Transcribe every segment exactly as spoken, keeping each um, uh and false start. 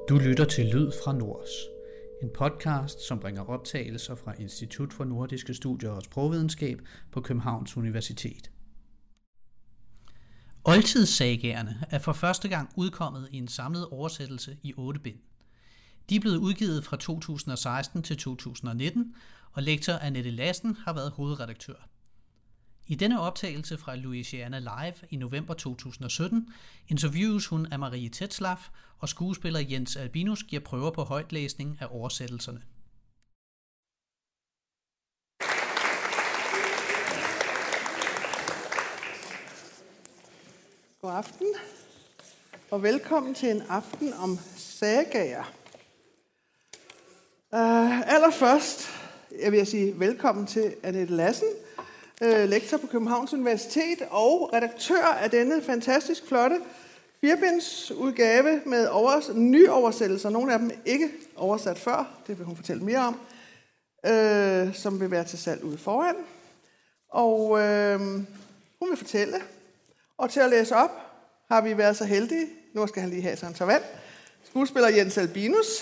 Du lytter til Lyd fra Nords, en podcast, som bringer optagelser fra Institut for Nordiske Studier og Sprogvidenskab på Københavns Universitet. Oldtidssagaerne er for første gang udkommet i en samlet oversættelse i otte bind. De er blevet udgivet fra to tusind og seksten til to tusind og nitten, og lektor Annette Lassen har været hovedredaktør. I denne optagelse fra Louisiana Live i november to tusind og sytten interviews hun af Marie Tetzlaff, og skuespiller Jens Albinus giver prøver på højtlæsning af oversættelserne. God aften, og velkommen til en aften om sagaer. Uh, allerførst, jeg vil sige velkommen til Annette Lassen, uh, lektor på Københavns Universitet og redaktør af denne fantastisk flotte firebindsudgave med overs- nyoversættelser. Nogle af dem ikke oversat før, det vil hun fortælle mere om, uh, som vil være til salg ude foran. Og uh, hun vil fortælle. Og til at læse op har vi været så heldige, nu skal han lige have sig en tår vand, skuespiller Jens Albinus.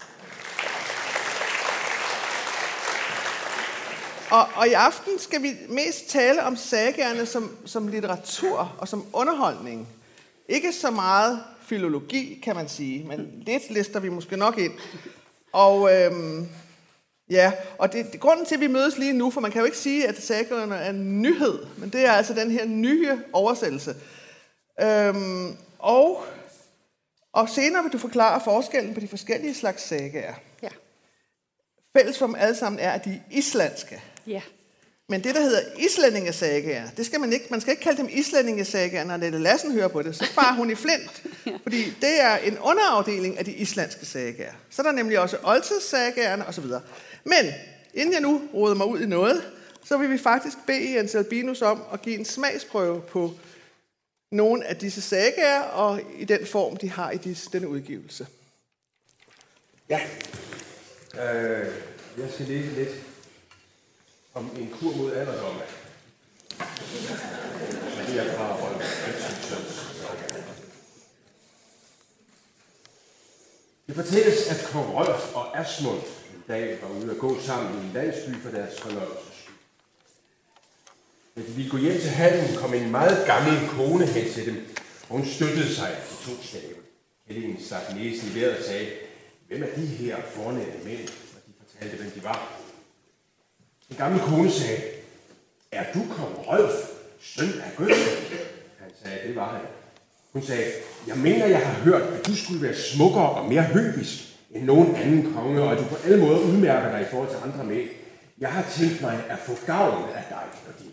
Og, og i aften skal vi mest tale om sagaerne som, som litteratur og som underholdning. Ikke så meget filologi, kan man sige, men lidt lister vi måske nok ind. Og øhm, ja, og det, det grunden til, at vi mødes lige nu, for man kan jo ikke sige, at sagaerne er en nyhed, men det er altså den her nye oversættelse. Øhm, og, og senere vil du forklare forskellen på de forskellige slags sagaer. Ja. Fælles for dem alle sammen er, at de er islandske. Ja. Men det, der hedder islændingesagaer, det skal man ikke, man skal ikke kalde dem islændingesagaer, når Annette Lassen hører på det, så farer hun i flint. Fordi det er en underafdeling af de islandske sagaer. Så er der nemlig også oldtidssagaerne osv. Men inden jeg nu roder mig ud i noget, så vil vi faktisk bede Jens Albinus om at give en smagsprøve på nogle af disse sagaer, og i den form, de har i disse, denne udgivelse. Ja, øh, jeg skal læse lidt om en kur mod alderdomme. Det er fra Rolf Christensens. Det fortælles, at kong Rolf og Asmund en dag var ude at gå sammen i en landsby for deres fornøjelse. Da de ville gå hjem til hallen, kom en meget gammel kone hen til dem, og hun støttede sig på to stave. Kællingen stak næsen i vejret og sagde, hvem er de her fornemme mænd? Og de fortalte, hvem de var. Den gamle kone sagde, er du kong Rolf, søn af Gøthe? Han sagde, det var han. Hun sagde, jeg mener, jeg har hørt, at du skulle være smukkere og mere høvisk end nogen anden konge, og at du på alle måder udmærker dig i forhold til andre mænd. Jeg har tænkt mig at få gavn af dig.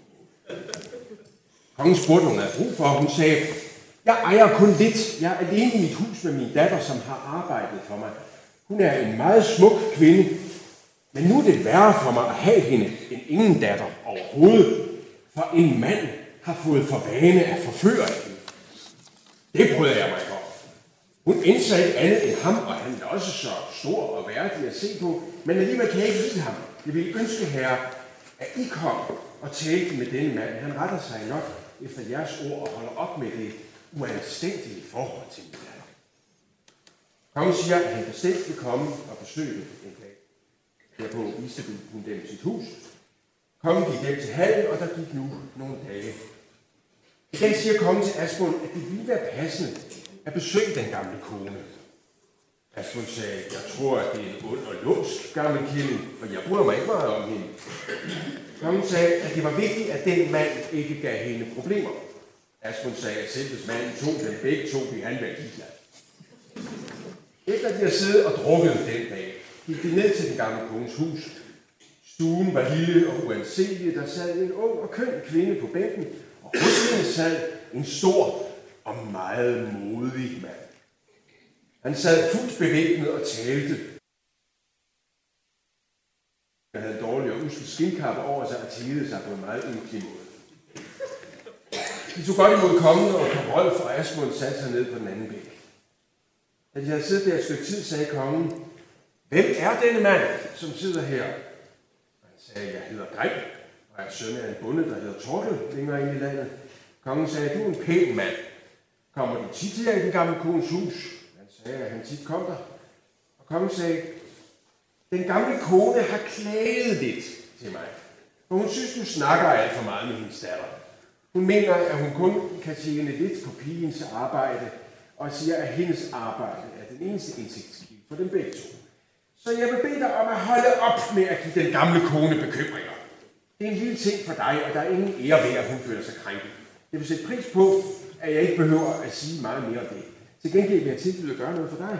Kongen spurgte, hvad hun havde brug for, og hun sagde, jeg ejer kun lidt. Jeg er alene i mit hus med min datter, som har arbejdet for mig. Hun er en meget smuk kvinde, men nu er det værre for mig at have hende end ingen datter overhovedet, for en mand har fået for vane at forføre hende. Det bryder jeg mig om. Hun indsagde ikke andet end ham, og han er også så stor og værdig at se på, men alligevel kan jeg ikke lide ham. Jeg vil ønske, herre, at I kom og talte med denne mand. Han retter sig nok efter jeres ord og holder op med det uanstændige forhold til min datter. Kongen siger, at han bestemt vil komme og besøge en dag. Derpå viste hun dem sit hus. Kongen gik hjem til hallen, og der gik nu nogle dage. I dag siger kongen til Asmund, at det ville være passende at besøge den gamle kone. Asmund sagde, jeg tror, at det er en ond og lumsk gammel kælling, og jeg bryder mig ikke meget om hende. Kongen sagde, at det var vigtigt, at den mand ikke gav hende problemer. Asmund sagde, at selv hvis manden tog dem begge to, ville han være ligeglad. Efter de havde siddet og drukket den dag, gik de ned til den gamle kones hus. Stuen var lille og uanselig, der sad en ung og køn kvinde på bænken, og hos hende sad en stor og meget modig mand. Han sad fuldt bevæbnet og talte. Han havde en dårlig og usel skinkappe over sig og tillede sig på en meget ynkelig måde. De tog godt imod kongen, og kong Rolf og Asmund satte sig ned på den anden bænk. Da de havde siddet der et stykke tid, sagde kongen, hvem er denne mand, som sidder her? Han sagde, jeg hedder Greb, og jeg er søn af en bonde, der hedder Torkel, længere ind i landet. Kongen sagde, du er en pæn mand. Kommer du tit her i den gamle kones hus? Han sagde, at han tit kom der. Og kongen sagde, den gamle kone har klaget lidt til mig, for hun synes, du snakker alt for meget med hendes datter. Hun mener, at hun kun kan tjene lidt på pigens arbejde, og siger, at hendes arbejde er den eneste indsigtskilde for dem begge to. Så jeg vil bede dig om at holde op med at give den gamle kone bekymringer. Det er en lille ting for dig, og der er ingen ære ved, at hun føler sig krænket. Jeg vil sætte pris på, at jeg ikke behøver at sige meget mere om det. Til gengæld vil jeg tilbyde at gøre noget for dig.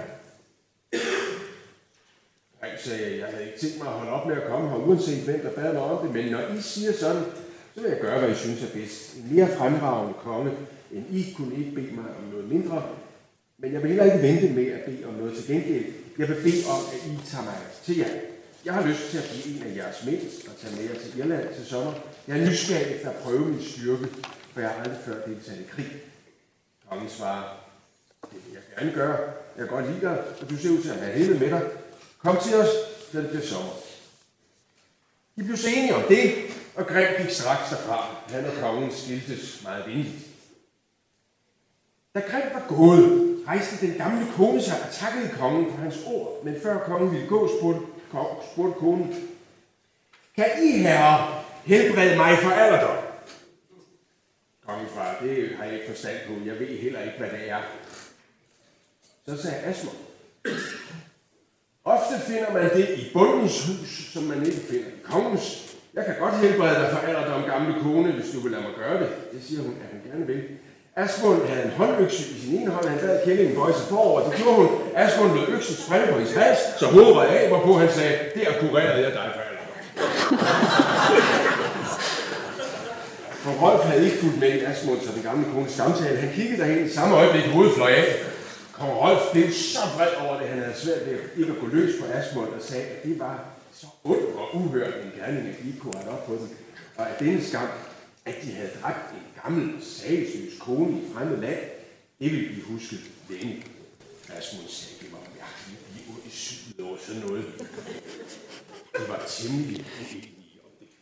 Jeg sagde, jeg havde ikke tænkt mig at holde op med at komme her, uanset hvem der bad mig om det, men når I siger sådan, så vil jeg gøre, hvad I synes er bedst. En mere fremragende konge, end I kunne ikke bede mig om noget mindre, men jeg vil heller ikke vente med at bede om noget til gengæld. Jeg vil bede om, at I tager mig til jer. Jeg har lyst til at blive en af jeres mænd og tage med jer til Irland til sommer. Jeg er nysgerrig efter at prøve min styrke, for jeg har aldrig før deltaget i krig. Kongen svarer, det vil jeg gerne gøre. Jeg kan godt lide dig, og du ser ud til at have hele med dig. Kom til os, da det bliver sommer. De blev så enige om det, og Grim gik straks derfra. Han og kongen skiltes meget venligt. Da Grim var gået, rejste den gamle kone sig og takkede kongen for hans ord. Men før kongen ville gå, spurgte, spurgte konen, kan I herrer helbrede mig for alderdom? Kongen svarede, det har jeg ikke forstand på. Jeg ved heller ikke, hvad det er. Så sagde Asmund, ofte finder man det i bondens hus, som man ikke finder i kongens. Jeg kan godt helbrede dig for alderdom, gamle kone, hvis du vil lade mig gøre det. Det siger hun, at hun gerne vil. Asmund havde en håndøkse i sin ene hånd, han bad kællingen bøje sig forover. Det gjorde hun. Asmund lod øksen springe på hendes hals, så hovedet var af, hvorpå han sagde, det er kureret jeg dig for alderdom. For Rolf havde ikke fulgt med i Asmunds og den gamle kones samtale. Han kiggede derhen i samme øjeblik, hovedet fløj af. Kong Rolf blev så vred over det, han havde svært ved ikke at gå løs på Asmund og sagde, at det var så ondt og uhørt en gerning, at de ikke kunne rette op på den. Og at denne skam, at de havde dræbt en gammel, sagesløs kone i fremmed land, det ville blive husket længe. Asmund sagde, det var mærkeligt at blive ondt i synet over sådan noget. De var temmelig uenige om det.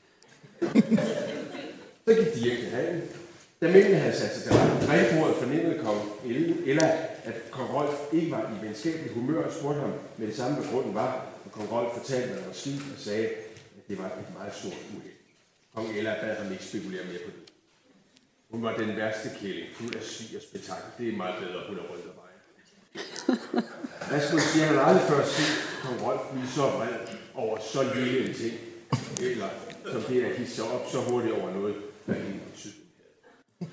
Så gik de hjem til hallen. Da mændene havde sat sig til drikkebordet, fornemmede kong eller at kong Rolf ikke var i venskabelig humør og spurgte ham med det samme, hvad grunden var. Og kong Rolf fortalte, hvad der var sket og sagde, at det var et meget stort uheld. Kong Ella bad ham ikke spekulere mere på det. Hun var den værste kælling, fuld af svig og spektakel. Det er meget bedre, hun er rundt af vejen. Asmund siger, han aldrig før set kong Rolf blive så vred over så lille en ting. Eller som det at hisse op så hurtigt over noget, der ingen betydning havde.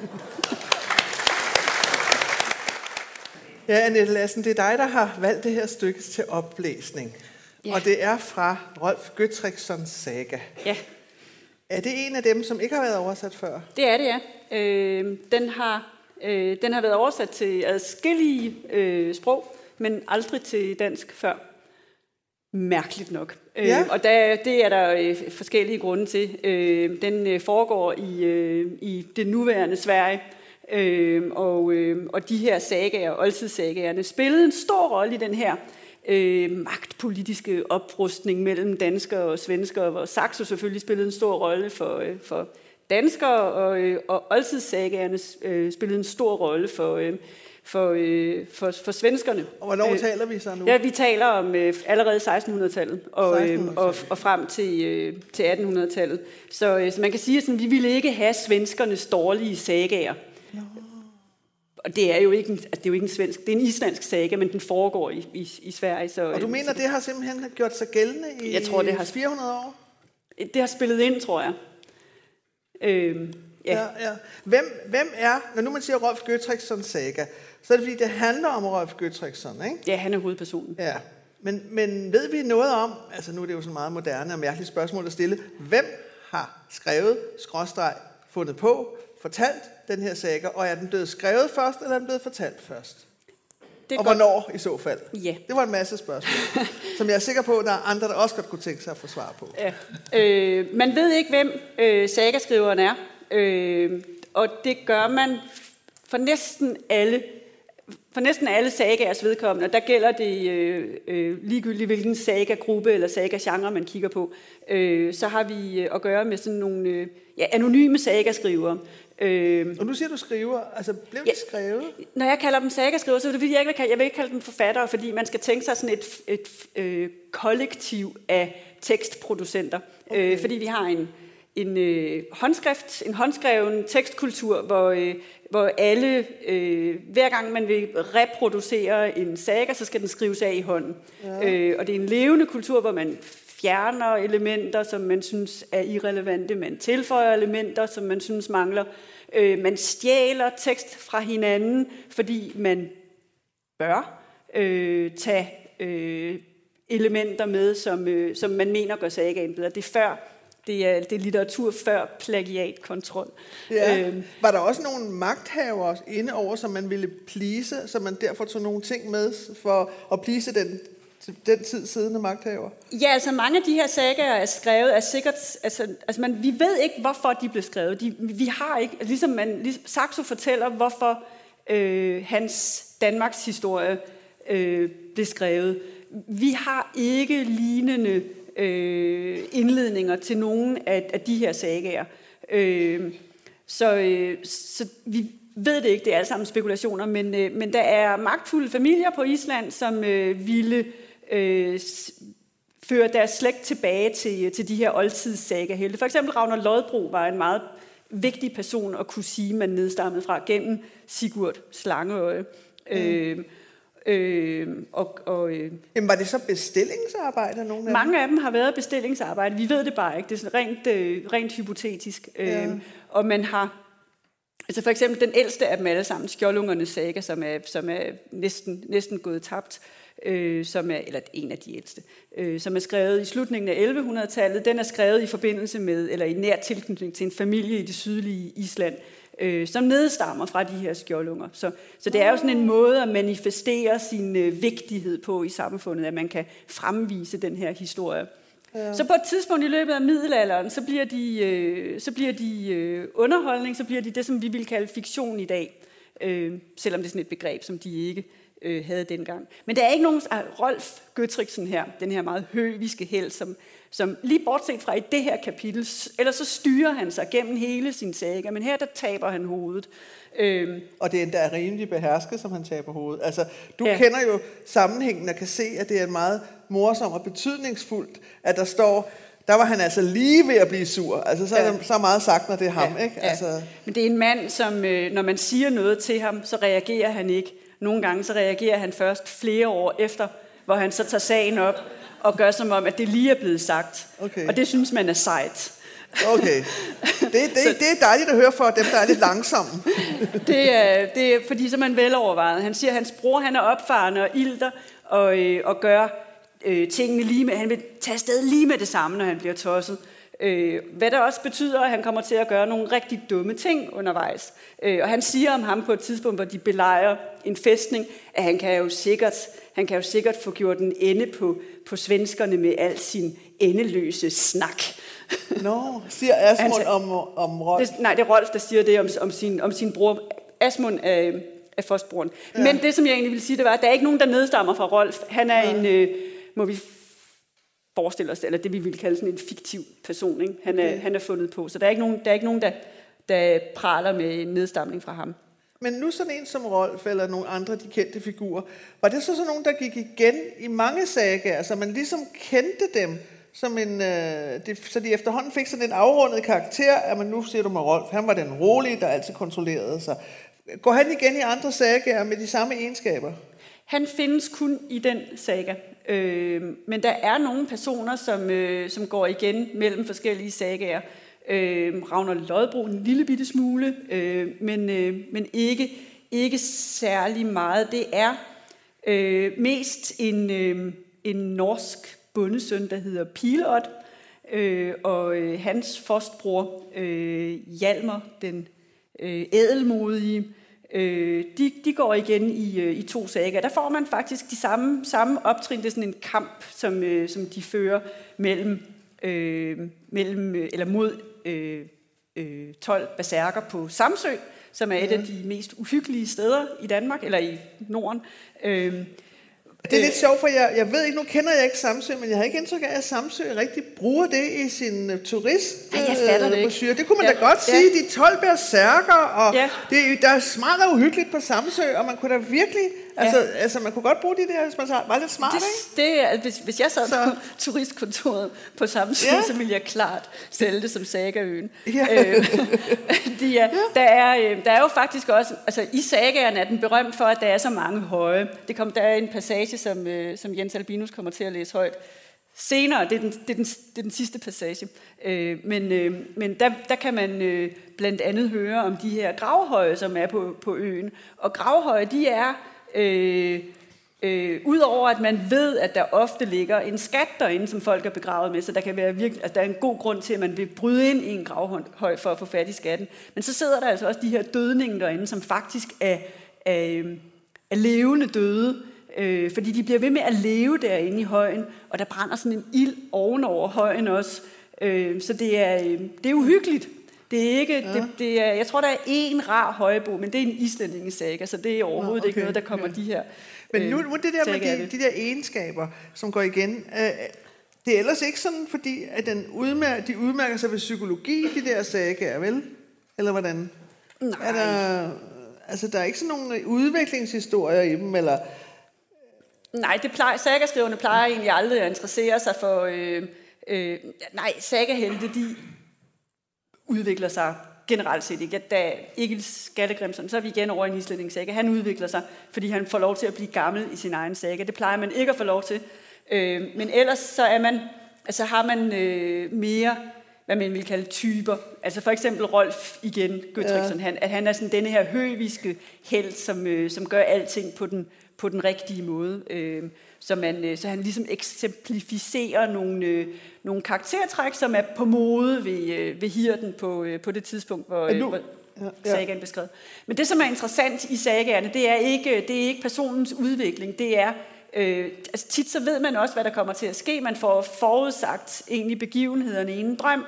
Ja, Annette Lassen, det er dig, der har valgt det her stykke til oplæsning. Ja. Og det er fra Rolf Gøtrikssons saga. Ja. Er det en af dem, som ikke har været oversat før? Det er det, ja. Øh, den, har, øh, den har været oversat til adskillige øh, sprog, men aldrig til dansk før. Mærkeligt nok. Ja. Øh, og der, det er der øh, forskellige grunde til. Øh, den øh, foregår i, øh, i det nuværende Sverige, øh, og, øh, og de her sagaer, oldtidssagaerne, spillede en stor rolle i den her øh, magtpolitiske oprustning mellem danskere og svenskere, hvor Saxo selvfølgelig spillede en stor rolle for, øh, for danskere, og, øh, og oldtidssagaerne øh, spillede en stor rolle for øh, For, øh, for, for svenskerne. Og hvornår øh, taler vi så nu? Ja, vi taler om øh, allerede sekstenhundredetallet og, øh, sekstenhundredetallet. og, og frem til, øh, til attenhundredetallet. Så, øh, så man kan sige, at vi ville ikke have svenskernes dårlige sagaer. No. Og det er jo ikke en, altså, det er jo ikke en svensk, det er en islandsk saga, men den foregår i, i, i Sverige. Så, Og du øh, mener, det har simpelthen gjort sig gældende i Jeg tror, det har- fire hundrede år? det har spillet ind, tror jeg. Øh, ja. Ja, ja. Hvem, hvem er, når nu man siger Rolf Gøtrikssons saga, så er det fordi, det handler om Rolf Gøtriksson, ikke? ja, han er hovedpersonen. Ja. Men, men ved vi noget om, altså nu er det jo sådan meget moderne og mærkeligt spørgsmål at stille, hvem har skrevet, skråstreg, fundet på, fortalt den her saga, og er den blevet skrevet først, eller er den blevet fortalt først? Det er Og godt. hvornår i så fald? Ja. Det var en masse spørgsmål, som jeg er sikker på, at der er andre, der også godt kunne tænke sig at få svar på. Ja. Øh, man ved ikke, hvem øh, sagaskriveren er, øh, og det gør man for næsten alle for næsten alle sagaers vedkommende, der gælder det øh, øh, ligegyldigt, hvilken saga-gruppe eller saga-genre man kigger på, øh, så har vi øh, at gøre med sådan nogle øh, ja, anonyme sagaskrivere. Øh, og nu siger du skriver, altså blev de ja, skrevet? Når jeg kalder dem sagaskrivere, så er det fordi, jeg ikke vil kalde, jeg vil ikke kalde dem forfattere, fordi man skal tænke sig sådan et, et øh, kollektiv af tekstproducenter. Okay. Øh, fordi vi har en En, øh, håndskrift, en håndskreven tekstkultur, hvor, øh, hvor alle, øh, hver gang man vil reproducere en saga, så skal den skrives af i hånden. Ja. Øh, og det er en levende kultur, hvor man fjerner elementer, som man synes er irrelevante, man tilføjer elementer, som man synes mangler. Øh, man stjæler tekst fra hinanden, fordi man bør øh, tage øh, elementer med, som, øh, som man mener gør sagaen bedre. Det er før Det er, det er litteratur før plagiatkontrol. Ja. Øhm. Var der også nogle magthavere inde over, som man ville please, så man derfor tog nogle ting med for at please den, den tid siddende magthaver? Ja, altså mange af de her sagaer er skrevet, er sikkert, altså, altså man, vi ved ikke, hvorfor de blev skrevet. De, vi har ikke, ligesom man, ligesom Saxo fortæller, hvorfor øh, hans Danmarks historie øh, blev skrevet. Vi har ikke lignende Øh, indledninger til nogle af, af de her sagaer. Øh, så, øh, så vi ved det ikke, det er alle sammen spekulationer, men, øh, men der er magtfulde familier på Island, som øh, ville øh, føre deres slægt tilbage til, til de her oldtidssagahelte. For eksempel Ragnar Lodbrok var en meget vigtig person at kunne sige, man nedstammede fra gennem Sigurd Slangeøje. Mm. Øh, Øh, og, og, øh, Jamen, var det så bestillingsarbejde? Nogle af mange dem? af dem har været bestillingsarbejde. Vi ved det bare ikke. Det er sådan rent, øh, rent hypotetisk. Ja. Øh, og man har, altså for eksempel den ældste af dem alle sammen, Skjoldungernes saga, som er, som er næsten, næsten gået tabt, øh, som er, eller en af de ældste, øh, som er skrevet i slutningen af elleve hundrede-tallet. Den er skrevet i forbindelse med, eller i nær tilknytning til en familie i det sydlige Island, Øh, som nedstammer fra de her skjoldunger. Så, så det er jo sådan en måde at manifestere sin øh, vigtighed på i samfundet, at man kan fremvise den her historie. Ja. Så på et tidspunkt i løbet af middelalderen, så bliver de, øh, så bliver de øh, underholdning, så bliver de det, som vi vil kalde fiktion i dag. Øh, selvom det er sådan et begreb, som de ikke øh, havde dengang. Men der er ikke nogen... Ah, Rolf Gøtriksen her, den her meget høviske helt, som, som lige bortset fra i det her kapitel, ellers så styrer han sig gennem hele sin saga, men her der taber han hovedet. Øhm. Og det er endda rimelig behersket, som han taber hovedet. Altså, du Ja. kender jo sammenhængen og kan se, at det er meget morsomt og betydningsfuldt, at der står, der var han altså lige ved at blive sur. Altså, så er Ja. der så meget sagt, når det er ham, Ja, ikke? ja. Altså, Men det er en mand, som øh, når man siger noget til ham, så reagerer han ikke. Nogle gange så reagerer han først flere år efter, hvor han så tager sagen op og gør som om, at det lige er blevet sagt. Okay. Og det synes man er sejt. okay. Det, det, det er dejligt at høre for dem, der er lidt langsomme. Det er, det er fordi, så er man velovervejet. Han siger, at hans bror han er opfarende og ilter og, øh, og gør øh, tingene lige med. Han vil tage afsted lige med det samme, når han bliver tosset. Øh, hvad der også betyder, at han kommer til at gøre nogle rigtig dumme ting undervejs. Øh, og han siger om ham på et tidspunkt, hvor de belejrer en fæstning, at han kan jo sikkert, han kan jo sikkert få gjort en ende på, på svenskerne med al sin endeløse snak. Nå, siger Asmund om, om Rolf. Det, nej, det er Rolf, der siger det om, om, sin, om sin bror. Asmund er, er førstbroren. Ja. Men det, som jeg egentlig vil sige, det var, at der er ikke nogen, der nedstammer fra Rolf. Han er ja. en, øh, må vi forestille os, eller det vi vil kalde sådan en fiktiv person. Ikke? Han, er, okay. han er fundet på. Så der er ikke nogen, der, er ikke nogen der, der praler med en nedstamning fra ham. Men nu sådan en som Rolf, eller nogle andre de kendte figurer, var det så sådan nogen, der gik igen i mange sagaer, så man ligesom kendte dem, som en, øh, det, så de efterhånden fik sådan en afrundet karakter, at man nu siger du med Rolf, han var den rolige, der altid kontrollerede sig. Går han igen i andre sagaer med de samme egenskaber? Han findes kun i den saga, øh, men der er nogle personer, som, øh, som går igen mellem forskellige sagaer. Øh, Ragnar Lodbrok en lille bitte smule, øh, men, øh, men ikke, ikke særlig meget. Det er øh, mest en, øh, en norsk bondesøn, der hedder Pilot, øh, og øh, hans forstbror øh, Hjalmar, den øh, ædelmodige, øh, de, de går igen i, øh, i to sagaer. Der får man faktisk de samme, samme optrin. Det er sådan en kamp, som, øh, som de fører mellem, øh, mellem eller mod øh, øh, tolv berserker på Samsø, som er et ja. af de mest uhyggelige steder i Danmark, eller i Norden. Øhm, Det er lidt sjovt, for jeg, jeg ved ikke, nu kender jeg ikke Samsø, men jeg har ikke indtryk af, at Samsø rigtig bruger det i sin uh, turist Ej, jeg fatter det ikke. Det kunne man ja, da godt ja. sige, de tolv berserker, og ja. det, der er smart og uhyggeligt på Samsø, og man kunne da virkelig, ja. altså, altså man kunne godt bruge de der, hvis man var lidt smart, det, ikke? Det, altså, hvis, hvis jeg sad så. på turistkontoret på Samsø, ja. så ville jeg klart sælge det som Sagaøen. Ja. Øh, de er, ja. der, er, der er jo faktisk også, altså i Sagaerne er den berømt for, at der er så mange høje. Det kom, der er en passage, som, øh, som Jens Albinus kommer til at læse højt senere. Det er den, det er den, det er den sidste passage. Øh, men øh, men der, der kan man øh, blandt andet høre om de her gravhøje, som er på, på øen. Og gravhøje, de er... Øh, Øh, Udover at man ved, at der ofte ligger en skat derinde, som folk er begravet med, så der kan være virkelig, at der er en god grund til, at man vil bryde ind i en gravhøj for at få fat i skatten. Men så sidder der altså også de her dødninge derinde, som faktisk er, er, er levende døde, øh, fordi de bliver ved med at leve derinde i højen, og der brænder sådan en ild ovenover højen også. Øh, så det er, øh, det er uhyggeligt. Det er ikke, ja. det, det er, jeg tror, der er én rar højbo, men det er en islændingesaga, så det er overhovedet Nå, okay, ikke noget, der kommer okay. de her. Men nu, nu det der med de, de der egenskaber, som går igen, øh, det er ellers ikke sådan, fordi at den udmærker, de udmærker sig ved psykologi, de der sagaer, vel? Eller hvordan? Nej. Er der, altså, der er ikke sådan nogle udviklingshistorier i dem, eller... Nej, det plejer, sagaskriverne plejer egentlig aldrig at interessere sig for... Øh, øh, nej, sagahelte, de udvikler sig generelt set ikke. Da Egil Skallagrimson, så er vi igen over i en islændingesaga, han udvikler sig, fordi han får lov til at blive gammel i sin egen saga. Det plejer man ikke at få lov til. Øh, men ellers så er man, altså har man øh, mere, hvad man vil kalde typer. Altså for eksempel Rolf igen, Gøtriksson, ja. han, at han er sådan denne her høviske helt, som, øh, som gør alting på den, på den rigtige måde. Øh, så, man, øh, så han ligesom eksemplificerer nogle, øh, nogle karaktertræk, som er på mode ved, øh, ved Hirden på, øh, på det tidspunkt, hvor, øh, hvor ja, ja. sagaen beskrevet. Men det, som er interessant i sagaerne, det er ikke, det er ikke personens udvikling, det er Øh, altså tit så ved man også, hvad der kommer til at ske. Man får forudsagt egentlig begivenhederne i en drøm.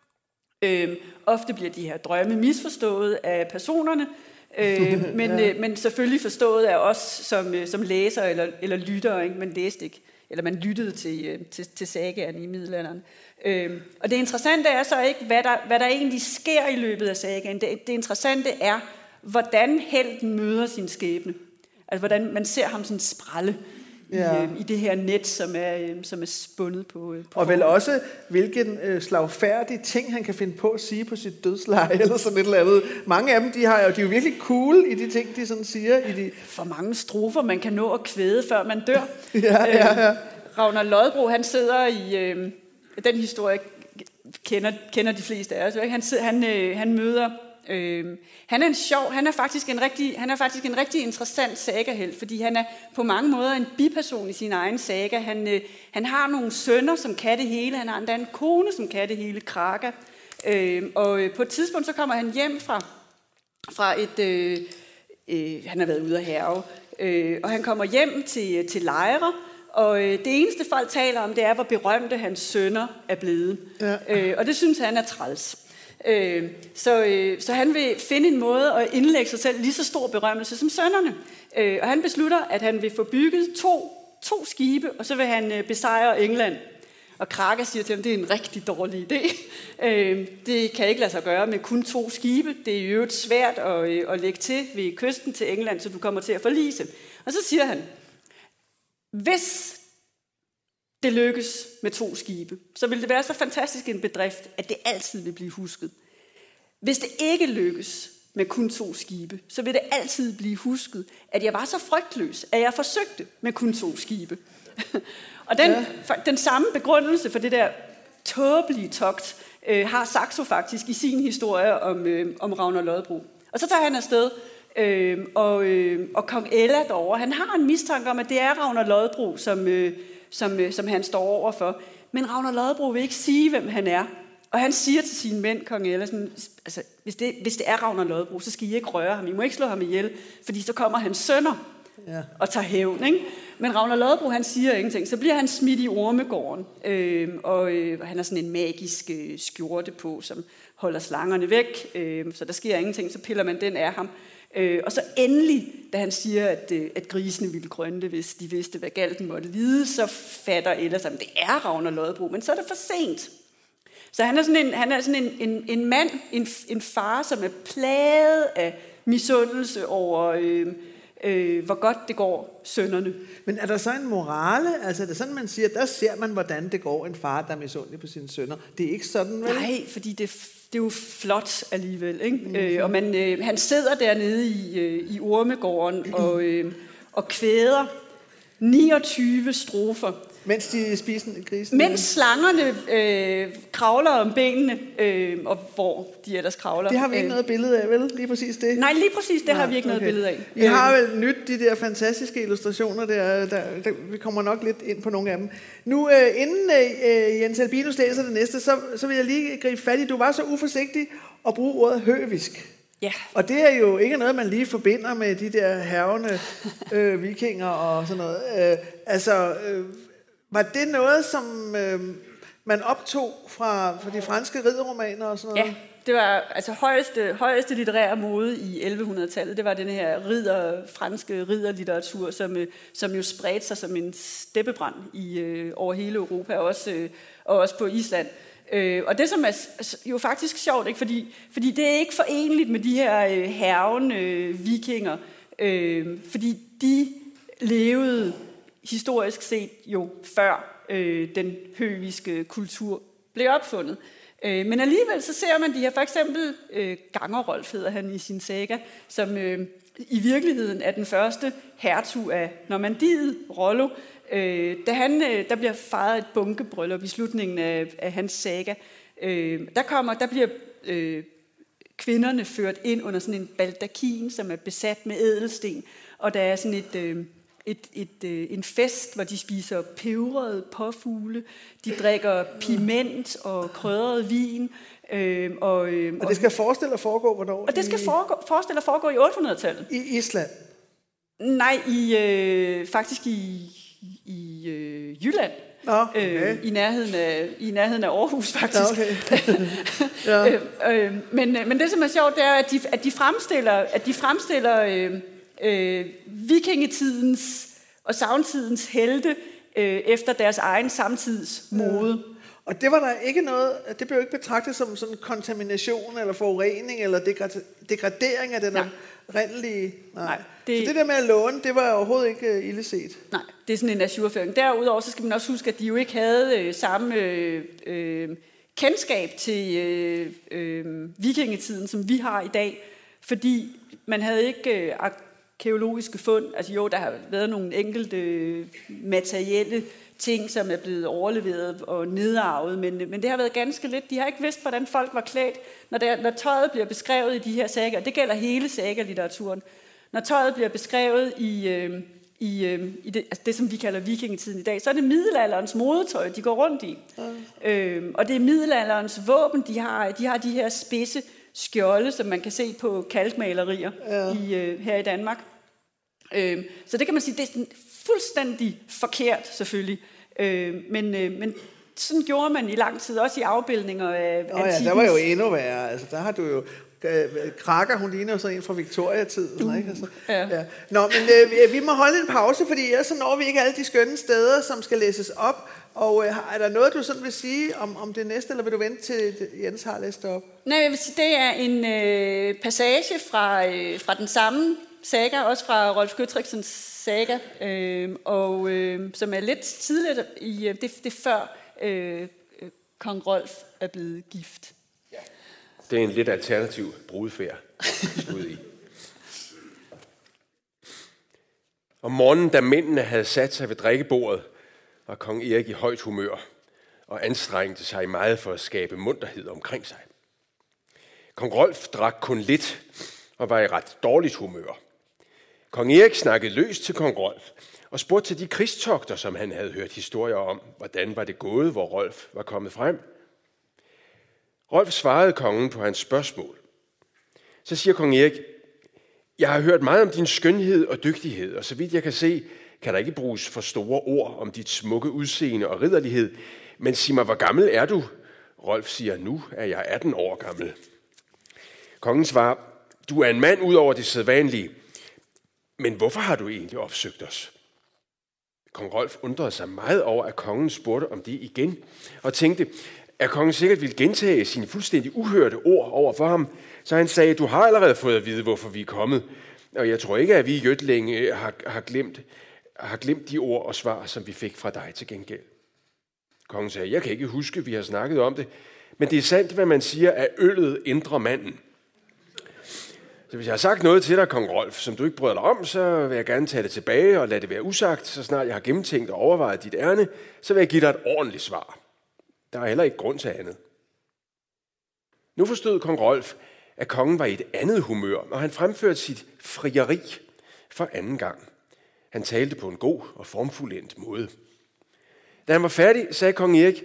Øh, ofte bliver de her drømme misforstået af personerne, øh, men, ja. øh, men selvfølgelig forstået af os som, øh, som læser eller, eller lytter. Ikke? Man læste ikke, eller man lyttede til, øh, til, til sagaerne i middelalderen. Øh, og det interessante er så ikke, hvad der, hvad der egentlig sker i løbet af sagaen. Det, det interessante er, hvordan helten møder sin skæbne. Altså hvordan man ser ham sådan sprælle. Ja. I, øh, i det her net, som er, øh, som er spundet på, øh, på og vel også, hvilken øh, slagfærdige ting, han kan finde på at sige på sit dødsleje, eller sådan et eller andet. Mange af dem, de, har, de er jo virkelig cool i de ting, de sådan siger. I de... For mange strofer, man kan nå at kvæde, før man dør. ja, ja, ja. Øh, Ragnar Lodbrok, han sidder i... Øh, den historie kender, kender de fleste af os. Ikke? Han, sidder, han, øh, han møder... Øh, han er en sjov, han er faktisk en rigtig, han er faktisk en rigtig interessant sagahelt, fordi han er på mange måder en biperson i sin egen saga. Han, øh, han har nogle sønner, som kan det hele. Han har endda en kone, som kan det hele, Kraka. Øh, og øh, på et tidspunkt så kommer han hjem fra fra et, øh, øh, han har været ude at hærge, øh, og han kommer hjem til til lejre. Og øh, det eneste folk taler om, det er hvor berømte hans sønner er blevet. Ja. Øh, og det synes han er træls. Øh, så, øh, så han vil finde en måde at indlægge sig selv lige så stor berømmelse som sønnerne. Øh, og han beslutter, at han vil få bygget to, to skibe, og så vil han øh, besejre England. Og Kraka siger til ham, det er en rigtig dårlig idé. Øh, det kan ikke lade sig gøre med kun to skibe. Det er jo svært at, øh, at lægge til ved kysten til England, så du kommer til at forlise. Og så siger han, hvis det lykkes med to skibe, så vil det være så fantastisk en bedrift, at det altid vil blive husket. Hvis det ikke lykkes med kun to skibe, så vil det altid blive husket, at jeg var så frygtløs, at jeg forsøgte med kun to skibe. Og den, ja. den samme begrundelse for det der tåbelige togt, øh, har Saxo faktisk i sin historie om, øh, om Ragnar Lodbrok. Og så tager han afsted, øh, og, øh, og kong Ella derovre, han har en mistanke om, at det er Ragnar Lodbrok, som... Øh, Som, som han står over for. Men Ragnar Lodbrok vil ikke sige, hvem han er. Og han siger til sine mænd, kong Ellison, altså, hvis det, hvis det er Ragnar Lodbrok, så skal I ikke røre ham. I må ikke slå ham ihjel, fordi så kommer hans sønner ja. og tager hævn. Ikke? Men Ragnar Lodbrok, han siger ingenting. Så bliver han smidt i ormegården, øh, og øh, han har sådan en magisk øh, skjorte på, som holder slangerne væk, øh, så der sker ingenting, så piller man den af ham. Øh, og så endelig, da han siger, at, øh, at grisene ville grønte, hvis de vidste, hvad galten måtte lide, så fatter ellers, at det er Ragnar Lodbrok, men så er det for sent. Så han er sådan en, han er sådan en, en, en mand, en, en far, som er plaget af misundelse over, øh, øh, hvor godt det går sønnerne. Men er der så en morale? Altså er det sådan, man siger, der ser man, hvordan det går en far, der er misundelig på sine sønner. Det er ikke sådan, vel? Nej, fordi det, det er jo flot alligevel. Ikke? Mm-hmm. Øh, og man, øh, han sidder dernede i, øh, i ormegården og, øh, og kvæder niogtyve strofer. Mens de spiser grisen? Mens slangerne øh, kravler om benene, øh, og hvor de ellers kravler. Det har vi ikke noget billede af, vel? Lige præcis det? Nej, lige præcis det Nej, har vi ikke okay. noget billede af. Vi har vel nyt de der fantastiske illustrationer, der, der, der vi kommer nok lidt ind på nogle af dem. Nu, øh, inden øh, Jens Albinus læser det næste, så, så vil jeg lige gribe fat i, du var så uforsigtig at bruge ordet høvisk. Ja. Og det er jo ikke noget, man lige forbinder med de der hærgende øh, vikinger og sådan noget. Øh, altså... Øh, Var det noget, som øh, man optog fra, fra de franske ridderromaner og sådan noget? Ja, det var altså højeste, højeste litterære mode i elleve hundrede-tallet. Det var den her ridder, franske ridderlitteratur, som, som jo spredte sig som en steppebrand i, øh, over hele Europa, og også, øh, og også på Island. Øh, og det, som er jo faktisk sjovt, ikke? Fordi, fordi det er ikke forenligt med de her øh, hærgende øh, vikinger, øh, fordi de levede historisk set jo før øh, den høviske kultur blev opfundet. Øh, men alligevel så ser man de her, for eksempel øh, Gangerolf hedder han i sin saga, som øh, i virkeligheden er den første hertug af Normandiet, Rollo. Øh, da han, øh, der bliver fejret et bunkebryllup i slutningen af, af hans saga, øh, der, kommer, der bliver øh, kvinderne ført ind under sådan en baldakin, som er besat med ædelsten, og der er sådan et... Øh, Et, et, øh, en fest, hvor de spiser peberede påfugle, de drikker piment og krydret vin. Øh, og, øh, og det skal forestille at foregå hvornår? Og det skal foregå, forestille at foregå i otte hundrede-tallet. I Island? Nej, i, øh, faktisk i, i øh, Jylland. Nå, okay. øh, i, nærheden af, I nærheden af Aarhus, faktisk. Nå, okay. Ja. øh, øh, men, men det, som er sjovt, det er, at de, at de fremstiller... At de fremstiller øh, Øh, vikingetidens og savntidens helte øh, efter deres egen samtids mode. Ja. Og det var der ikke noget, det blev ikke betragtet som sådan kontamination eller forurening eller degradering af den oprindelige. Nej. Nej, det, så det der med at låne, det var overhovedet ikke uh, illeset. Nej, det er sådan en ajourføring. Derudover så skal man også huske, at de jo ikke havde øh, samme øh, øh, kendskab til øh, øh, vikingetiden, som vi har i dag, fordi man havde ikke øh, arkæologiske fund. Altså jo, der har været nogle enkelte øh, materielle ting, som er blevet overleveret og nedarvet, men, men det har været ganske lidt. De har ikke vidst, hvordan folk var klædt. Når, der, når tøjet bliver beskrevet i de her sager, det gælder hele saga-litteraturen, når tøjet bliver beskrevet i, øh, i, øh, i det, altså det, som vi kalder vikingetiden i dag, så er det middelalderens modetøj, de går rundt i. Mm. Øh, og det er middelalderens våben, de har, de har de her spidse skjolde, som man kan se på kalkmalerier ja. i, øh, her i Danmark. Øh, så det kan man sige, det er sådan fuldstændig forkert selvfølgelig. Øh, men, øh, men sådan gjorde man i lang tid, også i afbildninger af oh, ja, der var jo endnu værre. Altså, der har du jo... Krakker, hun ligner jo så en fra Victoria-tiden. Uh, ikke? Altså, ja. Ja. Nå, men øh, vi må holde en pause, fordi ellers så når vi ikke alle de skønne steder, som skal læses op. Og øh, er der noget, du sådan vil sige om, om det næste, eller vil du vente til Jens har læst op? Nej, jeg vil sige, det er en øh, passage fra, øh, fra den samme saga, også fra Rolf Gøtriksens saga, øh, og øh, som er lidt tidligt i øh, det, det før øh, kong Rolf er blevet gift. Ja. Det er en lidt alternativ brudfærd ud i. Om morgenen, da mændene havde sat sig ved drikkebordet, var kong Erik i højt humør og anstrengte sig meget for at skabe munterhed omkring sig. Kong Rolf drak kun lidt og var i ret dårligt humør. Kong Erik snakkede løs til kong Rolf og spurgte til de krigstogter, som han havde hørt historier om, hvordan var det gået, hvor Rolf var kommet frem. Rolf svarede kongen på hans spørgsmål. Så siger kong Erik, Jeg har hørt meget om din skønhed og dygtighed, og så vidt jeg kan se, kan der ikke bruges for store ord om dit smukke udseende og ridderlighed. Men sig mig, hvor gammel er du? Rolf siger, nu er jeg atten år gammel. Kongen svarer, du er en mand ud over det sædvanlige. Men hvorfor har du egentlig opsøgt os? Kong Rolf undrede sig meget over, at kongen spurgte om det igen, og tænkte, at kongen sikkert ville gentage sine fuldstændig uhørte ord over for ham. Så han sagde, du har allerede fået at vide, hvorfor vi er kommet. Og jeg tror ikke, at vi i Jøtlinge har, har, glemt, har glemt de ord og svar, som vi fik fra dig til gengæld. Kongen sagde, jeg kan ikke huske, vi har snakket om det, men det er sandt, hvad man siger, at øllet ændrer manden. Så hvis jeg har sagt noget til dig, kong Rolf, som du ikke bryder dig om, så vil jeg gerne tage det tilbage og lade det være usagt. Så snart jeg har gennemtænkt og overvejet dit ærne, så vil jeg give dig et ordentligt svar. Der er heller ikke grund til andet. Nu forstod kong Rolf, at kongen var i et andet humør, og han fremførte sit frieri for anden gang. Han talte på en god og formfuldendt måde. Da han var færdig, sagde kong Erik,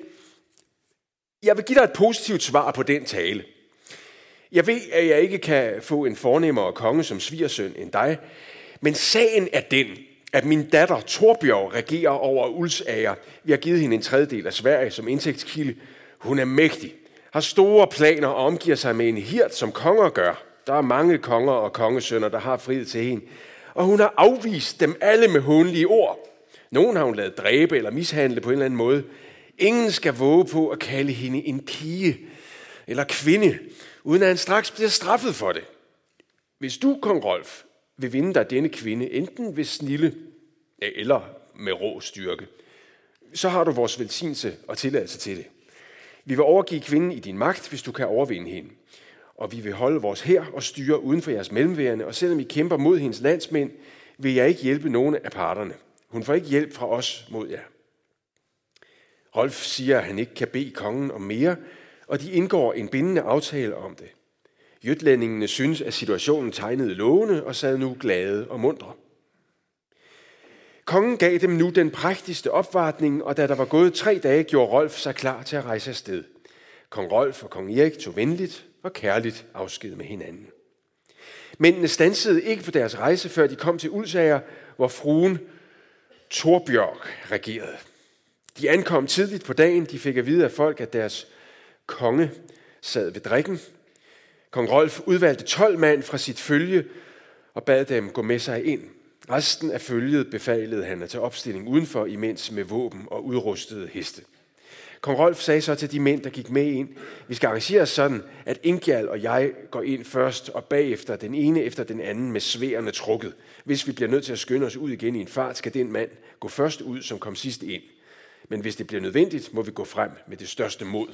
jeg vil give dig et positivt svar på den tale. Jeg ved, at jeg ikke kan få en fornemmere konge som svigersøn end dig, men sagen er den, at min datter Torbjørg regerer over Ulsager. Vi har givet hende en tredjedel af Sverige som indtægtskilde. Hun er mægtig, har store planer og omgiver sig med en hirt, som konger gør. Der er mange konger og kongesønner, der har frihed til hende. Og hun har afvist dem alle med hånlige ord. Nogen har hun ladet dræbe eller mishandle på en eller anden måde. Ingen skal våge på at kalde hende en pige eller kvinde, uden at han straks bliver straffet for det. Hvis du, kong Rolf, vil vinde dig denne kvinde, enten ved snilde eller med rå styrke, så har du vores velsignelse og tilladelse til det. Vi vil overgive kvinden i din magt, hvis du kan overvinde hende. Og vi vil holde vores hær og styre uden for jeres mellemværende, og selvom I kæmper mod hendes landsmænd, vil jeg ikke hjælpe nogen af parterne. Hun får ikke hjælp fra os mod jer. Rolf siger, at han ikke kan bede kongen om mere, og de indgår en bindende aftale om det. Jøtlændingene synes, at situationen tegnede lovende og sad nu glade og mundre. Kongen gav dem nu den prægtigste opvartning, og da der var gået tre dage, gjorde Rolf sig klar til at rejse afsted. Kong Rolf og kong Erik tog venligt og kærligt afsked med hinanden. Mændene stansede ikke på deres rejse, før de kom til Ulsager, hvor fruen Torbjørg regerede. De ankom tidligt på dagen. De fik at vide af folk, at deres konge sad ved drikken. Kong Rolf udvalgte tolv mand fra sit følge og bad dem gå med sig ind. Resten af følget befalede han at tage opstilling udenfor, imens med våben og udrustede heste. Kong Rolf sagde så til de mænd, der gik med ind, vi skal arrangere sådan, at Ingjald og jeg går ind først, og bagefter den ene efter den anden med sværene trukket. Hvis vi bliver nødt til at skynde os ud igen i en fart, skal den mand gå først ud, som kom sidst ind. Men hvis det bliver nødvendigt, må vi gå frem med det største mod.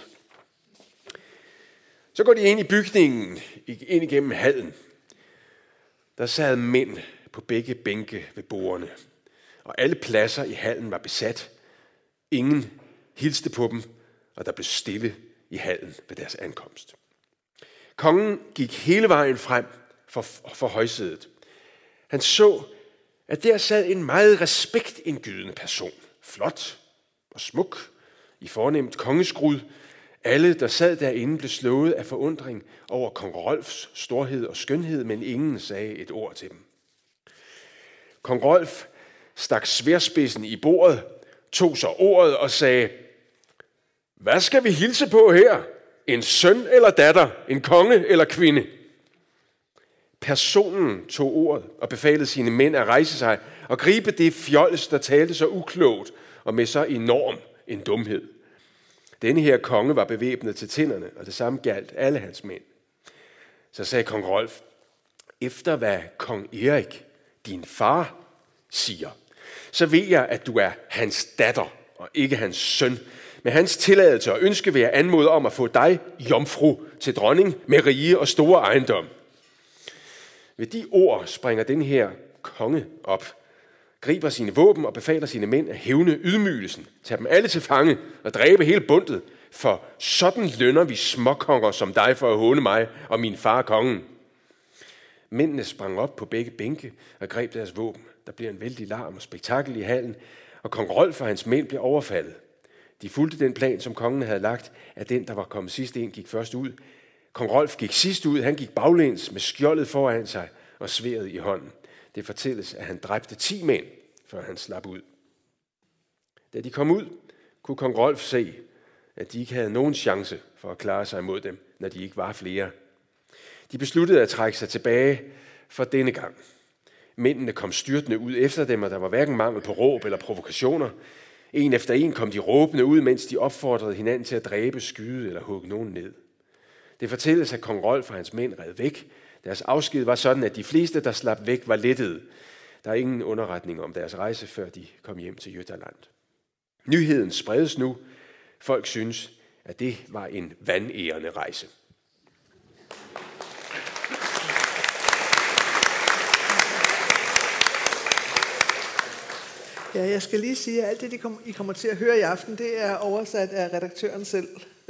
Så går de ind i bygningen, ind igennem hallen. Der sad mænd på begge bænke ved bordene, og alle pladser i hallen var besat. Ingen hilste på dem, og der blev stille i hallen ved deres ankomst. Kongen gik hele vejen frem for, for højsædet. Han så, at der sad en meget respektindgydende person, flot og smuk, i fornemt kongeskrud. Alle, der sad derinde, blev slået af forundring over kong Rolfs storhed og skønhed, men ingen sagde et ord til dem. Kong Rolf stak sværdspidsen i bordet, tog så ordet og sagde, hvad skal vi hilse på her? En søn eller datter? En konge eller kvinde? Personen tog ordet og befalede sine mænd at rejse sig og gribe det fjols, der talte så uklogt og med så enorm en dumhed. Denne her konge var bevæbnet til tænderne, og det samme galt alle hans mænd. Så sagde kong Rolf, efter hvad kong Erik, din far, siger, så ved jeg, at du er hans datter og ikke hans søn. Med hans tilladelse og ønske vil jeg anmode om at få dig, jomfru, til dronning med rige og store ejendom. Ved de ord springer den her konge op, griber sine våben og befaler sine mænd at hævne ydmygelsen, tage dem alle til fange og dræbe hele bundet, for sådan lønner vi småkonger som dig for at håne mig og min far kongen. Mændene sprang op på begge bænke og greb deres våben. Der bliver en vældig larm og spektakel i hallen, og kong Rolf og hans mænd bliver overfaldet. De fulgte den plan, som kongen havde lagt, at den, der var kommet sidst ind, gik først ud. Kong Rolf gik sidst ud, han gik baglæns med skjoldet foran sig, og sværdet i hånden. Det fortælles, at han dræbte ti mænd, før han slap ud. Da de kom ud, kunne kong Rolf se, at de ikke havde nogen chance for at klare sig imod dem, når de ikke var flere. De besluttede at trække sig tilbage for denne gang. Mændene kom styrtende ud efter dem, og der var hverken mangel på råb eller provokationer. En efter en kom de råbende ud, mens de opfordrede hinanden til at dræbe, skyde eller hugge nogen ned. Det fortælles, at kong Rolf og hans mænd red væk. Deres afsked var sådan, at de fleste, der slap væk, var lettede. Der er ingen underretning om deres rejse, før de kom hjem til Jøtaland. Nyheden spredes nu. Folk synes, at det var en vandærende rejse. Ja, jeg skal lige sige, at alt det, I kommer til at høre i aften, det er oversat af redaktøren selv.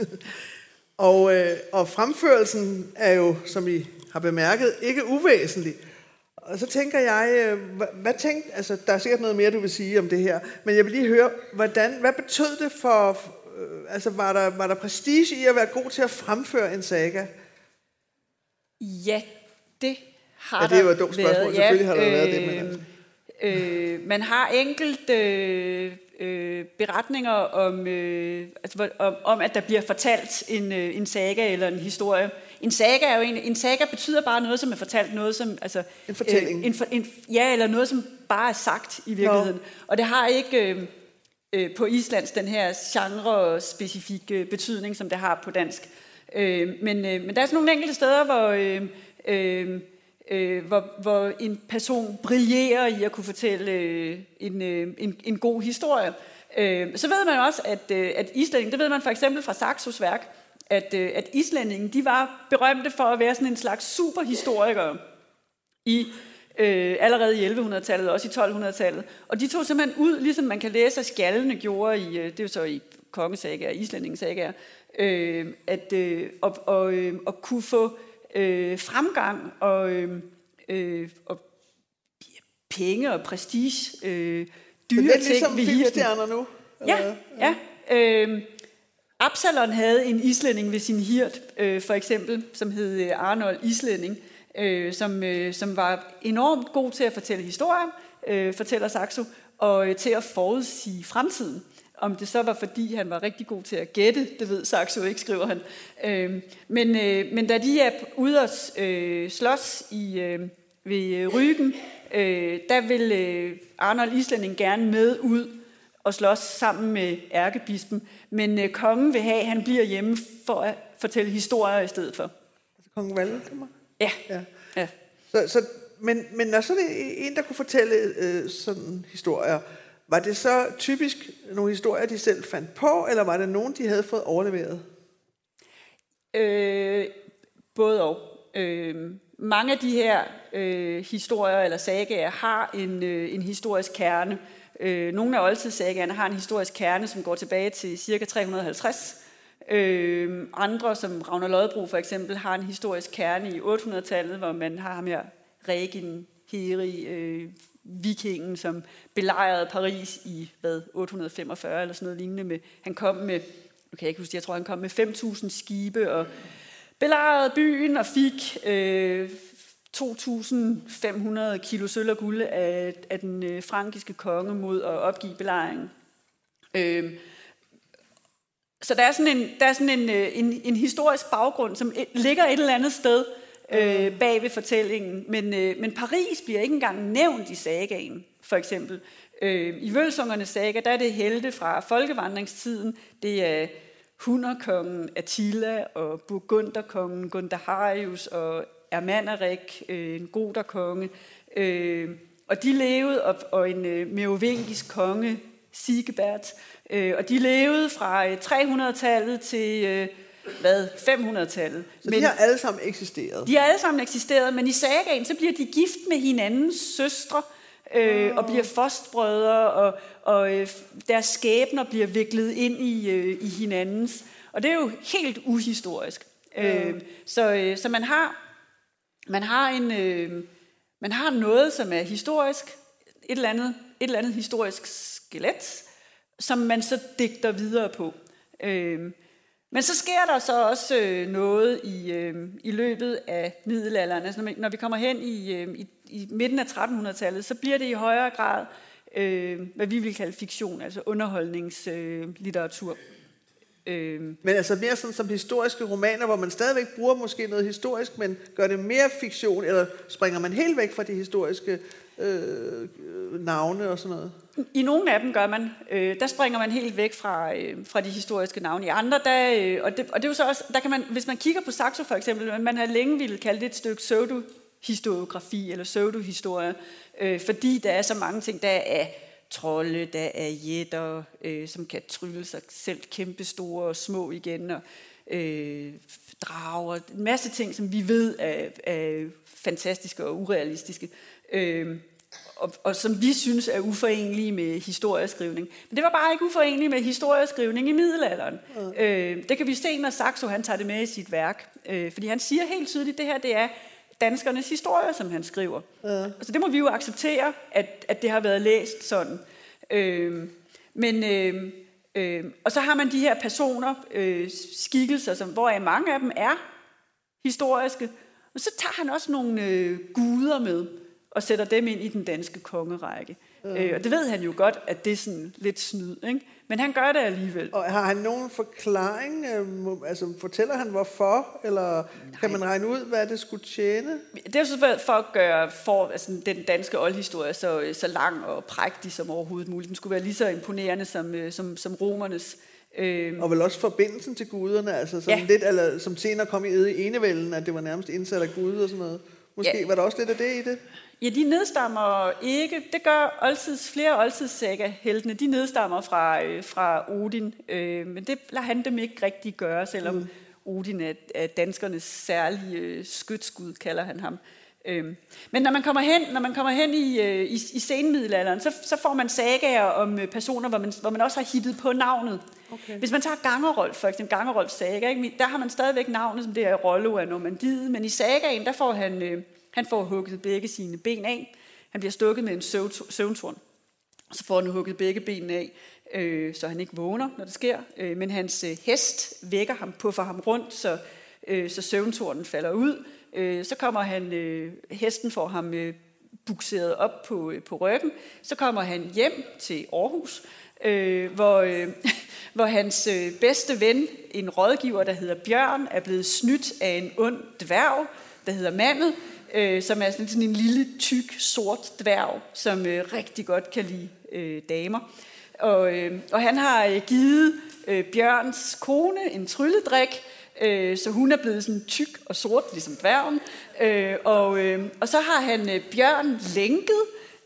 og, øh, og fremførelsen er jo, som I har bemærket, ikke uvæsentlig. Og så tænker jeg, hvad, hvad tænkte, altså der er sikkert noget mere, du vil sige om det her, men jeg vil lige høre, hvordan, hvad betød det for, øh, altså var der, var der prestige i at være god til at fremføre en saga? Ja, det har ja, det er jo et der dumt spørgsmål, været. Selvfølgelig ja, har der øh, været det, men altså. øh, man har enkelt øh, øh, beretninger om, øh, altså, om, om, at der bliver fortalt en, øh, en saga eller en historie. En saga er jo en, en saga betyder bare noget, som er fortalt, noget som altså en fortælling. Øh, en, en, ja, eller noget som bare er sagt i virkeligheden. No. Og det har ikke øh, øh, på islandsk den her genre-specifikke betydning, som det har på dansk. Øh, men, øh, men der er sådan nogle enkelte steder, hvor øh, øh, øh, hvor, hvor en person brillerer i at kunne fortælle øh, en, øh, en, en god historie. Øh, så ved man også, at, øh, at islændingen, det ved man for eksempel fra Saxos værk, at, øh, at islændingen, de var berømte for at være sådan en slags superhistorikere i øh, allerede i ellevehundredetallet og også i tolvhundredetallet. Og de tog simpelthen ud, ligesom man kan læse, at skjaldene gjorde i, øh, det er jo så i kongesagaer, islændingesagaer, øh, at øh, og, og, øh, og kunne få øh, fremgang og, øh, og penge og prestige, øh, dyre det er ting ligesom ved filmstjerner nu? Ja, ja. Øh, Absalon havde en islænding ved sin hirt, øh, for eksempel, som hed Arnold Islænding, øh, som, øh, som var enormt god til at fortælle historier, øh, fortæller Saxo, og øh, til at forudsige fremtiden. Om det så var, fordi han var rigtig god til at gætte, det ved Saxo ikke, skriver han. Øh, men, øh, men da de er ude at øh, slås i, øh, ved Rügen, øh, der vil øh, Arnold Islænding gerne med ud og slås sammen med ærkebispen. Men øh, kongen vil have, at han bliver hjemme for at fortælle historier i stedet for. Altså kongen Valdemar? Ja. ja. ja. Så, så, men, men når så det en, der kunne fortælle øh, sådan historier, var det så typisk nogle historier, de selv fandt på, eller var det nogen, de havde fået overleveret? Øh, både og. Øh, mange af de her øh, historier eller sagaer har en, øh, en historisk kerne. Øh, nogle af oldtidssagaerne har en historisk kerne, som går tilbage til ca. tre hundrede og halvtreds. Øh, andre, som Ragnar Lodbrog for eksempel, har en historisk kerne i ottehundredetallet, hvor man har ham her, Regin Heri, øh, vikingen, som belejrede Paris i hvad, otte hundrede og femogfyrre eller sådan noget lignende. Med, han kom med, nu kan jeg ikke huske, jeg tror han kom med fem tusind skibe og belejrede byen og fik øh, to tusind fem hundrede kilo sølv og guld af, af den øh, frankiske konge mod at opgive belejringen. Øh, så der er sådan en, der er sådan en, en, en historisk baggrund, som ligger et eller andet sted øh, bag ved fortællingen. Men, øh, men Paris bliver ikke engang nævnt i sagaen, for eksempel. Øh, I Vølsungernes saga, der er det helte fra folkevandringstiden. Det er hunderkongen Attila og burgunderkongen Gundaharius og Ermaneric, øh, en goderkonge. Øh, og de levede, og, og en øh, merovingisk konge, Sigebert, øh, og de levede fra tre hundredetallet til øh, hvad, fem hundredetallet. Så men de har alle sammen eksisteret? De har alle sammen eksisteret, men i sagaen, så bliver de gift med hinandens søstre, øh, oh. og bliver fostbrødre, og, og øh, deres skæbner bliver viklet ind i, øh, i hinandens. Og det er jo helt uhistorisk. Oh. Øh, så, øh, så man har, man har en, øh, man har noget, som er historisk, et eller andet, et eller andet historisk skelet, som man så digter videre på. Øh, Men så sker der så også øh, noget i, øh, i løbet af middelalderen. Altså, når, vi, når vi kommer hen i, øh, i, i midten af trettenhundredetallet, så bliver det i højere grad, øh, hvad vi vil kalde fiktion, altså underholdningslitteratur. Øh, Men altså mere sådan som historiske romaner, hvor man stadigvæk bruger måske noget historisk, men gør det mere fiktion, eller springer man helt væk fra de historiske øh, navne og sådan noget? I nogle af dem gør man. Øh, der springer man helt væk fra, øh, fra de historiske navne. I andre, der, øh, og, det, og det er jo så også, der kan man, hvis man kigger på Saxo for eksempel, man har længe ville kalde det et stykke pseudo-historiografi, eller pseudo-historie, øh, fordi der er så mange ting, der er trolde, der er jætter, øh, som kan trylle sig selv kæmpe store og små igen, og øh, drager, en masse ting, som vi ved er, er fantastiske og urealistiske. Øh, Og, og som vi synes er uforenelige med historieskrivning. Men det var bare ikke uforeneligt med historieskrivning i middelalderen. Mm. Øh, det kan vi se, når Saxo han tager det med i sit værk. Øh, fordi han siger helt tydeligt, at det her det er danskernes historie, som han skriver. Mm. Altså det må vi jo acceptere, at, at det har været læst sådan. Øh, men, øh, øh, og så har man de her personer, øh, skikkelser, som, hvoraf mange af dem er historiske. Og så tager han også nogle øh, guder med, og sætter dem ind i den danske kongerække. Mm. Øh, og det ved han jo godt, at det er sådan lidt snyd, ikke? Men han gør det alligevel. Og har han nogen forklaring? Øh, altså fortæller han hvorfor? Eller Nej. Kan man regne ud, hvad det skulle tjene? Det er jo så for at gøre for, altså, den danske oldhistorie så, så lang og prægtig som overhovedet muligt. Den skulle være lige så imponerende som, som, som romernes. Øh, og vel også forbindelsen til guderne, altså sådan ja. lidt, eller, som senere kom i enevælden, at det var nærmest indsat af Gud og sådan noget. Måske ja. Var der også lidt af det i det? Ja, de nedstammer ikke. Det gør oldtids, flere oldtidssaga-heltene. De nedstammer fra, øh, fra Odin, øh, men det lader han dem ikke rigtig gøre, selvom mm. Odin er, er danskernes særlige øh, skytsgud, kalder han ham. Øh. Men når man kommer hen, når man kommer hen i, øh, i, i senmiddelalderen, så, så får man sagaer om øh, personer, hvor man, hvor man også har hittet på navnet. Okay. Hvis man tager Gangerolf, for eksempel Gangerolfs saga, ikke? Der har man stadigvæk navnet som det her Rollo af Normandiet, men i sagaen, der får han... Øh, Han får hugget begge sine ben af. Han bliver stukket med en søvntorn. Så får han hugget begge benene af, øh, så han ikke vågner, når det sker. Øh, men hans øh, hest vækker ham, puffer ham rundt, så, øh, så søvntornen falder ud. Øh, så kommer han, øh, hesten får ham øh, bukseret op på, øh, på ryggen. Så kommer han hjem til Aarhus, øh, hvor, øh, hvor hans øh, bedste ven, en rådgiver, der hedder Bjørn, er blevet snydt af en ond dværg, der hedder Mandet, øh, som er sådan, sådan en lille, tyk, sort dværg, som øh, rigtig godt kan lide øh, damer. Og, øh, og han har øh, givet øh, Bjørns kone en trylledrik, øh, så hun er blevet sådan tyk og sort, ligesom dværgen. Øh, og, øh, og så har han øh, Bjørn lænket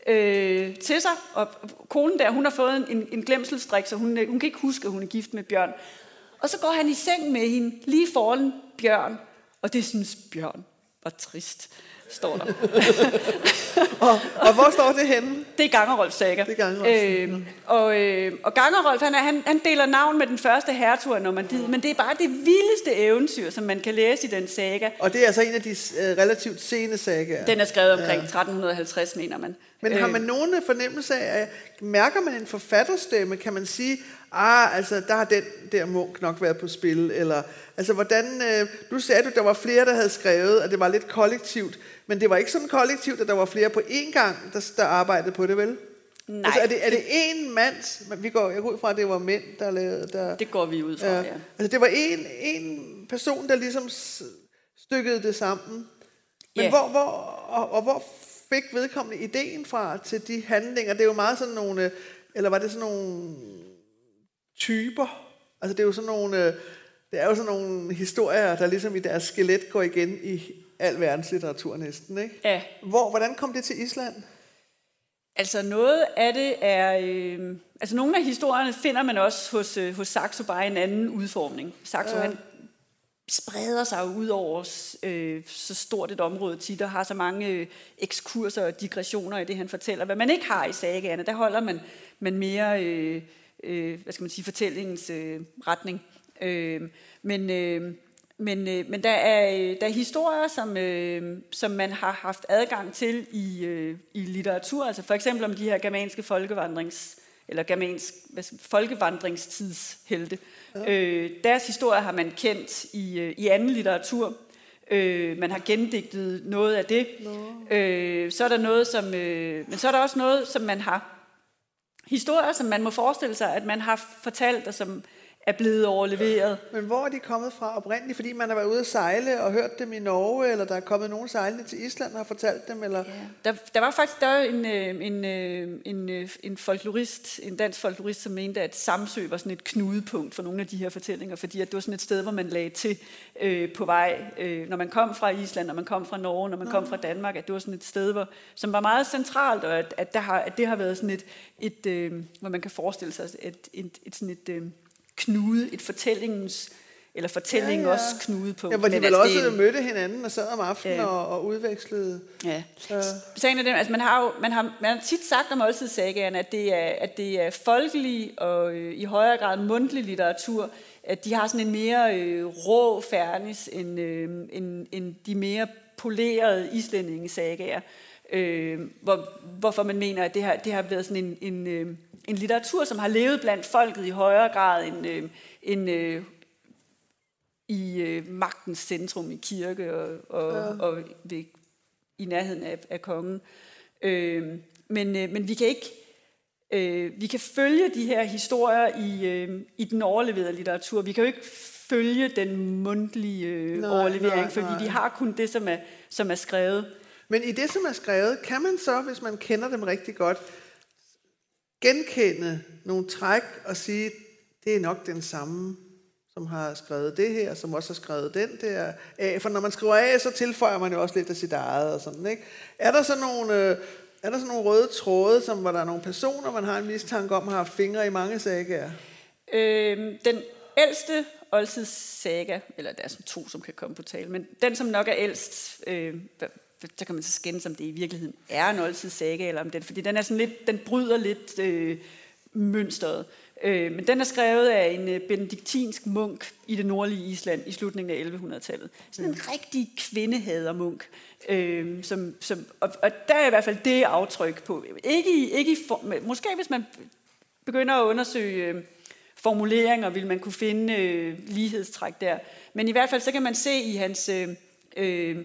øh, til sig, og konen der, hun har fået en, en glemselsdrik, så hun, hun kan ikke huske, at hun er gift med Bjørn. Og så går han i seng med hende lige foran Bjørn, og det synes Bjørn var trist, står der. og, og hvor står det henne? Det er Gangerolfs saga. Det er Gangerolfs. Øh, og, øh, og Gangerolf, han, er, han, han deler navn med den første hertug af Normandiet, men det er bare det vildeste eventyr, som man kan læse i den saga. Og det er altså en af de øh, relativt sene sagaer. Den er skrevet omkring ja. tretten halvtreds, mener man. Men har man nogen fornemmelse af, mærker man en forfatterstemme, kan man sige, ah, altså der har den der Munch nok været på spil, eller, altså hvordan, øh, du sagde du, der var flere, der havde skrevet, at det var lidt kollektivt, men det var ikke sådan kollektivt, at der var flere på én gang, der, der arbejdede på det, vel? Nej. Altså er det, er det én mands, vi går, jeg går ud fra, at det var mænd, der lavede, der... Det går vi ud fra, ja. ja. Altså det var en, en person, der ligesom stykkede det sammen, men ja. hvor, hvor, og, og hvor fik vedkommende ideen fra til de handlinger? Det er jo meget sådan nogle, eller var det sådan nogle typer? Altså det er jo sådan nogle, det er jo sådan nogle historier, der ligesom i deres skelet går igen i al verdenslitteratur næsten, ikke? Ja. Hvor, hvordan kom det til Island? Altså noget af det er, øh, altså nogle af historierne finder man også hos, øh, hos Saxo bare i en anden udformning. Saxo, ja. Han spreder sig ud over øh, så stort et område tit, og har så mange øh, ekskurser og digressioner i det, han fortæller. Hvad man ikke har i sagaerne, der holder man, man mere, øh, øh, hvad skal man sige, fortællingens øh, retning. Øh, men øh, men, øh, men der, er, der er historier, som, øh, som man har haft adgang til i, øh, i litteratur, altså for eksempel om de her germanske folkevandrings eller germansk folkevandringstidshelte. Ja. Øh, deres historie har man kendt i, øh, i anden litteratur. Øh, man har gendigtet noget af det. No. Øh, så er der noget, som, øh, men så er der også noget, som man har historier, som man må forestille sig, at man har fortalt, og som er blevet overleveret. Men hvor er de kommet fra oprindeligt? Fordi man har været ude at sejle og hørt dem i Norge, eller der er kommet nogen sejlende til Island og har fortalt dem? Eller? Ja. Der, der var faktisk der var en, en, en, en folklorist, en dansk folklorist, som mente, at Samsø var sådan et knudepunkt for nogle af de her fortællinger, fordi at det var sådan et sted, hvor man lagde til øh, på vej, øh, når man kom fra Island, når man kom fra Norge, når man Nå. kom fra Danmark, at det var sådan et sted, hvor, som var meget centralt, og at, at, der har, at det har været sådan et, et øh, hvor man kan forestille sig et, et, et, et sådan et... Øh, knude, et fortællingens, eller fortællingen ja, ja. også knude på. Ja, hvor de vel også det, mødte hinanden og sad om aftenen ja. og, og udvekslede. Ja. Så. Sagen er det, altså man har jo, man har, man har tit sagt om oldtidssagaerne, at det er, at det er folkelig og øh, i højere grad mundtlig litteratur, at de har sådan en mere øh, rå fernis end, øh, end, end de mere polerede islændingesagaer. Øh, hvor, hvorfor man mener, at det har, det har været sådan en, en, øh, en litteratur, som har levet blandt folket i højere grad end, øh, end øh, i øh, magtens centrum i kirke og, og, ja. og ved, i nærheden af, af kongen. Øh, men, øh, men vi kan ikke øh, vi kan følge de her historier i, øh, i den overleverede litteratur. Vi kan jo ikke følge den mundtlige øh, nej, overlevering, nej, fordi nej. vi har kun det, som er, som er skrevet. Men i det, som er skrevet, kan man så, hvis man kender dem rigtig godt, genkende nogle træk og sige, det er nok den samme, som har skrevet det her, som også har skrevet den der A. For når man skriver A, så tilføjer man jo også lidt af sit eget og sådan, ikke? Er der så nogle, øh, er der så nogle røde tråde, som hvor der er nogle personer, man har en mistanke om, har haft fingre i mange sagaer? Øhm, den ældste oldtidssaga, eller der er sådan to, som kan komme på tale, men den, som nok er ældst, øh, så kan man så skændes, om det i virkeligheden er en oldtidssaga, eller om den, fordi den er sådan lidt, den bryder lidt øh, mønstret. Øh, men den er skrevet af en øh, benediktinsk munk i det nordlige Island i slutningen af elleve hundrede-tallet. Sådan en rigtig kvindehadermunk. Øh, som, som, og, og der er i hvert fald det aftryk på. Ikke i, ikke i form, måske hvis man begynder at undersøge øh, formuleringer, vil man kunne finde øh, lighedstræk der. Men i hvert fald så kan man se i hans... Øh, øh,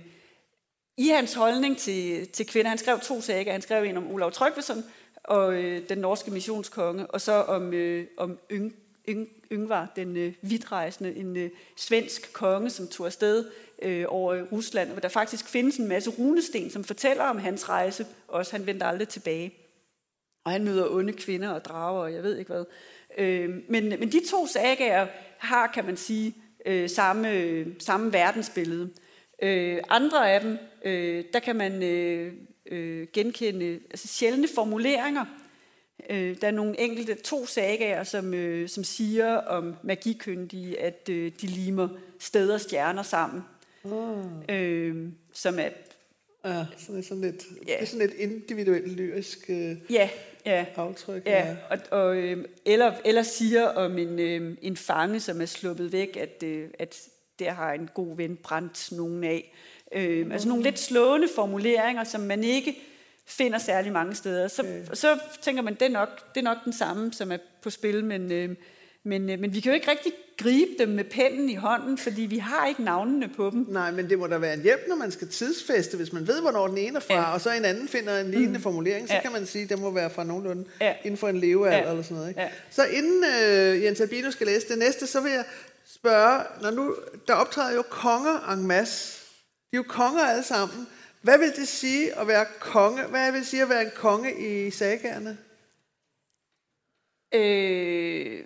I hans holdning til, til kvinder, han skrev to sager. Han skrev en om Olav Tryggvason og øh, den norske missionskonge, og så om, øh, om Yng, Yng, Yngvar, den øh, vidtrejsende, en øh, svensk konge, som tog afsted øh, over Rusland, hvor der faktisk findes en masse runesten, som fortæller om hans rejse, også han vendte aldrig tilbage. Og han møder onde kvinder og drager, og jeg ved ikke hvad. Øh, men, men de to sagaer har, kan man sige, øh, samme, øh, samme verdensbillede. Øh, andre af dem, øh, der kan man øh, øh, genkende altså sjældne formuleringer. Øh, der er nogle enkelte to sagaer, som, øh, som siger om magikyndige, at øh, de limer steder og stjerner sammen. Oh. Øh, som er... Ja, så det er sådan lidt, ja. det er sådan et individuelt lyrisk øh, ja, ja, aftryk. Ja, ja. Og, og, øh, eller, eller siger om en, øh, en fange, som er sluppet væk, at... Øh, at der har en god ven brændt nogen af. Øh, mm. Altså nogle lidt slående formuleringer, som man ikke finder særlig mange steder. Så, okay. så tænker man, det er, nok, det er nok den samme, som er på spil, men, øh, men, øh, men vi kan jo ikke rigtig gribe dem med pennen i hånden, fordi vi har ikke navnene på dem. Nej, men det må da være en hjælp, når man skal tidsfeste, hvis man ved, hvornår den ene er fra, ja. og så en anden finder en lignende mm. formulering, så ja. kan man sige, at det må være fra nogenlunde ja. inden for en levealder ja. eller sådan noget. Ikke? Ja. Så inden øh, Jens Albinus skal læse det næste, så vil jeg spørge, når nu, der optræder jo konger en masse. De er jo konger alle sammen. Hvad vil det sige at være konge? Hvad vil det sige at være en konge i sagaerne? Øh,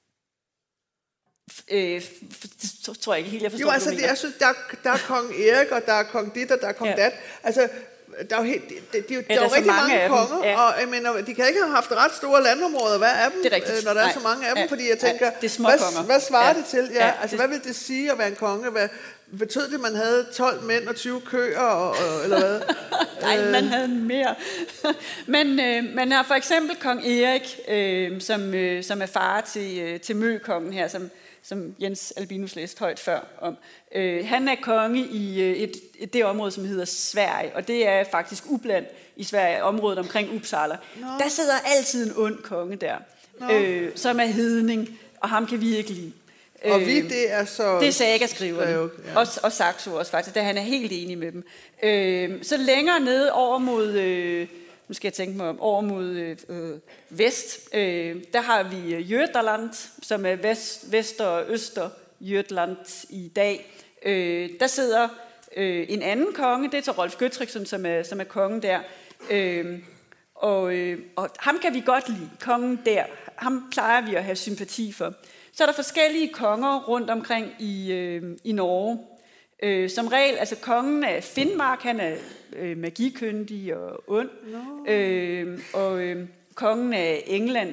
øh, det tror jeg ikke helt, jeg forstår, jo, altså, det, jeg synes, der, der er kong Erik, og der er kong dit, og der er kong ja. dat. Altså, der er jo, helt, det, det, det, ja, der er jo rigtig mange, mange konger, ja. og jeg mener, de kan ikke have haft ret store landområder. Hvad er dem, er når der er Nej. så mange af dem? Ja. Fordi jeg tænker, ja. hvad, hvad svarer ja. det til? Ja, ja, altså, det... hvad vil det sige at være en konge? Hvad, betød det, at man havde tolv mænd og tyve køer, og, og, eller hvad? Nej, man havde mere. Men øh, man har for eksempel kong Erik, øh, som, øh, som er far til, øh, til Møkongen her, som, som Jens Albinus læste højt før om. Øh, han er konge i øh, et, et, det område, som hedder Sverige, og det er faktisk Uppland i Sverige, området omkring Uppsala. No. Der sidder altid en ond konge der, no. øh, som er hedning, og ham kan vi ikke lide. Og vi, det er så... Det er sagaskriverne, ja. og, og Saxo også faktisk, da han er helt enig med dem. Øh, så længere nede over mod, øh, nu skal jeg tænke mig om, over mod øh, vest, øh, der har vi Götaland, som er vest, vester og øster Götaland i dag. Øh, der sidder øh, en anden konge, det er så Rolf Gøtriksson, som er, som er kongen der. Øh, og, øh, og ham kan vi godt lide, kongen der. Ham plejer vi at have sympati for. Så er der forskellige konger rundt omkring i, øh, i Norge. Øh, som regel, altså kongen af Finnmark, han er øh, magikyndig og ond. No. Øh, og øh, kongen af England,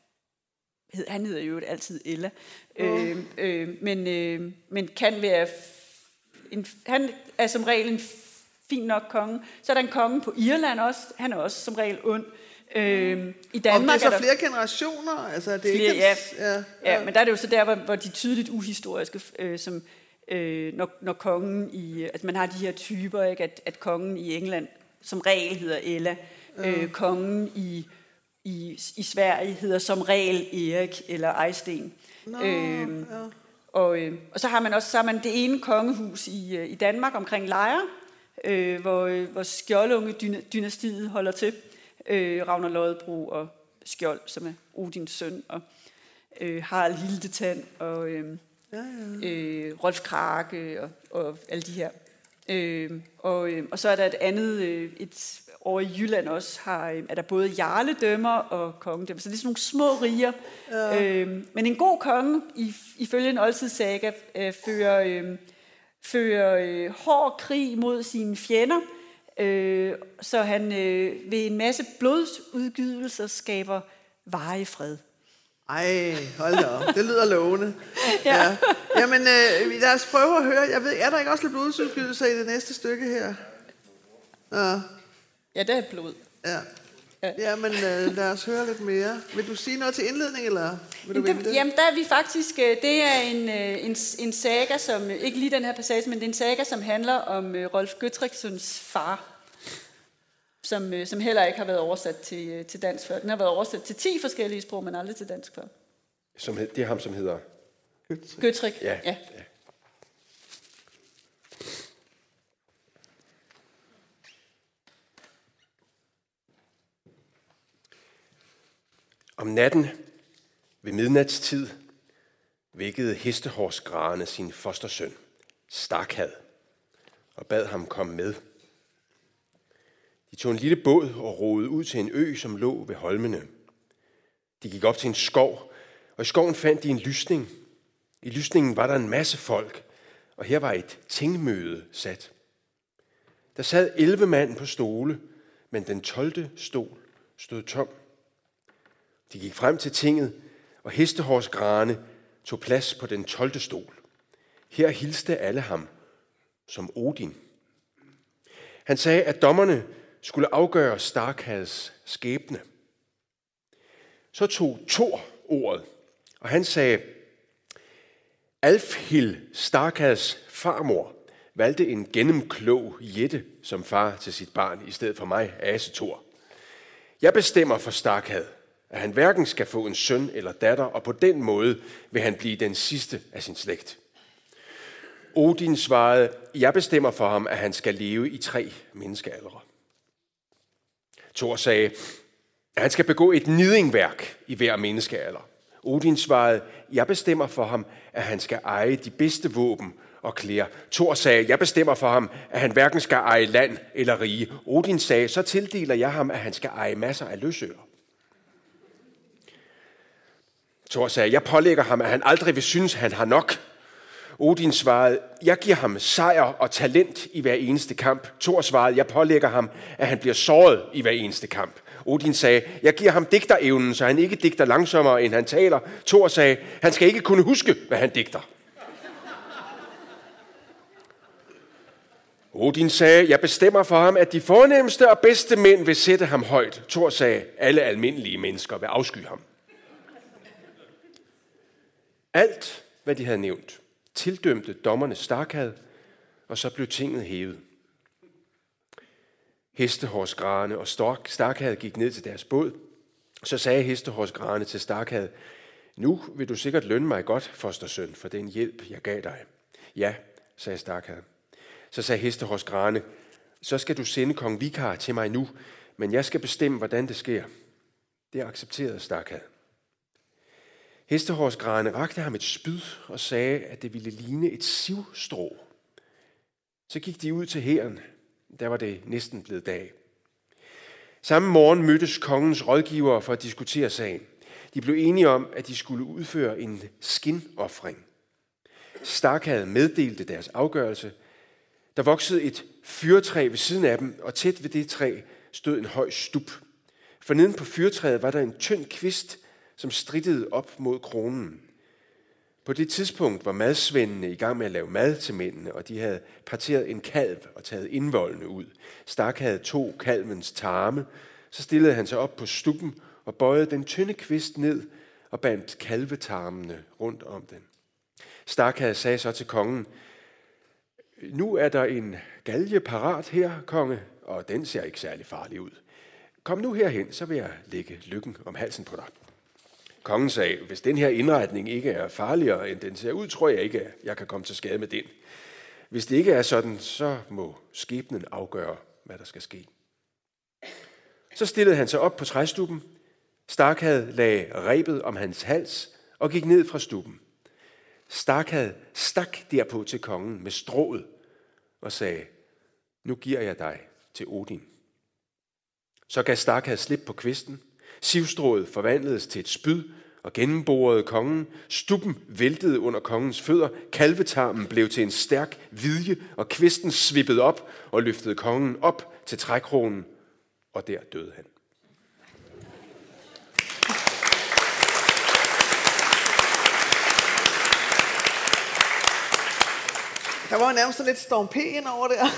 han hedder jo altid Ella, no. øh, øh, men, øh, men kan være, en, han er som regel en fin nok konge. Så er der en konge på Irland også, han er også som regel ond. Øh, I Danmark og det er så er der flere generationer, altså det er flere, ikke... Ja, ja, ja. ja, men der er det jo så der, hvor, hvor de tydeligt uhistoriske, øh, som øh, når, når kongen i... Altså man har de her typer, ikke, at, at kongen i England som regel hedder Ella, ja. øh, kongen i, i, i Sverige hedder som regel Erik eller Ejsten. Nå, øh, ja. og, øh, og så har man også så har man det ene kongehus i, i Danmark omkring Lejre, øh, hvor, hvor Skjoldunge-dynastiet holder til. Øh, Ragnar Lodbrok og Skjold, som er Odins søn, og øh, Harald Hildetand, og øh, ja, ja. Øh, Rolf Krake, og, og alle de her. Øh, og, øh, og så er der et andet, øh, et, over i Jylland også, har, øh, er der både jarledømmer og kongedømmer, så det er sådan nogle små riger. Ja. Øh, men en god konge, ifølge en oldtidssaga, øh, fører, øh, fører øh, hård krig mod sine fjender, Øh, så han øh, ved en masse blodsudgydelser skaber varig fred. Ej, hold da op. Det lyder lovende. ja. Ja. Jamen, øh, lad os prøve at høre. Jeg ved, er der ikke også lidt blodsudgydelser i det næste stykke her? Ja. Ja, det er blod. Ja. Jamen, øh, lad os høre lidt mere. Vil du sige noget til indledning, eller vil du jamen, vente? Der, jamen, der er vi faktisk... Det er en, en, en saga, som... Ikke lige den her passage, men det er en saga, som handler om uh, Rolf Gøtrikssons far, som, som heller ikke har været oversat til, til dansk før. Den har været oversat til ti forskellige sprog, men aldrig til dansk før. Som, det er ham, som hedder... Gøtrik. Gøtrik, ja. ja. ja. Om natten ved midnatstid vækkede hestehårsgrane sin fostersøn, Starkad, og bad ham komme med. De tog en lille båd og roede ud til en ø, som lå ved holmene. De gik op til en skov, og i skoven fandt de en lysning. I lysningen var der en masse folk, og her var et tingmøde sat. Der sad elleve mand på stole, men den tolvte stol stod tom. De gik frem til tinget, og hestehårsgrane tog plads på den tolvte stol. Her hilste alle ham som Odin. Han sagde, at dommerne skulle afgøre Starkads skæbne. Så tog Thor ordet, og han sagde, Alfhild, Starkads farmor, valgte en gennemklog jætte som far til sit barn, i stedet for mig, Ase Thor. Jeg bestemmer for Starkad, at han hverken skal få en søn eller datter, og på den måde vil han blive den sidste af sin slægt. Odin svarede, jeg bestemmer for ham, at han skal leve i tre menneskealdre. Thor sagde, at han skal begå et nidingværk i hver menneskealder. Odin svarede, jeg bestemmer for ham, at han skal eje de bedste våben og klæder. Thor sagde, jeg bestemmer for ham, at han hverken skal eje land eller rige. Odin sagde, så tildeler jeg ham, at han skal eje masser af løsører. Thor sagde, jeg pålægger ham, at han aldrig vil synes, at han har nok. Odin svarede, jeg giver ham sejr og talent i hver eneste kamp. Thor svarede, jeg pålægger ham, at han bliver såret i hver eneste kamp. Odin sagde, jeg giver ham digterevnen, så han ikke digter langsommere, end han taler. Thor sagde, han skal ikke kunne huske, hvad han digter. Odin sagde, jeg bestemmer for ham, at de fornemmeste og bedste mænd vil sætte ham højt. Thor sagde, alle almindelige mennesker vil afsky ham. Alt, hvad de havde nævnt, tildømte dommerne Starkad, og så blev tinget hævet. Hestehårsgrane og Starkad gik ned til deres båd. Så sagde hestehårsgrane til Starkad, nu vil du sikkert lønne mig godt, fostersøn, for den hjælp, jeg gav dig. Ja, sagde Starkad. Så sagde hestehårsgrane, så skal du sende kong Vikar til mig nu, men jeg skal bestemme, hvordan det sker. Det accepterede Starkad. Hestehårsgrane rakte ham et spyd og sagde, at det ville ligne et sivstrå. Så gik de ud til hæren. Der var det næsten blevet dag. Samme morgen mødtes kongens rådgivere for at diskutere sagen. De blev enige om, at de skulle udføre en skinoffring. Starkad meddelte deres afgørelse. Der voksede et fyrretræ ved siden af dem, og tæt ved det træ stod en høj stup. For neden på fyrretræet var der en tynd kvist, som strittede op mod kronen. På det tidspunkt var madsvendene i gang med at lave mad til mændene, og de havde parteret en kalv og taget indvoldene ud. Starkad tog kalvens tarme, så stillede han sig op på stuppen og bøjede den tynde kvist ned og bandt kalvetarmene rundt om den. Starkad sagde så til kongen, nu er der en galge parat her, konge, og den ser ikke særlig farlig ud. Kom nu herhen, så vil jeg lægge lykken om halsen på dig. Kongen sagde, hvis den her indretning ikke er farligere, end den ser ud, tror jeg ikke, at jeg kan komme til skade med den. Hvis det ikke er sådan, så må skæbnen afgøre, hvad der skal ske. Så stillede han sig op på træstuppen. Starkad lagde rebet om hans hals og gik ned fra stuppen. Starkad stak derpå til kongen med strået og sagde, nu giver jeg dig til Odin. Så gav Starkad slip på kvisten. Sivstrået forvandledes til et spyd og gennemborede kongen. Stuppen væltede under kongens fødder. Kalvetarmen blev til en stærk vilje, og kvisten svippede op og løftede kongen op til trækronen, og der døde han. Der var jo nærmest lidt Storm P ind over der.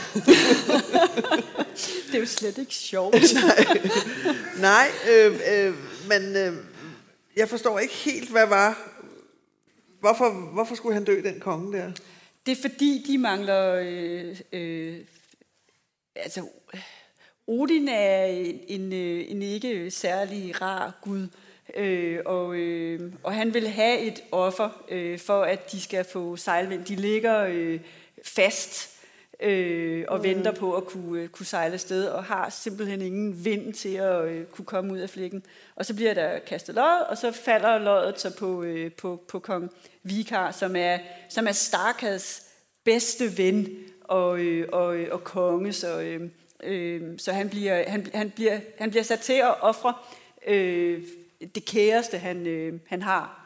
Det er jo slet ikke sjovt. Nej, Nej øh, øh, men øh, jeg forstår ikke helt, hvad var... Hvorfor, hvorfor skulle han dø, den konge der? Det er fordi, de mangler... Øh, øh, altså, Odin er en, en, en ikke særlig rar gud, øh, og, øh, og han vil have et offer øh, for, at de skal få sejlvind. De ligger øh, fast øh, og mm. venter på at kunne, øh, kunne sejle afsted, og har simpelthen ingen vind til at øh, kunne komme ud af flækken. Og så bliver der kastet lod, og så falder loddet så på, øh, på, på kong Vikar, som er, som er Starkads bedste ven og, øh, og, og konge, så... Øh, Øh, så han bliver, han, han, bliver, han bliver sat til at ofre øh, det kæreste, han, øh, han har.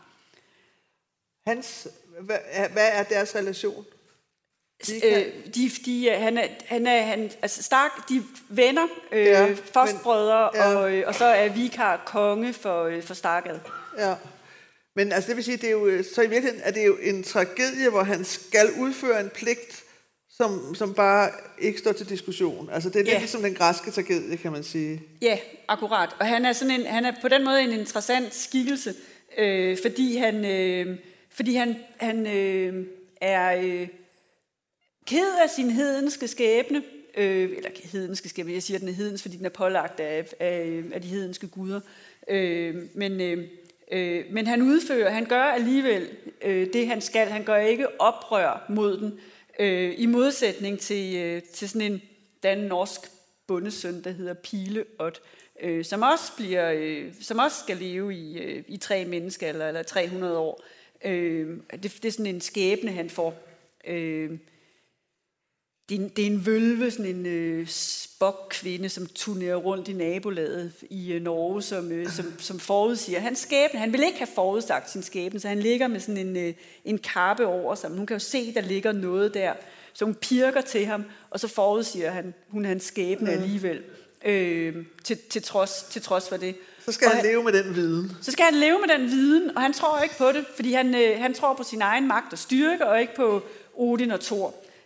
Hans, hvad, hvad er deres relation? De, øh, de, de, han er, han er, han, altså Stark, de venner, øh, ja, Frostbrødre, ja. og, øh, og så er Vikar konge for, øh, for Starkad. Ja, men altså det vil sige, det er jo, så i virkeligheden er det jo en tragedie, hvor han skal udføre en pligt, Som, som bare ikke står til diskussion. Altså det er lidt ja. ligesom den græske tragedie, kan man sige. Ja, akkurat. Og han er, sådan en, han er på den måde en interessant skikkelse, øh, fordi han, øh, fordi han, han øh, er øh, ked af sin hedenske skæbne, øh, eller hedenske skæbne, jeg siger, den er hedens, fordi den er pålagt af, af, af de hedenske guder. Øh, men, øh, øh, men han udfører, han gør alligevel øh, det, han skal. Han gør ikke oprør mod den, Øh, i modsætning til, øh, til sådan en dan-norsk bondesøn, der hedder Pileot, øh, som, også bliver, øh, som også skal leve i, øh, i tre mennesker eller, eller tre hundrede år. Øh, det, det er sådan en skæbne, han får. Øh, det, er en, det er en vølve, sådan en øh, spokkvinde, som turnerer rundt i nabolaget i øh, Norge, som, øh, som, som forudsiger hans skæbne. Han vil ikke have forudsagt sin skæbne, så han ligger med sådan en, øh, en kappe over sig. Hun kan jo se, der ligger noget der. Så hun pirker til ham, og så forudsiger han, hun hans skæbne mm. alligevel, øh, til, til, trods, til trods for det. Så skal og han leve med den viden. Så skal han leve med den viden, og han tror ikke på det, fordi han, øh, han tror på sin egen magt og styrke, og ikke på Odin og Thor.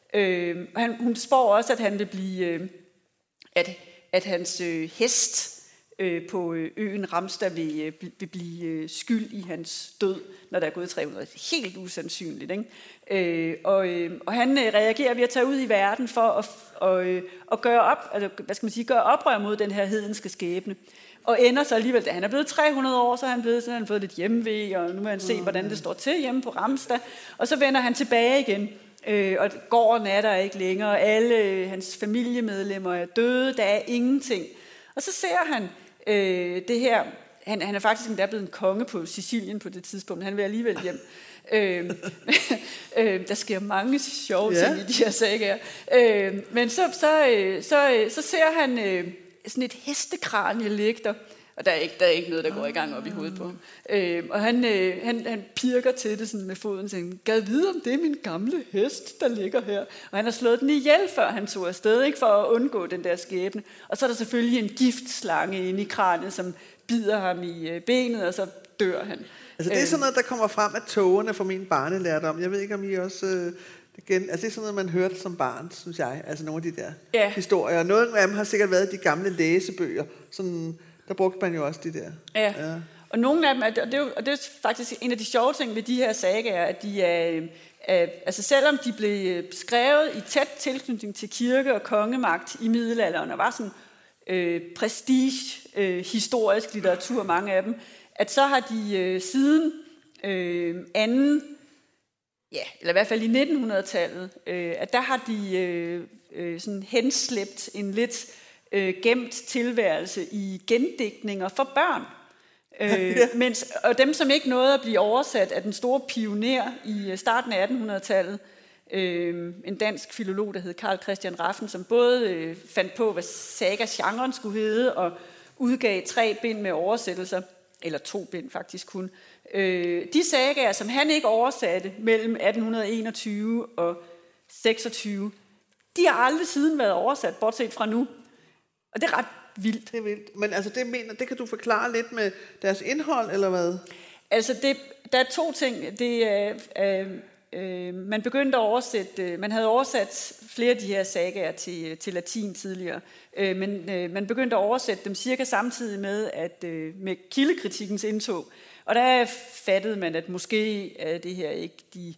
Øh, og han, hun spår også, at han vil blive, øh, at, at hans øh, hest øh, på øen Ramstad vil, øh, vil blive øh, skyld i hans død, når der er gået tre hundrede år. Helt usandsynligt, ikke? Øh, og, øh, og han øh, reagerer ved at tage ud i verden for at, og, øh, at gøre op, altså, hvad skal man sige, gøre oprør mod den her hedenske skæbne. Og ender så alligevel, da han er blevet tre hundrede år, så er han blevet sådan, han har fået lidt hjemve, og nu vil han se, hvordan det står til hjemme på Ramstad. Og så vender han tilbage igen, øh, og gården er der ikke længere. Alle hans familiemedlemmer er døde, der er ingenting. Og så ser han øh, det her, han, han er faktisk endda blevet en konge på Sicilien på det tidspunkt, han vil alligevel hjem. øh, øh, der sker mange sjove ting yeah. i de her sager. Øh, men så, så, øh, så, øh, så ser han øh, sådan et hestekranie ligge der, og der er, ikke, der er ikke noget, der går i gang op i hovedet på ham. Øh, og han, øh, han, han pirker til det sådan med foden og siger, gad vide, om det er min gamle hest, der ligger her. Og han har slået den ihjel, før han tog afsted, ikke, for at undgå den der skæbne. Og så er der selvfølgelig en giftslange inde i kraniet, som bider ham i øh, benet, og så dør han. Altså det er sådan noget, der kommer frem af togene fra min barnelærdom. Jeg ved ikke, om I også... Øh, igen, altså det er sådan noget, man hørte som barn, synes jeg. Altså nogle af de der ja. historier. Nogle af dem har sikkert været de gamle læsebøger. Sådan, der brugte man jo også de der. Ja, ja. Og nogle af dem, og det, er jo, og det er faktisk en af de sjove ting ved de her sagaer, at de er... Uh, altså selvom de blev skrevet i tæt tilknytning til kirke og kongemagt i middelalderen, og var sådan uh, prestige, uh, historisk litteratur, mange af dem, at så har de uh, siden uh, anden, ja, eller i hvert fald i nittenhundredetallet, uh, at der har de uh, uh, sådan henslæbt en lidt uh, gemt tilværelse i gendigtninger for børn. Øh, mens, og dem, som ikke nåede at blive oversat af den store pioner i starten af attenhundredetallet, øh, en dansk filolog, der hed Carl Christian Raffen, som både øh, fandt på, hvad saga-genren skulle hedde, og udgav tre bind med oversættelser, eller to bind faktisk kun. Øh, de sagaer, som han ikke oversatte mellem atten enogtyve og seksogtyve, de har aldrig siden været oversat, bortset fra nu. Og det er ret vildt. Det er vildt. Men altså det mener, det kan du forklare lidt med deres indhold, eller hvad? Altså det, der er to ting. Det er, øh, øh, man begyndte at oversætte, man havde oversat flere af de her sagaer til, til latin tidligere, øh, men øh, man begyndte at oversætte dem cirka samtidig med, at øh, med kildekritikkens indtog. Og der fattede man, at måske er det her ikke de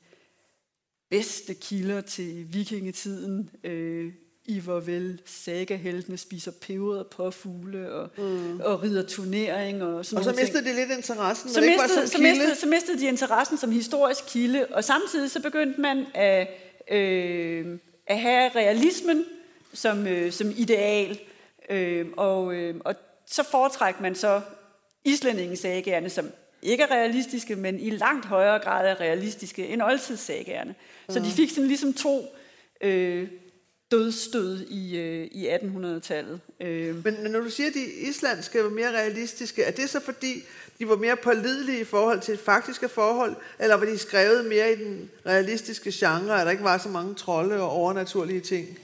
bedste kilder til vikingetiden, øh, i hvor vel sagaheltene spiser peberet på fugle og, mm. og rider turnering og sådan noget. Og så mistede de lidt interessen, så, mistede, så, mistede, så mistede de interessen som historisk kilde, og samtidig så begyndte man at, øh, at have realismen som, øh, som ideal, øh, og, øh, og så foretrækker man så islændingesagaerne, som ikke er realistiske, men i langt højere grad er realistiske end oldtidssagaerne. Mm. Så de fik sådan ligesom to... Øh, dødsstød i, øh, i attenhundredetallet. Øh. Men når du siger, at de islandske var mere realistiske, er det så fordi, de var mere pålidelige i forhold til faktiske forhold, eller var de skrevet mere i den realistiske genre, at der ikke var så mange trolde og overnaturlige ting?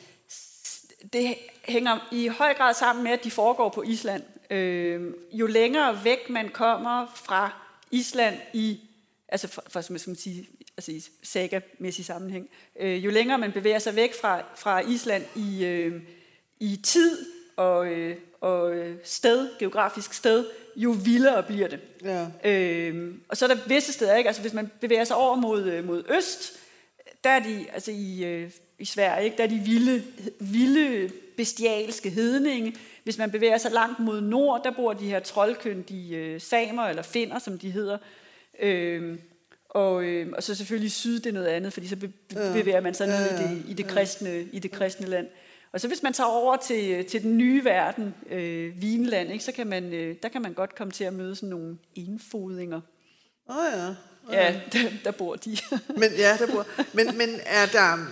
Det hænger i høj grad sammen med, at de foregår på Island. Øh, jo længere væk man kommer fra Island i, altså fra, fra som jeg skal sige, altså i sagamæssig sammenhæng. Øh, jo længere man bevæger sig væk fra, fra Island i, øh, i tid og, øh, og sted, geografisk sted, jo vildere bliver det. Ja. Øh, og så er der visse steder, ikke? Altså hvis man bevæger sig over mod, mod øst, der er de, altså i, øh, i Sverige, ikke? Der er de vilde, vilde bestialske hedninge. Hvis man bevæger sig langt mod nord, der bor de her troldkyndige øh, samer, eller finner, som de hedder. Øh, Og, øh, og så selvfølgelig syd, det er noget andet, fordi så be- bevæger man sig ned ja, ja, i, det, i, det kristne, i det kristne land. Og så hvis man tager over til, til den nye verden, øh, Vinland, ikke, så kan man, øh, der kan man godt komme til at møde sådan nogle enfodinger. Åh oh, ja. Oh, ja, der, der bor de. men, ja, der bor. Men, men er der,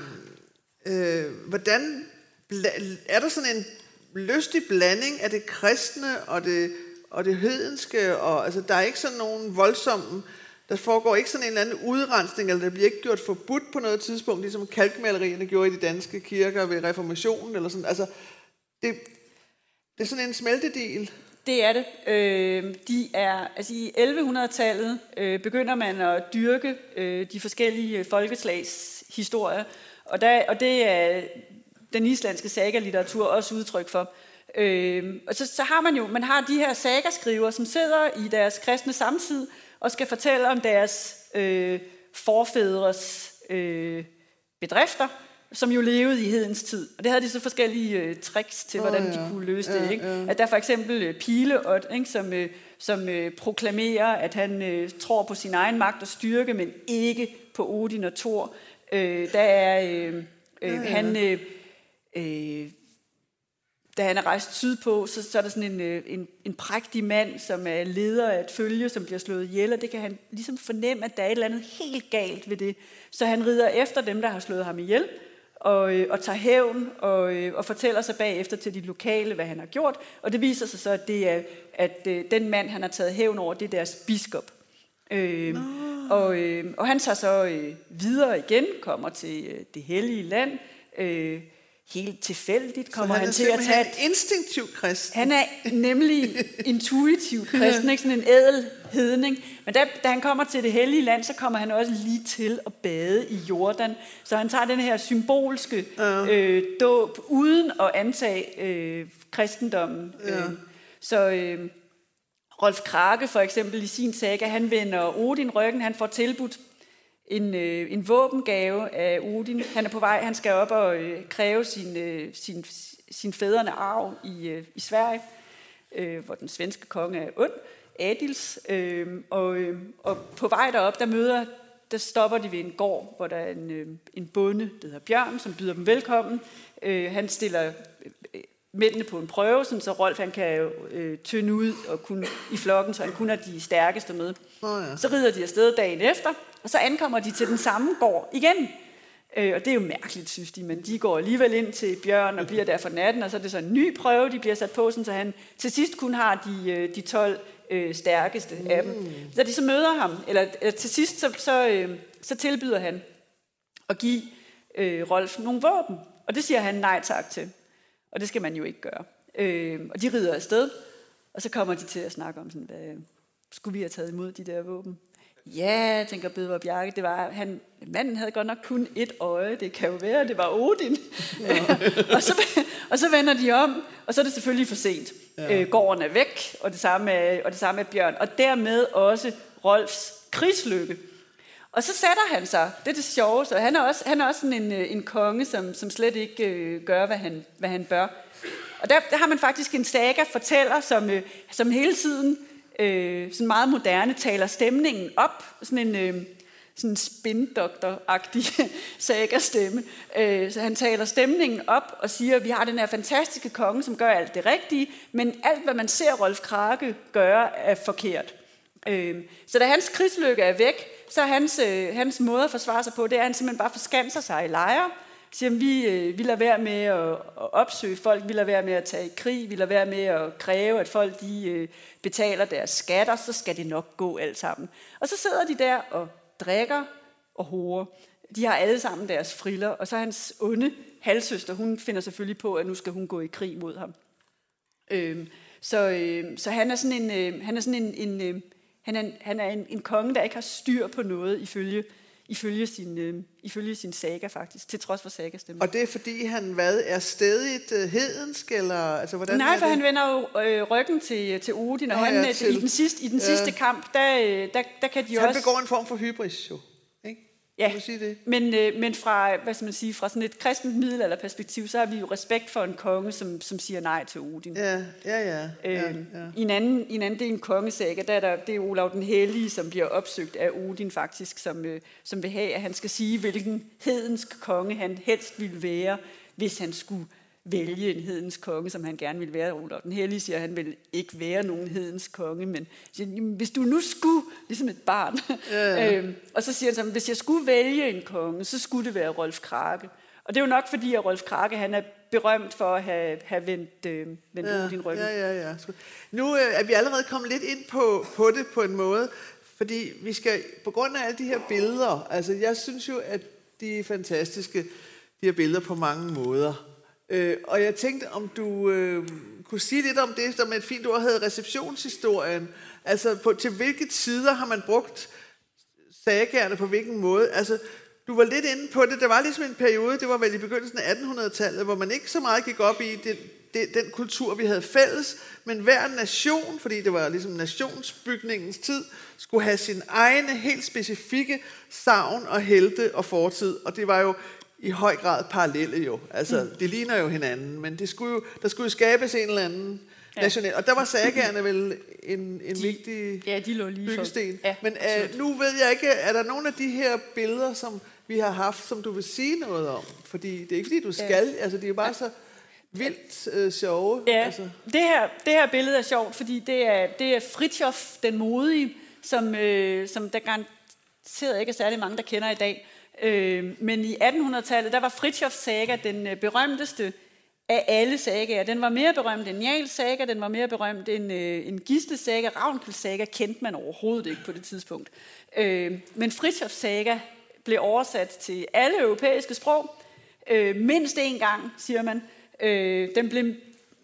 øh, hvordan, er der sådan en lystig blanding af det kristne og det, og det hedenske? Og, altså, der er ikke sådan nogen voldsomme... Der foregår ikke sådan en eller anden udrensning, eller der bliver ikke gjort forbudt på noget tidspunkt, ligesom kalkmalerierne gjorde i de danske kirker ved reformationen, eller sådan. Altså, det, det er sådan en smeltedel. Det er det. Øh, de er, altså i ellevehundredetallet øh, begynder man at dyrke øh, de forskellige folkeslags historier, Og, der, og det er den islandske saga-litteratur også udtryk for. Øh, og så, så har man jo, man har de her sagaskrivere, som sidder i deres kristne samtid og skal fortælle om deres øh, forfædres øh, bedrifter, som jo levede i hedens tid. Og det havde de så forskellige øh, tricks til, hvordan oh, ja. de kunne løse det. Ikke? Ja, ja. At der er for eksempel øh, Pileot, ikke, som, øh, som øh, proklamerer, at han øh, tror på sin egen magt og styrke, men ikke på Odin og Thor. Øh, der er øh, øh, ja, ja. han... Øh, øh, Da han er rejst sydpå, så, så er der sådan en, en, en prægtig mand, som er leder af et følge, som bliver slået ihjel, og det kan han ligesom fornemme, at der er et eller andet helt galt ved det. Så han rider efter dem, der har slået ham ihjel, og, og tager hævn, og, og fortæller sig bagefter til de lokale, hvad han har gjort. Og det viser sig så, at, det er, at den mand, han har taget hævn over, det er deres biskop. Øh, og, øh, og han tager så øh, videre igen, kommer til øh, det hellige land, øh, helt tilfældigt kommer han, han til at tage et instinktiv kristen. Han er nemlig intuitiv kristen, ikke sådan en ædel hedning. Men da, da han kommer til det hellige land, så kommer han også lige til at bade i Jordan. Så han tager den her symbolske øh, dåb uden at antage øh, kristendommen. Ja. Øh, så øh, Rolf Krake for eksempel i sin saga, han vender Odin ryggen, han får tilbudt En, øh, en våbengave af Odin. Han er på vej, han skal op og øh, kræve sin, øh, sin, sin fædrene arv i, øh, i Sverige, øh, hvor den svenske konge er ond, Adils. Øh, og, øh, og på vej derop, der møder, der stopper de ved en gård, hvor der er en, øh, en bonde, der hedder Bjørn, som byder dem velkommen. Øh, han stiller øh, mændene på en prøve, sådan, så Rolf han kan øh, tynde ud og kun, i flokken, så han kun har de stærkeste med. Oh, ja. Så rider de afsted dagen efter, og så ankommer de til den samme gård igen. Øh, og det er jo mærkeligt, synes de, men de går alligevel ind til Bjørn og bliver der for natten, og så er det så en ny prøve, de bliver sat på, sådan, så han til sidst kun har de, de tolv øh, stærkeste mm. af dem. Så de så møder ham, eller, eller til sidst, så, så, øh, så tilbyder han at give øh, Rolf nogle våben, og det siger han nej tak til. Og det skal man jo ikke gøre. Øh, og de rider afsted, og så kommer de til at snakke om, sådan, hvad skulle vi have taget imod de der våben? Ja, tænker Bødvar Bjarke, det var, han, manden havde godt nok kun et øje, det kan jo være, det var Odin. Ja. og, så, og så vender de om, og så er det selvfølgelig for sent. Ja. Øh, gården er væk, og det, samme er, og det samme er Bjørn, og dermed også Rolfs krigslykke. Og så sætter han sig, det er det sjove, så han er også, han er også sådan en, en konge, som, som slet ikke øh, gør, hvad han, hvad han bør. Og der, der har man faktisk en saga-fortæller, som, øh, som hele tiden, øh, sådan meget moderne, taler stemningen op. Sådan en øh, sådan spindoktor-agtig saga-stemme. Øh, så han taler stemningen op og siger, at vi har den her fantastiske konge, som gør alt det rigtige, men alt, hvad man ser Rolf Krake gøre, er forkert. Øh, så da hans krigslykke er væk, så er hans, øh, hans måde at forsvare sig på, det er, at han simpelthen bare forskanser sig i lejre. Siger, vi, øh, vi lader være med at, at opsøge folk, vi lader være med at tage i krig, vi lader være med at kræve, at folk de, øh, betaler deres skatter, så skal det nok gå alt sammen. Og så sidder de der og drikker og horer. De har alle sammen deres friller, og så hans onde halvsøster, hun finder selvfølgelig på, at nu skal hun gå i krig mod ham. Øh, så, øh, så han er sådan en... Øh, han er sådan en, en øh, Han er, han er en, en konge, der ikke har styr på noget ifølge, ifølge, sin, øh, ifølge sin saga faktisk, til trods for sagastemmen. Og det er fordi han hvad, er stedigt øh, hedensk, eller altså hvordan? Nej, er for det? han vender jo øh, ryggen til, til Odin, og Nå, han, ja, til, i den sidste, i den sidste ja. kamp, der, der, der kan de så også... han begår en form for hybris, jo, ikke? Ja, men, øh, men fra, hvad skal man sige, fra sådan et kristent middelalderperspektiv, så har vi jo respekt for en konge, som, som siger nej til Odin. Ja, ja, ja. Øh, ja, ja. I en anden, i en anden det er en kongesaga, der er der, det er Olav den Hellige, som bliver opsøgt af Odin faktisk, som, øh, som vil have, at han skal sige, hvilken hedensk konge han helst ville være, hvis han skulle vælge en hedensk konge, som han gerne ville være. Olav den Hellige siger, at han vil ikke være nogen hedensk konge, men siger, hvis du nu skulle, ligesom et barn, ja. øhm, og så siger han, hvis jeg skulle vælge en konge, så skulle det være Rolf Krake. Og det er jo nok fordi, at Rolf Krake, han er berømt for at have, have vendt, øh, vendt ja, Odin ryggen. Ja, ja, ja. Nu øh, er vi allerede kommet lidt ind på, på det på en måde, fordi vi skal, på grund af alle de her billeder, altså jeg synes jo, at de er fantastiske, de her billeder på mange måder. Øh, og jeg tænkte, om du øh, kunne sige lidt om det, som et fint ord hedder receptionshistorien. Altså, på, til hvilke tider har man brugt sagerne på hvilken måde? Altså, du var lidt inde på det. Der var ligesom en periode, det var vel i begyndelsen af attenhundredetallet, hvor man ikke så meget gik op i den, den, den kultur, vi havde fælles, men hver nation, fordi det var ligesom nationsbygningens tid, skulle have sin egne helt specifikke sagn og helte og fortid, og det var jo i høj grad parallelle jo. Altså, mm. det ligner jo hinanden, men det skulle jo, der skulle jo skabes en eller anden ja. national. Og der var sagaerne vel en, en de, vigtig ja, de lå lige byggesten. Ja, men uh, nu ved jeg ikke, er der nogle af de her billeder, som vi har haft, som du vil sige noget om? Fordi det er ikke fordi, du skal. Ja. Altså, det er jo bare ja. så vildt øh, sjove. Ja, altså. det, her, det her billede er sjovt, fordi det er, det er Fritjof den modige, som, øh, som der garanteret ikke er særlig mange, der kender i dag. Øh, men i attenhundredetallet, der var Fritjofs saga den øh, berømteste af alle sagaer. Den var mere berømt end Njals saga, den var mere berømt end, øh, end Gisles saga. Ravnkels saga kendte man overhovedet ikke på det tidspunkt. Øh, men Fritjofs saga blev oversat til alle europæiske sprog, øh, mindst én gang, siger man. Øh, den blev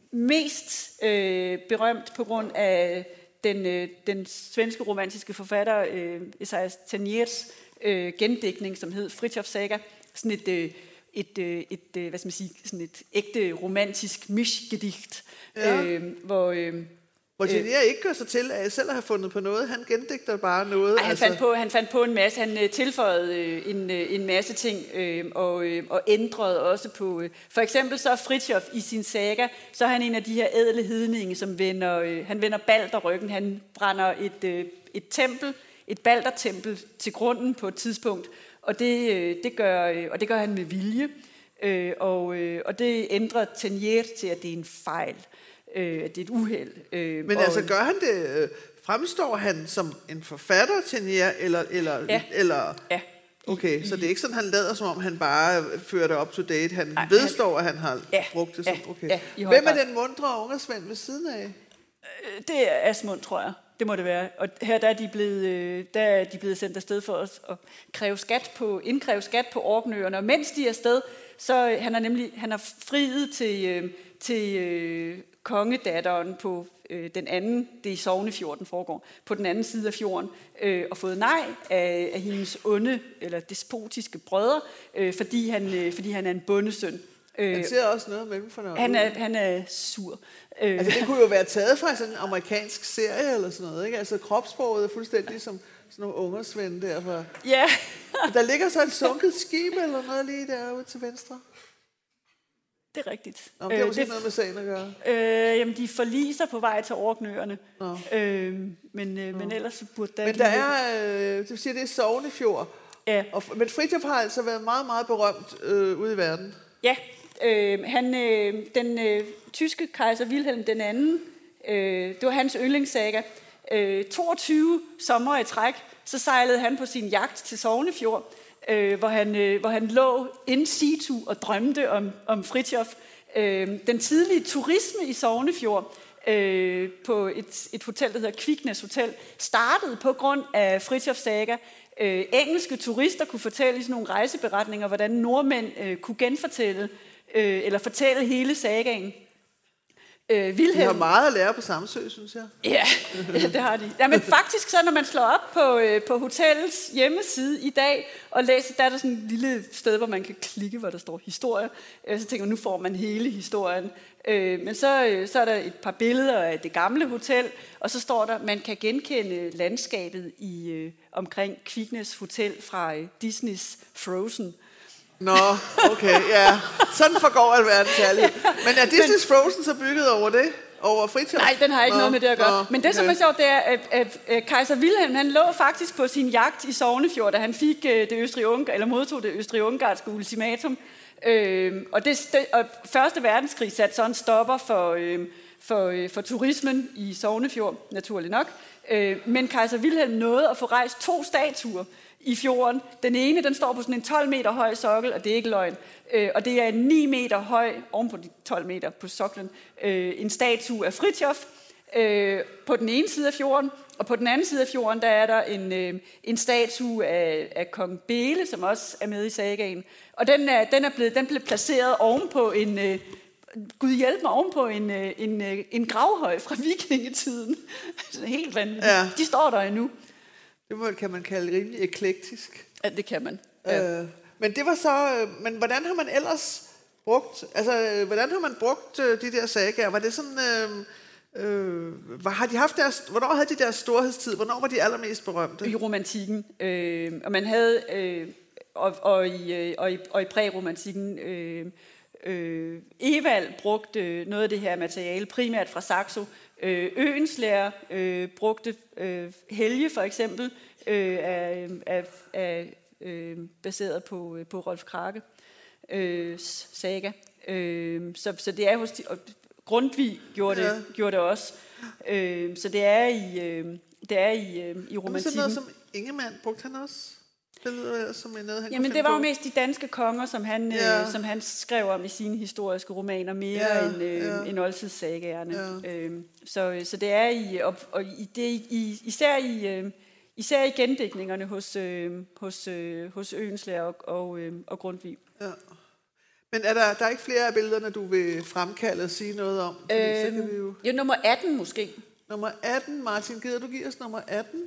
mest øh, berømt på grund af den, øh, den svenske romantiske forfatter øh, Esaias Tegnérs øh, gendækning, som hed Fritjofs saga. Sådan et, øh, et, øh, et, øh, hvad skal man sige, sådan et ægte romantisk mischgedicht, ja. øh, hvor... Øh, Hvor Tegnér ikke gør sig til, at jeg selv har fundet på noget. Han gendigter bare noget. Ej, han, altså. fandt på, han fandt på en masse. Han øh, tilføjede øh, en, øh, en masse ting øh, og, øh, og ændrede også på... Øh. For eksempel så Fritjof i sin saga, så er han en af de her ædle hedninge, som vender, øh, han vender Balder ryggen. Han brænder et, øh, et tempel, et Balder-tempel til grunden på et tidspunkt. Og det, øh, det, gør, øh, og det gør han med vilje. Øh, og, øh, og det ændrer Tegnér til, at det er en fejl. Øh, det er et uheld. Øh, Men og, altså, gør han det? Fremstår han som en forfatter, Tegnér, eller... eller, ja. eller ja. Okay, så det er ikke sådan, han lader, som om han bare fører det up to date. Han Ej, vedstår, han, at han har ja, brugt det som... Okay. Ja, Hvem er den mundre ungersvend ved siden af? Det er Asmund, tror jeg. Det må det være. Og her der er de blevet, der er de blevet sendt afsted for os at kræve skat på, indkræve skat på Orknøerne. Og mens de er afsted, så han har nemlig han har friet til, til øh, kongedatteren på øh, den anden, det er i Sognefjorden foregår, på den anden side af fjorden, øh, og fået nej af, af hendes onde, eller despotiske brødre, øh, fordi, han, øh, fordi han er en bondesøn. Han ser også noget mellem for noget. Han er, han er sur. Altså, det kunne jo være taget fra sådan en amerikansk serie eller sådan noget, ikke? Altså, kropssproget er fuldstændig som sådan nogle ungersvende derfor. Ja. Der ligger så et sunket skib eller noget lige derude til venstre. Det er rigtigt. Nå, det har måske øh, noget med sagen at gøre. Øh, jamen, de forliser på vej til Orknøerne. Øh, men, øh, men ellers burde der... Men der er, øh, du siger, det er Sognefjord. Ja. Og, men Fritjof har altså været meget, meget berømt øh, ude i verden. Ja. Øh, han, øh, den øh, tyske kejser Wilhelm den anden, øh, det var hans yndlingssaga. Øh, toogtyve sommer i træk, så sejlede han på sin jagt til Sognefjord, øh, hvor, han, øh, hvor han lå in situ og drømte om, om Fritjof. Øh, den tidlige turisme i Sognefjord øh, på et, et hotel, der hedder Kviknes Hotel, startede på grund af Fritjofs saga. Øh, engelske turister kunne fortælle i sådan nogle rejseberetninger, hvordan nordmænd øh, kunne genfortælle øh, eller fortælle hele sagaen. Øh, Wilhelm, de har meget at lære på Samsø, synes jeg. Ja, det har de. Ja, men faktisk så, når man slår op på, øh, på hotellets hjemmeside i dag og læser, der er der sådan et lille sted, hvor man kan klikke, hvor der står historie. Øh, så tænker man, nu får man hele historien. Øh, men så, øh, så er der et par billeder af det gamle hotel, og så står der, man kan genkende landskabet i øh, omkring Kviknes Hotel fra øh, Disneys Frozen. Nå, okay, ja. Sådan forgår alverden kærlighed. Men er Disney's Frozen så bygget over det? Over Fritjof? Nej, den har ikke Nå, noget med det at gøre. Nå, Men det, okay. som er sjovt, det er, at, at, at kejser Wilhelm, han lå faktisk på sin jagt i Sognefjord, da han fik uh, det østrig-ungar, eller modtog det østrig-ungarske ultimatum. Uh, og, det, det, og første verdenskrig satte så en stopper for, uh, for, uh, for turismen i Sognefjord, naturligt nok. Uh, men kejser Wilhelm nåede at få rejst to statuer i fjorden. Den ene, den står på sådan en tolv meter høj sokkel, og det er ikke løgn. Øh, og det er en ni meter høj, oven på de tolv meter på soklen, øh, en statue af Fritjof øh, på den ene side af fjorden. Og på den anden side af fjorden, der er der en, øh, en statue af, af kong Bele, som også er med i sagaen. Og den er, den er blevet, den blev placeret ovenpå en... Øh, Gud hjælp mig ovenpå en, en, en, en gravhøj fra vikingetiden. Helt vanvittigt. Ja. De står der endnu. Det kan man kalde rimelig eklektisk. Ja, det kan man. Ja. Øh, men det var så... Øh, men hvordan har man ellers brugt... Altså, hvordan har man brugt øh, de der sagaer? Var det sådan... Øh, Øh, hvad har de haft deres, hvornår havde de deres storhedstid? Hvornår var de allermest berømte? I romantikken. Øh, og man havde... Øh, og, og, i, og, i, og i præromantikken... Øh, øh, Evald brugte noget af det her materiale, primært fra Saxo. Øh, Oehlenschläger øh, brugte øh, Helge, for eksempel, øh, af, af, af, øh, baseret på, på Rolf Krake øh, saga. Øh, så, så det er hos de... Grundtvig gjorde det, ja. gjorde det også. Øh, så det er i, øh, det er i, øh, i romantikken. Sådan noget som Ingemann, brugte han også? Det lyder som noget, han Jamen det var jo mest de danske konger, som han, ja. øh, som han skrev om i sine historiske romaner, mere ja, end, øh, ja. end oldtidssagaerne. Ja. Øh, så, så det er i, og, og i det, i, især i... Øh, Især i gendækningerne hos, øh, hos, øh, hos Oehlenschläger og, og, øh, og Grundtvig. Ja. Men er der, der er ikke flere af billederne, du vil fremkalde og sige noget om? Fordi Øhm, så kan vi jo... Jo, nummer atten måske. Nummer atten, Martin, gider du give os nummer atten?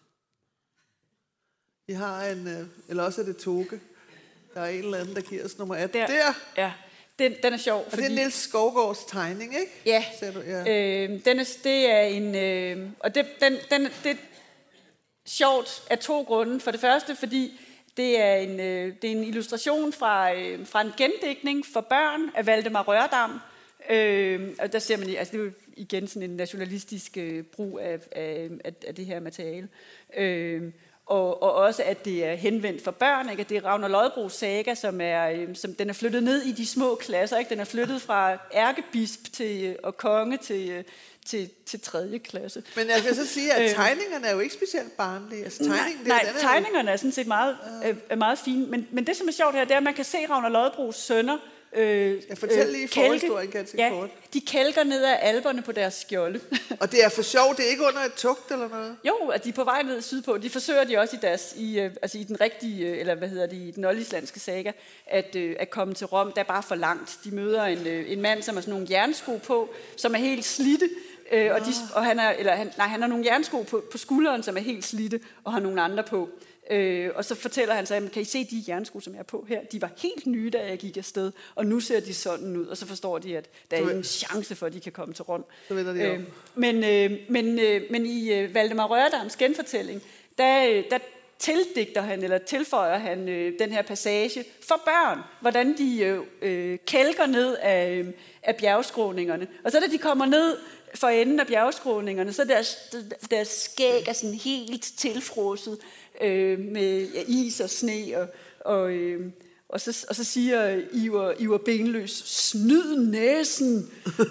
Vi har en, øh, eller også er det Toge. Der er en eller anden, der giver os nummer atten. Der? Der. Ja, den, den er sjov. Og fordi... det er Niels Skovgaards tegning, ikke? Ja, du? ja. Øh, den er, det er en... Øh, og det, den, den, det er sjovt af to grunde. For det første, fordi det er en, øh, det er en illustration fra, øh, fra en gendækning for børn af Valdemar Rørdam. Øh, og der ser man, altså det er jo igen sådan en nationalistisk øh, brug af, af, af det her materiale. Øh, og, og også at det er henvendt for børn, ikke? At det er Ragnar Lodbros saga, som er, øh, som den er flyttet ned i de små klasser, ikke? Den er flyttet fra ærkebisp til øh, og konge til øh, Til, til tredje klasse. Men jeg vil så sige, at tegningerne er jo ikke specielt barnlige. Altså, tegningen, nej, nej tegningerne er sådan set meget, ja. er meget fine. Men, men det, som er sjovt her, det er, at man kan se Ragnar Lodbros sønner. Øh, jeg fortæller lige forhistorien ganske ja, kort. De kælker ned ad Alperne på deres skjolde. Og det er for sjovt, det er ikke under et tugt eller noget? Jo, at de er på vej ned sydpå. De forsøger de også i, deres, i, altså i den rigtige, eller hvad hedder det, i den oldislandske saga, at, at komme til Rom. Der er bare for langt. De møder en, en mand, som har sådan nogle jernsko på, som er helt slidte. Øh, og, de, og han er, eller han, nej, han har nogle jernsko på, på skulderen, som er helt slidte, og har nogle andre på. Øh, og så fortæller han så, kan I se de jernsko, som jeg er på her? De var helt nye, da jeg gik afsted, og nu ser de sådan ud. Og så forstår de, at der er ingen chance for, at de kan komme til Rom. Øh, men, øh, men, øh, men i øh, Valdemar Rørdams genfortælling, der, der tildigter han, eller tilføjer han øh, den her passage for børn, hvordan de øh, øh, kælker ned af, øh, af bjergskråningerne. Og så da de kommer ned for enden af bjergskråningerne, så deres, deres skæg er sådan helt tilfrosset øh, med ja, is og sne, og, og, øh, og, så, og så siger Iver, Iver Benløs, snyd næsen!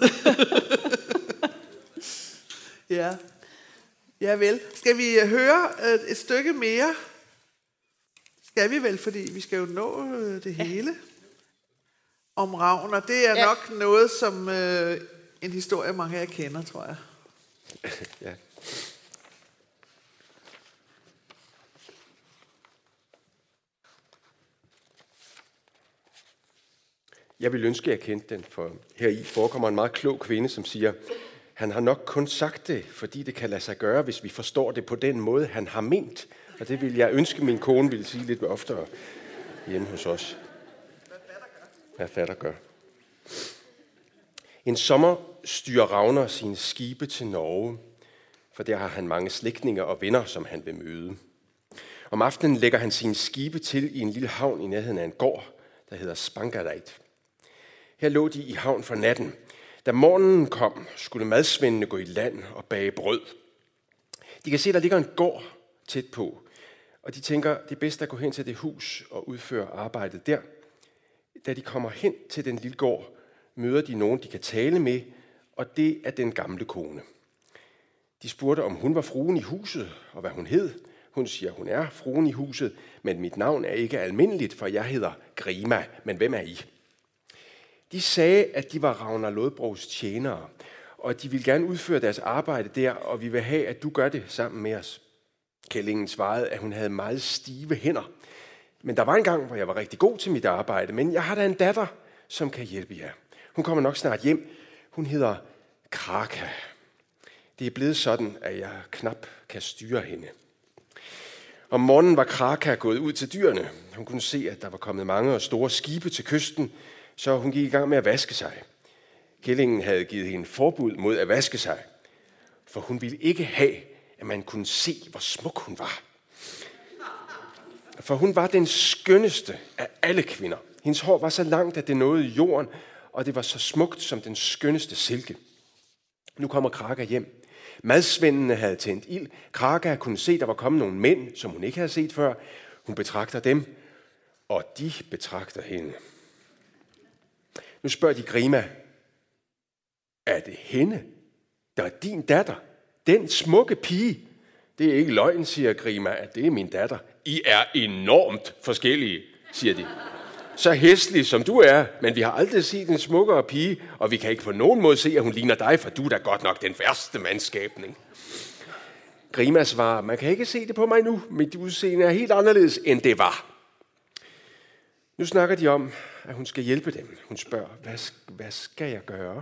Ja. Ja vel. Skal vi høre et stykke mere? Skal vi vel, fordi vi skal jo nå det hele om Ravn, og det er ja. nok noget, som øh, en historie, mange af jer kender, tror jeg. Ja. Jeg vil ønske, at jeg kendte den, for heri forekommer en meget klog kvinde, som siger, han har nok kun sagt det, fordi det kan lade sig gøre, hvis vi forstår det på den måde, han har ment. Og det vil jeg ønske, min kone ville sige lidt oftere hjemme hos os. Hvad fatter gør. En sommer styrer Ragnar sine skibe til Norge, for der har han mange slægtninge og venner, som han vil møde. Om aftenen lægger han sine skibe til i en lille havn i nærheden af en gård, der hedder Spangareit. Her lå de i havn for natten. Da morgenen kom, skulle madsvendene gå i land og bage brød. De kan se, at der ligger en gård tæt på, og de tænker, det er bedst at gå hen til det hus og udføre arbejdet der. Da de kommer hen til den lille gård, møder de nogen, de kan tale med, og det er den gamle kone. De spurgte, om hun var fruen i huset, og hvad hun hed. Hun siger, hun er fruen i huset, men mit navn er ikke almindeligt, for jeg hedder Grima, men hvem er I? De sagde, at de var Ragnar Lodbros tjenere, og at de ville gerne udføre deres arbejde der, og vi vil have, at du gør det sammen med os. Kællingen svarede, at hun havde meget stive hænder. Men der var en gang, hvor jeg var rigtig god til mit arbejde, men jeg har da en datter, som kan hjælpe jer. Hun kommer nok snart hjem. Hun hedder Kraka. Det er blevet sådan, at jeg knap kan styre hende. Om morgenen var Kraka gået ud til dyrene. Hun kunne se, at der var kommet mange og store skibe til kysten, så hun gik i gang med at vaske sig. Kællingen havde givet hende forbud mod at vaske sig, for hun ville ikke have, at man kunne se, hvor smuk hun var. For hun var den skønneste af alle kvinder. Hendes hår var så langt, at det nåede jorden, og det var så smukt som den skønneste silke. Nu kommer Kraka hjem. Madsvendene havde tændt ild. Kraka kunne se, at der var kommet nogle mænd, som hun ikke havde set før. Hun betragter dem, og de betragter hende. Nu spørger de Grima, er det hende, der er din datter? Den smukke pige? Det er ikke løgn, siger Grima, at det er min datter. I er enormt forskellige, siger de. Så hæslig som du er, men vi har aldrig set en smukkere pige, og vi kan ikke på nogen måde se, at hun ligner dig, for du er da godt nok den værste mandskabning. Grima svarer, man kan ikke se det på mig nu. Mit udseende er helt anderledes, end det var. Nu snakker de om, at hun skal hjælpe dem. Hun spørger, hvad, hvad skal jeg gøre?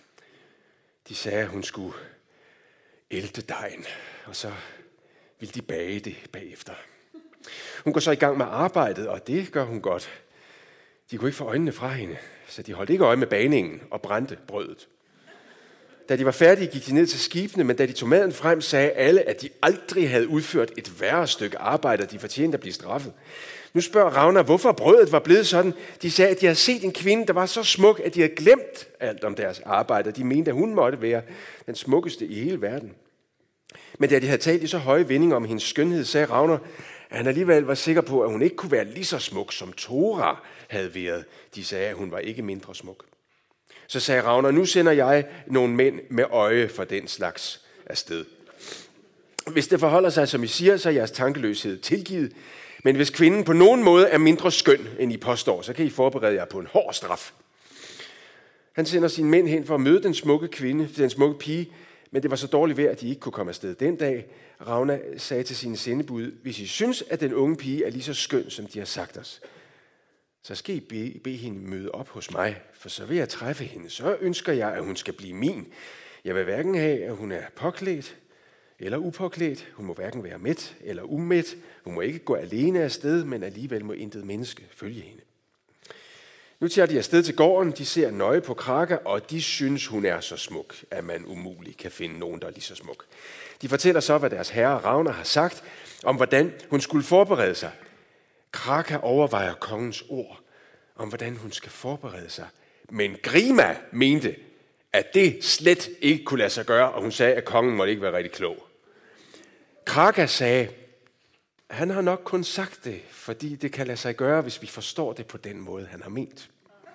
De sagde, at hun skulle ælte dejen, og så ville de bage det bagefter. Hun går så i gang med arbejdet, og det gør hun godt. De kunne ikke få øjnene fra hende, så de holdt ikke øje med bagningen og brændte brødet. Da de var færdige, gik de ned til skibene, men da de tog maden frem, sagde alle, at de aldrig havde udført et værre stykke arbejde, og de fortjente at blive straffet. Nu spørger Ravna, hvorfor brødet var blevet sådan. De sagde, at de havde set en kvinde, der var så smuk, at de havde glemt alt om deres arbejde, og de mente, at hun måtte være den smukkeste i hele verden. Men da de havde talt i så høje vendinger om hendes skønhed, sagde Ravna, at han alligevel var sikker på, at hun ikke kunne være lige så smuk, som Tora havde været. De sagde, at hun var ikke mindre smuk. Så sagde Ravna, nu sender jeg nogle mænd med øje for den slags afsted. Hvis det forholder sig, som I siger, så er jeres tankeløshed tilgivet. Men hvis kvinden på nogen måde er mindre skøn, end I påstår, så kan I forberede jer på en hård straf. Han sender sine mænd hen for at møde den smukke kvinde, den smukke pige, men det var så dårligt vejr, at de ikke kunne komme afsted den dag. Ravna sagde til sine sendebud, hvis I synes, at den unge pige er lige så skøn, som de har sagt os, så skal I bede, bede hende møde op hos mig, for så vil jeg træffe hende. Så ønsker jeg, at hun skal blive min. Jeg vil hverken have, at hun er påklædt eller upåklædt. Hun må hverken være mæt eller umæt. Hun må ikke gå alene afsted, men alligevel må intet menneske følge hende. Nu tager de afsted til gården. De ser nøje på Kraka, og de synes, hun er så smuk, at man umuligt kan finde nogen, der er lige så smuk. De fortæller så, hvad deres herre Ravna har sagt, om hvordan hun skulle forberede sig. Kraka overvejer kongens ord, om hvordan hun skal forberede sig. Men Grima mente, at det slet ikke kunne lade sig gøre, og hun sagde, at kongen måtte ikke være rigtig klog. Kraka sagde, han har nok kun sagt det, fordi det kan lade sig gøre, hvis vi forstår det på den måde, han har ment.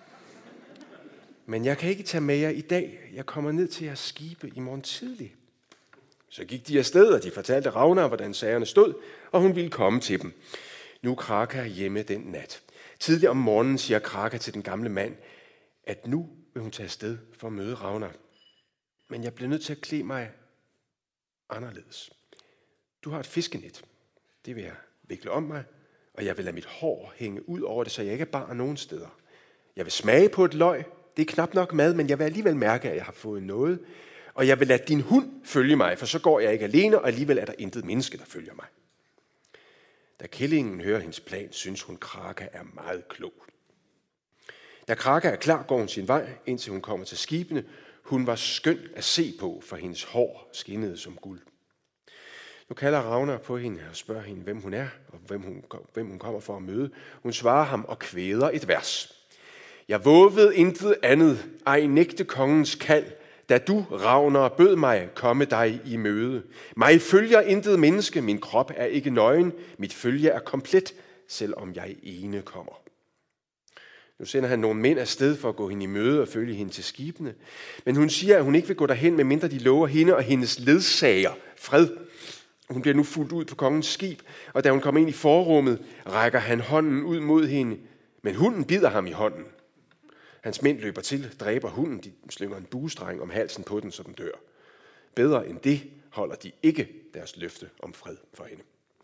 Men jeg kan ikke tage med jer i dag. Jeg kommer ned til jeres skibe i morgen tidlig. Så gik de afsted, og de fortalte Ravna, hvordan sagerne stod, og hun ville komme til dem. Nu er Kraka hjemme den nat. Tidligt om morgenen siger Kraka til den gamle mand, at nu vil hun tage afsted for at møde Ravna. Men jeg bliver nødt til at klæde mig anderledes. Du har et fiskenet. Det vil jeg vikle om mig, og jeg vil lade mit hår hænge ud over det, så jeg ikke er bar nogen steder. Jeg vil smage på et løg. Det er knap nok mad, men jeg vil alligevel mærke, at jeg har fået noget. Og jeg vil lade din hund følge mig, for så går jeg ikke alene, og alligevel er der intet menneske, der følger mig. Da kællingen hører hendes plan, synes hun, Kraka er meget klog. Da Kraka er klar, går hun sin vej, indtil hun kommer til skibene. Hun var skøn at se på, for hendes hår skinnede som guld. Nu kalder Ravna på hende og spørger hende, hvem hun er, og hvem hun, hvem hun kommer for at møde. Hun svarer ham og kvæder et vers. Jeg vågede intet andet, ej nægte kongens kald, da du, Ravner, bød mig komme dig i møde. Mig følger intet menneske, min krop er ikke nøgen, mit følge er komplet, selvom jeg ene kommer. Nu sender han nogle mænd afsted for at gå hende i møde og følge hende til skibene. Men hun siger, at hun ikke vil gå derhen, medmindre de lover hende og hendes ledsager fred. Hun bliver nu fuldt ud på kongens skib, og da hun kommer ind i forrummet, rækker han hånden ud mod hende, men hunden bider ham i hånden. Hans mænd løber til, dræber hunden, de slynger en buestreng om halsen på den, så den dør. Bedre end det holder de ikke deres løfte om fred for hende.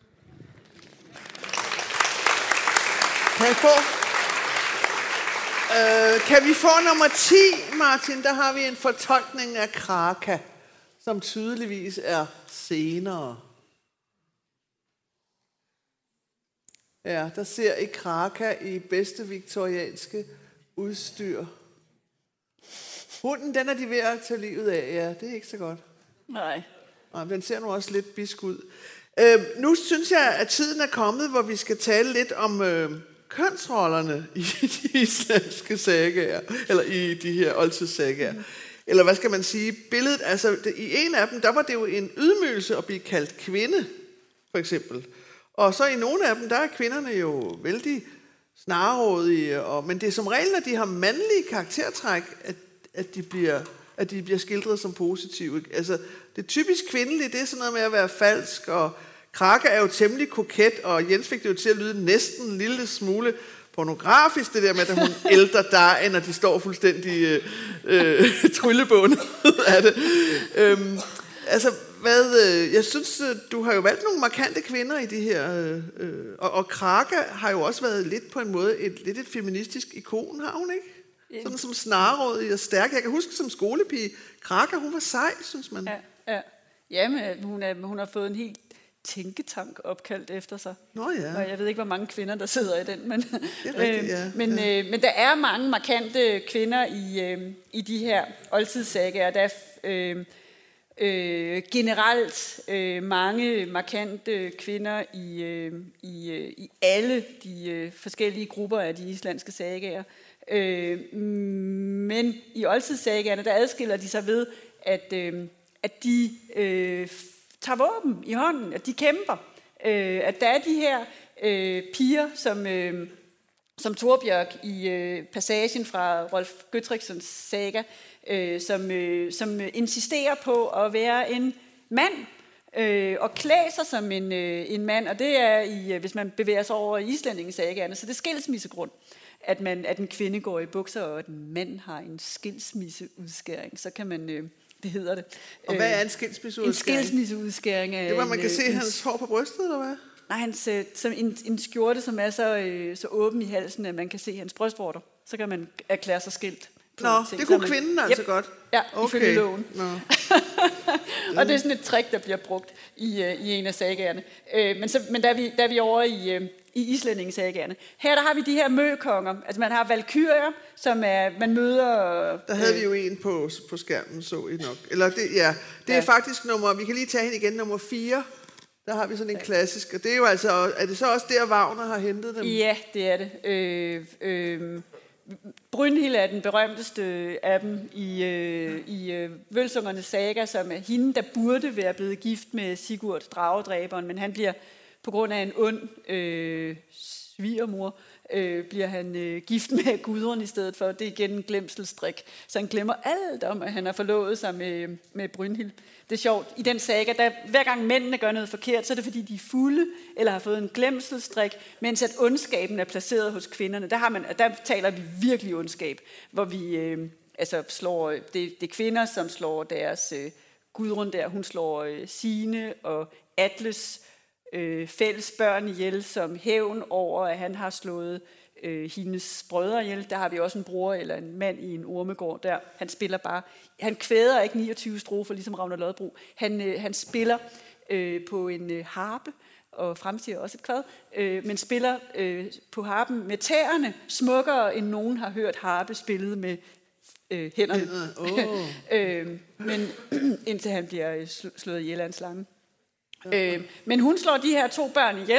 Kan jeg få, øh, kan vi få nummer ti, Martin? Der har vi en fortolkning af Kraka, som tydeligvis er senere. Ja, der ser I Kraka i bedste viktorianske udstyr. Hunden, den er de ved at tage livet af, ja, det er ikke så godt. Nej. Nej, den ser nu også lidt bisk ud. Øh, nu synes jeg, at tiden er kommet, hvor vi skal tale lidt om øh, kønsrollerne i de islandske sagaer, eller i de her oldtidssagaer. Mm. Eller hvad skal man sige? Billedet, altså det, i en af dem, der var det jo en ydmygelse at blive kaldt kvinde, for eksempel. Og så i nogle af dem, der er kvinderne jo vældig snarrådige, og, men det er som regel, når de har mandlige karaktertræk, at, at, de bliver, at de bliver skildret som positive. Altså, det typisk kvindelige, det er sådan noget med at være falsk, og Kraka er jo temmelig koket, og Jens fik det jo til at lyde næsten en lille smule pornografisk, det der med, at hun ælter dejen, når de står fuldstændig øh, øh, tryllebundet af det. Øhm, altså, hvad, øh, jeg synes, du har jo valgt nogle markante kvinder i de her, øh, og, og Kraka har jo også været lidt på en måde et, lidt et feministisk ikon, har hun ikke? Sådan som snarrådig og stærk. Jeg kan huske som skolepige, Kraka, hun var sej, synes man. Ja, ja. Jamen, hun, er, hun har fået en helt tænketank opkaldt efter sig. Nå ja. Og jeg ved ikke, hvor mange kvinder, der sidder i den, men, det er rigtigt, ja. øh, men, ja. øh, men der er mange markante kvinder i, øh, i de her oldtidssagaer. Der er øh, øh, generelt øh, mange markante kvinder i, øh, i, øh, i alle de øh, forskellige grupper af de islandske sagaer. Øh, men i oldtidssagaerne, der adskiller de sig ved, at, øh, at de øh, tager våben i hånden, at de kæmper. Øh, at der er de her øh, piger, som, øh, som Torbjørg i øh, passagen fra Rolf Gøtriksons saga, øh, som, øh, som insisterer på at være en mand, øh, og klæde sig som en, øh, en mand, og det er, i, hvis man bevæger sig over i islændingesagaerne, så det er skilsmissegrund, at, man, at en kvinde går i bukser, og at en mand har en skilsmisseudskæring, så kan man... Øh, Det hedder det. Og hvad er en skilsmisseudskæring? En skilsmisseudskæring af... Det var, man kan en, se en, hans hår på brystet, eller hvad? Nej, hans, som en, en skjorte, som er så, øh, så åben i halsen, at man kan se hans brystvorter. Så kan man erklære sig skilt. Nå, det kunne kvinden altså yep. godt. Ja, okay. ifølge loven. Nå. Og det er sådan et trick, der bliver brugt i, uh, i en af sagaerne. Øh, men, så, men der er vi, der er vi over i... Uh, i islændingesagaerne. Her der har vi de her møkonger. Altså man har valkyrier, som er, man møder... Der havde øh, vi jo en på, på skærmen, så I nok. Eller det, ja, det er ja. faktisk nummer... Vi kan lige tage hende igen, nummer fire. Der har vi sådan en ja. klassisk. Og det er jo altså... Er det så også der, Wagner har hentet dem? Ja, det er det. Øh, øh, Brynhild er den berømteste af dem i, øh, i øh, Vølsungernes saga, som er hende, der burde være blevet gift med Sigurd, dragedræberen, men han bliver... På grund af en ond øh, svigermor øh, bliver han øh, gift med Gudrun i stedet for. Det er igen en glemselstrik. Så han glemmer alt om, at han har forlovet sig med, med Brynhild. Det er sjovt. I den saga, der, hver gang mændene gør noget forkert, så er det fordi, de er fulde eller har fået en glemselstrik, mens at ondskaben er placeret hos kvinderne. Der, har man, der taler vi virkelig ondskab, hvor vi øh, altså slår... Det, det er kvinder, som slår deres øh, Gudrun der. Hun slår øh, Signe og Atles Øh, fælles børn ihjel som hævn over, at han har slået øh, hendes brødre ihjel. Der har vi også en bror eller en mand i en ormegård der. Han spiller bare... Han kvæder ikke niogtyve strofer, ligesom Ragnar Lodbrog. Han, øh, han spiller øh, på en øh, harpe, og fremsiger også et kvad, øh, men spiller øh, på harpen med tæerne smukkere, end nogen har hørt harpe spillet med øh, hænderne. Oh. øh, men indtil han bliver øh, slået ihjel af en slange. Øh, men hun slår de her to børn ihjel.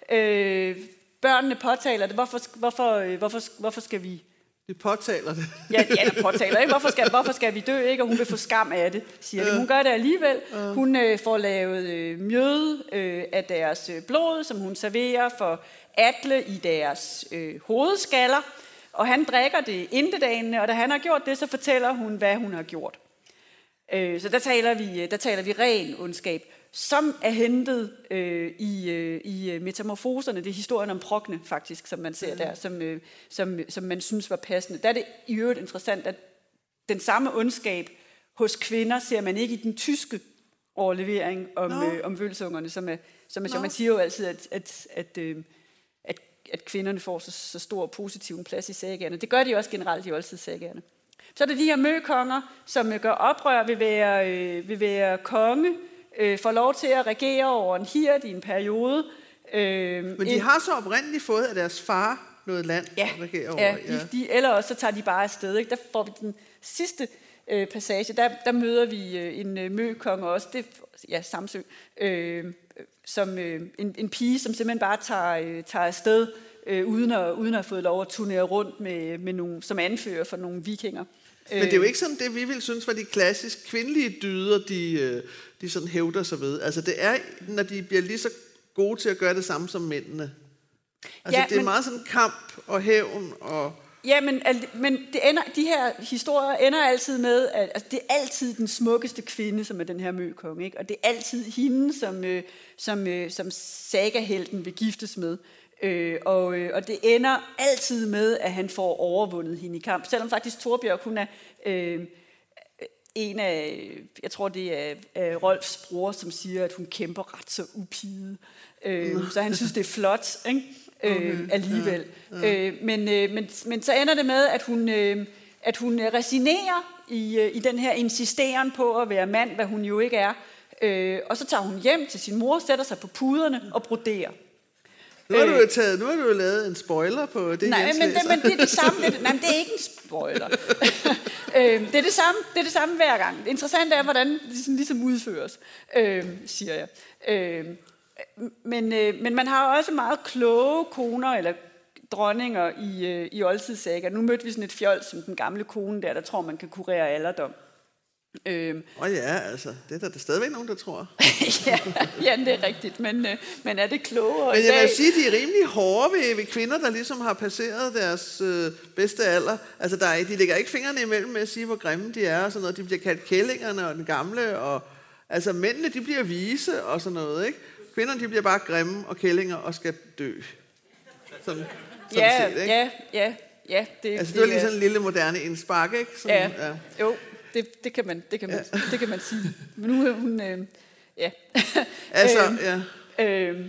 Øh, børnene påtaler det. Hvorfor, hvorfor, øh, hvorfor, hvorfor skal vi... De påtaler det. ja, ja, der påtaler ikke. Hvorfor skal, hvorfor skal vi dø, ikke? Og hun vil få skam af det, siger det. Hun gør det alligevel. Hun øh, får lavet øh, mjøde øh, af deres øh, blod, som hun serverer for Atle i deres øh, hovedskaller. Og han drikker det intetdagene, og da han har gjort det, så fortæller hun, hvad hun har gjort. Øh, så der taler vi, der taler vi ren ondskab, som er hentet øh, i, øh, i metamorfoserne. Det er historien om Progne, faktisk, som man ser der, som, øh, som, som man synes var passende. Der er det i øvrigt interessant, at den samme ondskab hos kvinder ser man ikke i den tyske overlevering om, no. øh, om vølsungerne, som er, som er no. man siger jo altid, at, at, at, øh, at, at kvinderne får så, så stor og positiv en plads i sagaerne. Det gør de også generelt i oldtidssagaerne. Så er det de her møkonger, som gør oprør, vil være, øh, vil være konge, øh, får lov til at regere over en hird i en periode, Øh, Men de en, har så oprindeligt fået af deres far noget land, ja, der regerer over. Ja, de, de, eller også så tager de bare afsted. Ikke? Der får vi den sidste øh, passage. Der, der møder vi øh, en øh, møkonge også, det, ja, Samsø, øh, som øh, en, en pige, som simpelthen bare tager, øh, tager afsted, øh, uden, at, uden at have fået lov at turnere rundt med, med nogle, som anfører for nogle vikinger. Men det er jo ikke sådan det, vi vil synes var de klassisk kvindelige dyder, de, de sådan hævder sig ved. Altså det er, når de bliver lige så gode til at gøre det samme som mændene. Altså ja, det er men, meget sådan kamp og hævn og... Ja, men, men det ender, de her historier ender altid med, at altså, det er altid den smukkeste kvinde, som er den her møkonge, ikke? Og det er altid hende, som, øh, som, øh, som sagahelten vil giftes med. Øh, og, øh, og det ender altid med, at han får overvundet hende i kamp. Selvom faktisk Torbjørg, hun er øh, en af, jeg tror det er, er Rolfs bror, som siger, at hun kæmper ret så upide. Øh, så han synes, det er flot, ikke? Øh, okay, alligevel. Ja, ja. Øh, men, øh, men, men så ender det med, at hun, øh, at hun resignerer i, øh, i den her insisteren på at være mand, hvad hun jo ikke er. Øh, og så tager hun hjem til sin mor, sætter sig på puderne og broderer. Nu har du jo taget, nu har du jo lavet en spoiler på det. Nej, men det, men det er det samme. Det, nej, men det er ikke en spoiler. øh, det er det samme. Det er det samme hver gang. Det interessante er, hvordan det sådan ligesom udføres, øh, siger jeg. Øh, men, øh, men man har også meget kloge koner eller dronninger i øh, i oldtidssager. Nu mødte vi sådan et fjold som den gamle kone der, der tror man kan kurere alderdom. Åh øhm. oh ja, altså, det er der, der er stadigvæk nogen, der tror. ja, ja, det er rigtigt, men, øh, men er det klogere? Men jeg vil sige, de er rimelig hårde ved, ved kvinder, der ligesom har passeret deres øh, bedste alder. Altså, der er, de lægger ikke fingrene imellem med at sige, hvor grimme de er og sådan noget. De bliver kaldt kællingerne og den gamle, og altså mændene, de bliver vise og sådan noget, ikke? Kvinderne, de bliver bare grimme og kællinger og skal dø. Sådan, sådan ja, set, ikke? ja, ja, ja. Det, altså, det var lige sådan en lille moderne indspark, ikke? Sådan, ja, ja, jo. Det, det, kan man, det, kan man, ja. det kan man sige. Men nu er hun... Øh, ja. Altså, øh, ja. Øh,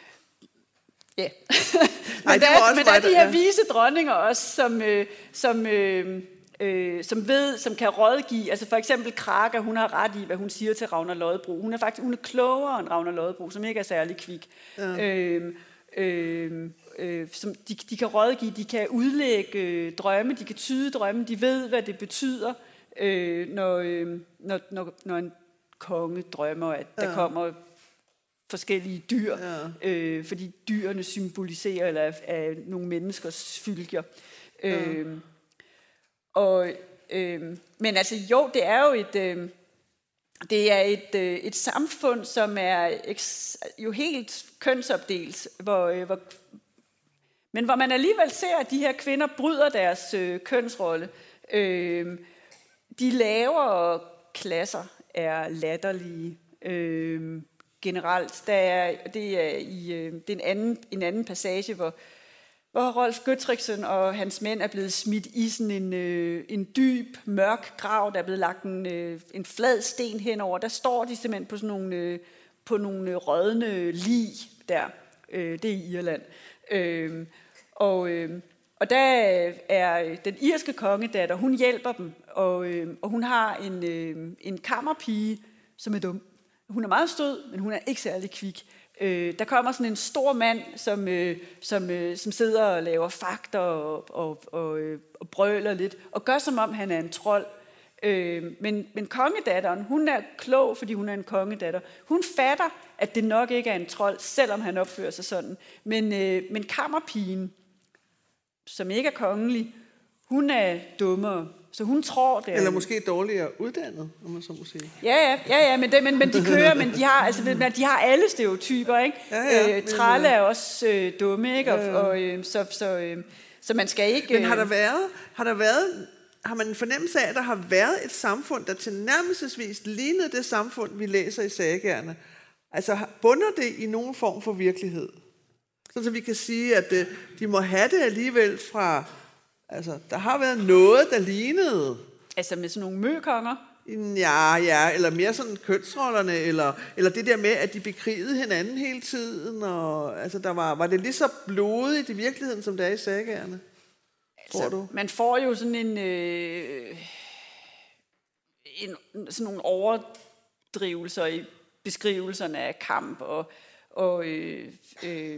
ja. men Ej, der, er, men der er de her ja. vise dronninger også, som, øh, som, øh, øh, som ved, som kan rådgive. Altså for eksempel Kraka, hun har ret i, hvad hun siger til Ragnar Lodbrok. Hun er faktisk hun er klogere end Ragnar Lodbrok, som ikke er særlig kvik. Ja. Øh, øh, øh, som de, de kan rådgive, de kan udlægge øh, drømme, de kan tyde drømme, de ved, hvad det betyder. Øh, når, øh, når, når, når en konge drømmer, at der ja. kommer forskellige dyr, ja. øh, fordi dyrene symboliserer eller er, er nogle menneskers fylgjer. Ja. Øh, og, øh, men altså jo, det er jo et, øh, det er et, øh, et samfund, som er eks, jo helt kønsopdelt, hvor, øh, hvor, men hvor man alligevel ser, at de her kvinder bryder deres øh, kønsrolle. Øh, De lavere klasser er latterlige øh, generelt. Der er, det er, i, øh, det er en, anden, en anden passage, hvor, hvor Rolf Gøtriksen og hans mænd er blevet smidt i sådan en, øh, en dyb, mørk grav. Der er blevet lagt en, øh, en flad sten henover. Der står de simpelthen på sådan nogle, øh, på nogle rådne lig der. Øh, det er i Irland. Øh, og... Øh, Og der er den irske kongedatter, hun hjælper dem, og, øh, og hun har en, øh, en kammerpige, som er dum. Hun er meget stød, men hun er ikke særlig kvik. Øh, der kommer sådan en stor mand, som, øh, som, øh, som sidder og laver fakter og, og, og, øh, og brøler lidt, og gør som om han er en trold. Øh, men, men kongedatteren, hun er klog, fordi hun er en kongedatter. Hun fatter, at det nok ikke er en trold, selvom han opfører sig sådan. Men, øh, men kammerpigen, som ikke er kongelig, hun er dummere, så hun tror det. Eller måske dårligere uddannet, om man så må sige. Ja, ja, ja, ja men, det, men, men de kører, men de har, altså, de har alle stereotyper, ikke? Ja, ja, øh, Tralle er også øh, dumme, ikke? Og, ja, ja. og øh, så, så, øh, så man skal ikke... Øh... Men har der været, har der været, har man en fornemmelse af, at der har været et samfund, der tilnærmelsesvis lignede det samfund, vi læser i sagerne? Altså, bunder det i nogen form for virkelighed? Så vi kan sige, at øh, de må have det alligevel fra... Altså, der har været noget, der lignede... Altså med sådan nogle møkonger? Ja, ja, eller mere sådan kønsrollerne, eller, eller det der med, at de bekrigede hinanden hele tiden, og altså, der var, var det lige så blodigt i virkeligheden, som det er i sagerne? Altså, tror du? Man får jo sådan en... Øh, en sådan nogle overdrivelser i beskrivelserne af kamp, og og øh, øh,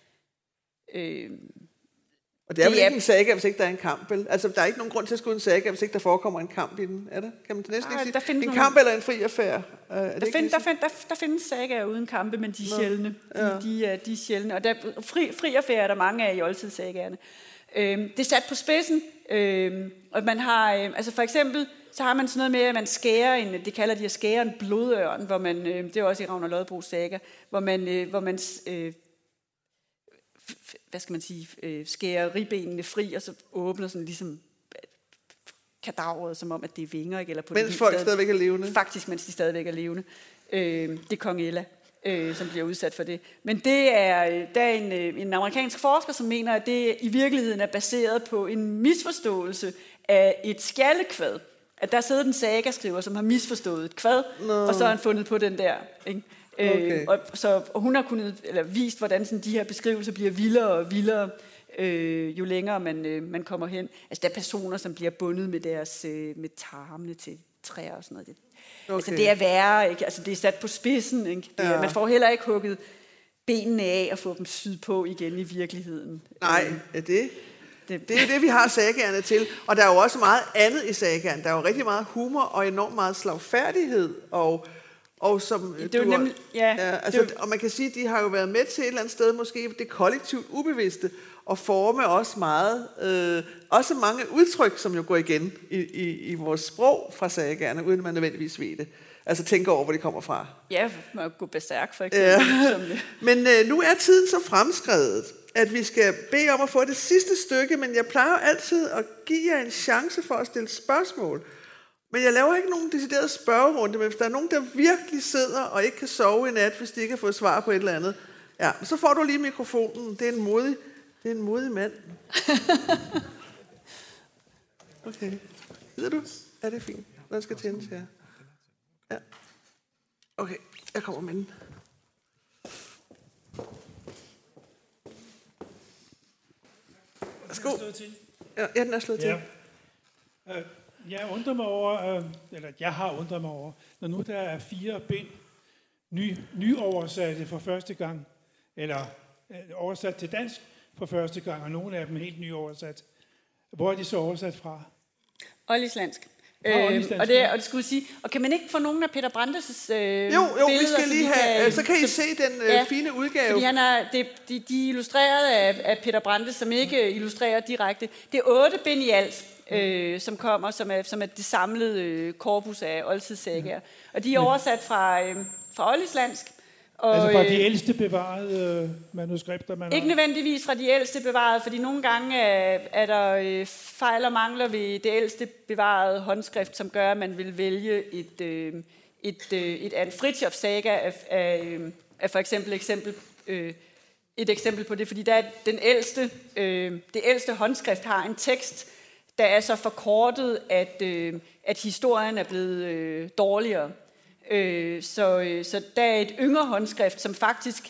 øh, Og det er vel det ikke er- en saga, hvis ikke der er en kamp, vel? Altså, der er ikke nogen grund til at skrive en saga, hvis ikke der forekommer en kamp i den, er det? Kan man næsten Nej, ikke der sige? findes En nogle- kamp eller en fri affære? Uh, er det Der, ikke find, det, der, I find, der, der findes sagaer uden kampe, men de er sjældne. De, Ja. de, er, de er sjældne. Og der, fri, fri affære er der mange af i oldtidssagaerne. Øhm, det er sat på spidsen, øhm, og man har, øh, altså for eksempel, så har man sådan noget med, at man skærer en, det kalder de at skære en blodørn, hvor man, øh, det er også i Ravn og Lodbrogs saga, hvor man, øh, hvor man øh, f- hvad skal man sige, øh, skærer ribbenene fri, og så åbner sådan ligesom kadaveret, som om, at det er vinger, ikke? Eller på Mens det folk stadigvæk er levende. Faktisk, mens de stadigvæk er levende. Øh, det er kong Ella, øh, som bliver udsat for det. Men det er, øh, der er en, øh, en amerikansk forsker, som mener, at det i virkeligheden er baseret på en misforståelse af et skjaldekvad. At der sidder den saga-skriver, som har misforstået et kvad, Nå. og så har han fundet på den der. Ikke? Okay. Øh, og, så, og hun har kunnet, eller vist, hvordan sådan de her beskrivelser bliver vildere og vildere, øh, jo længere man, øh, man kommer hen. Altså der er personer, som bliver bundet med deres øh, med tarmene til træer og sådan noget. Det, Okay. Altså det er værre, ikke? Altså det er sat på spidsen. Ikke? Det er, Ja. Man får heller ikke hugget benene af og få dem syet på igen i virkeligheden. Nej, Øh, er det? det, Det er jo det, vi har sagaerne til. Og der er jo også meget andet i sagaen. Der er jo rigtig meget humor og enormt meget slagfærdighed. Og, og som Det er jo du- nemlig- ja, ja, det altså, er jo- og man kan sige, at de har jo været med til et eller andet sted, måske det kollektivt ubevidste, og forme også meget, øh, også mange udtryk, som jo går igen i, i, i vores sprog fra sagaerne, uden at man nødvendigvis ved det. Altså tænker over, hvor de kommer fra. ja, man kan gå berserk for eksempel. Ja. Som, Men øh, nu er tiden så fremskredet, at vi skal bede om at få det sidste stykke, men jeg plejer jo altid at give jer en chance for at stille spørgsmål. Men jeg laver ikke nogen decideret spørgerunde, men hvis der er nogen, der virkelig sidder og ikke kan sove i nat, hvis de ikke har fået svar på et eller andet, ja, så får du lige mikrofonen. Det er en modig, det er en modig mand. Okay. Ved du? Ja, det er fint. Den skal tændes her. Ja. Okay, jeg kommer med den. Værsgo. Ja, ja, den er slået Ja. til. Øh, Jeg undrer mig over, øh, eller jeg har undret mig over, når nu der er fire bind ny, nyoversatte for første gang, eller øh, oversat til dansk for første gang, og nogle af dem helt nyoversat. Hvor er de så oversat fra? Oldislandsk. Fra Øh, oldislandsk, og, det, ja. og det skulle sige, og kan man ikke få nogen af Peter Brandes' øh, Jo, jo, vi billeder, skal så lige vi have, kan, så kan I så- se den øh, ja, fine udgave. Fordi han er, det, de, de er illustreret af, af Peter Brandes, som ikke illustrerer direkte. Det er otte bind i alt, øh, som kommer, som er, som er det samlede øh, korpus af oldtidssagaer. Og de er oversat fra, øh, fra oldislandsk. Og, Altså fra de øh, ældste bevarede øh, manuskripter, man ikke har. nødvendigvis fra de ældste bevaret, fordi nogle gange er, er der øh, fejl og mangler ved det ældste bevarede håndskrift, som gør, at man vil vælge et, øh, et, øh, et Anne Fridtjof saga af, af, øh, af for eksempel eksempel, øh, et eksempel på det, fordi der er den ældste, øh, det ældste håndskrift har en tekst, der er så forkortet, at, øh, at historien er blevet øh, dårligere. Øh, så, øh, så der er et yngre håndskrift, som faktisk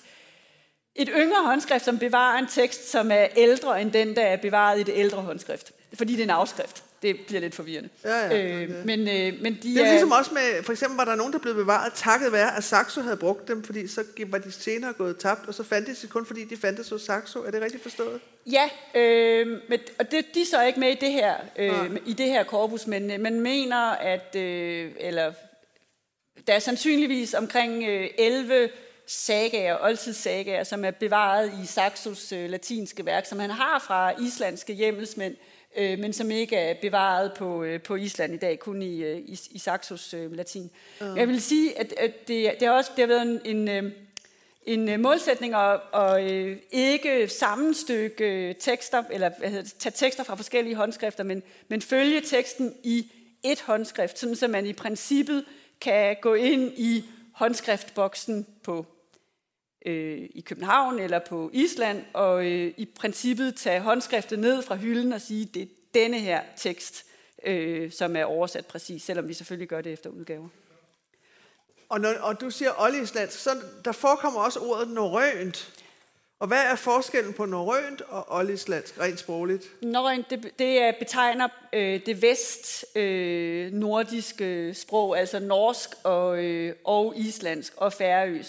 et yngre håndskrift, som bevarer en tekst, som er ældre end den, der er bevaret i det ældre håndskrift. Fordi det er en afskrift. Det bliver lidt forvirrende. Ja, ja, øh, okay. men, øh, men de Det er ligesom også med, for eksempel var der nogen, der blev bevaret takket være, at Saxo havde brugt dem, fordi så var de senere gået tabt, og så fandtes de kun, fordi de fandtes hos Saxo. Er det rigtigt forstået? Ja, øh, men, og det, de er så ikke med i det her, Nej. øh, i det her korpus, men øh, man mener, at øh, eller, der er sandsynligvis omkring øh, elleve sagaer, oldtidssagaer, som er bevaret i Saxos øh, latinske værk, som han har fra islandske hjemmelsmænd, øh, men som ikke er bevaret på, øh, på Island i dag, kun i, øh, i, i Saxos øh, latin. Uh. Jeg vil sige, at, at det, det, har også, det har været en, en, øh, en øh, målsætning at, at øh, ikke sammenstykke øh, tekster, eller hvad hedder det, tage tekster fra forskellige håndskrifter, men, men følge teksten i et håndskrift, sådan så man i princippet kan gå ind i håndskriftboksen på øh, i København eller på Island, og øh, i princippet tage håndskriftet ned fra hylden og sige, det er denne her tekst, øh, som er oversat præcis, selvom vi selvfølgelig gør det efter udgaver. Og, når, og du siger oldislandsk, så der forekommer også ordet norrønt. Og hvad er forskellen på norrønt og oldislandsk, rent sprogligt? Norrønt, det, det er, betegner øh, det vest øh, nordiske sprog, altså norsk og, øh, og islandsk og færøsk.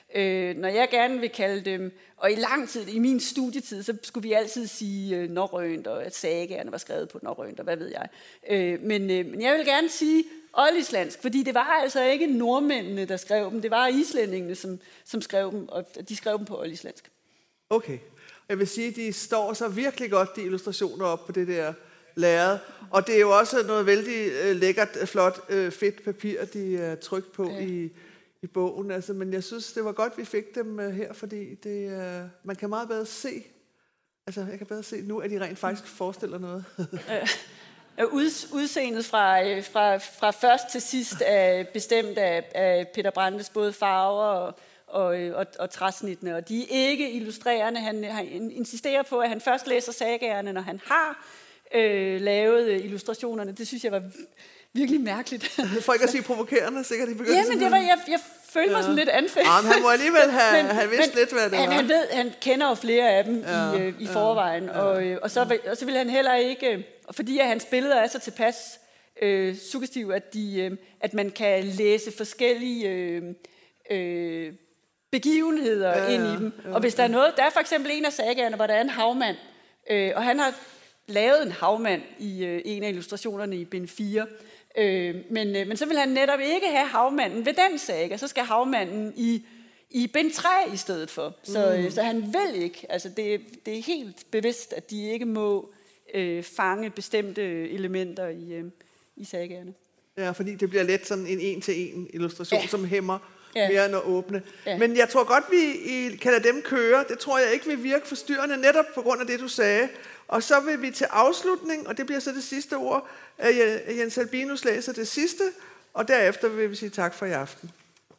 Øh, når jeg gerne vil kalde dem, og i lang tid, i min studietid, så skulle vi altid sige øh, norrønt, og at sagaerne var skrevet på norrønt, og hvad ved jeg. Øh, men, øh, men jeg vil gerne sige oldislandsk, fordi det var altså ikke nordmændene, der skrev dem, det var islændingene, som, som skrev dem, og de skrev dem på oldislandsk. Okay. Jeg vil sige, at de står så virkelig godt, de illustrationer op på det der lærred. Og det er jo også noget vældig øh, lækkert, flot, øh, fedt papir, de er trykt på ja. i, i bogen. Altså, men jeg synes, det var godt, vi fik dem øh, her, fordi det, øh, man kan meget bedre se. Altså, jeg kan bedre se nu, at de rent faktisk forestiller noget. Udseendet fra, fra, fra først til sidst er bestemt af, af Peter Brandes både farver og, og, og, og træsnittene, og de er ikke illustrerende. Han, han insisterer på, at han først læser sagerne, når han har øh, lavet illustrationerne. Det synes jeg var virkelig mærkeligt. For ikke at sige provokerende, sikkert i begyndelsen. Ja, men det var, jeg, jeg følte mig ja. sådan lidt anfægtet. Ja, men han må alligevel have men, han vidst men, lidt, hvad det han, var. Han, ved, han kender jo flere af dem ja, i, i forvejen, ja, og, ja. Og, så vil, og så vil han heller ikke, fordi at hans billeder er så tilpas øh, suggestive, at, de, øh, at man kan læse forskellige øh, øh, begivenheder ja, ind i dem. Ja, og hvis der er noget, der er for eksempel en af sagerne, hvor der er en havmand, øh, og han har lavet en havmand i øh, en af illustrationerne i bind fire, Øh, men, øh, men så vil han netop ikke have havmanden ved den saga, så skal havmanden i, i bind tre i stedet for. Så, mm. øh, så han vil ikke, altså det, det er helt bevidst, at de ikke må øh, fange bestemte elementer i, øh, i sagaerne. Ja, fordi det bliver let sådan en en-til-en illustration, ja. som hæmmer ja. mere end at åbne. Ja. Men jeg tror godt, vi I kan lade dem køre. Det tror jeg ikke vil virke forstyrrende, netop på grund af det, du sagde. Og så vil vi til afslutning, og det bliver så det sidste ord, at Jens Albinus læser det sidste, og derefter vil vi sige tak for i aften.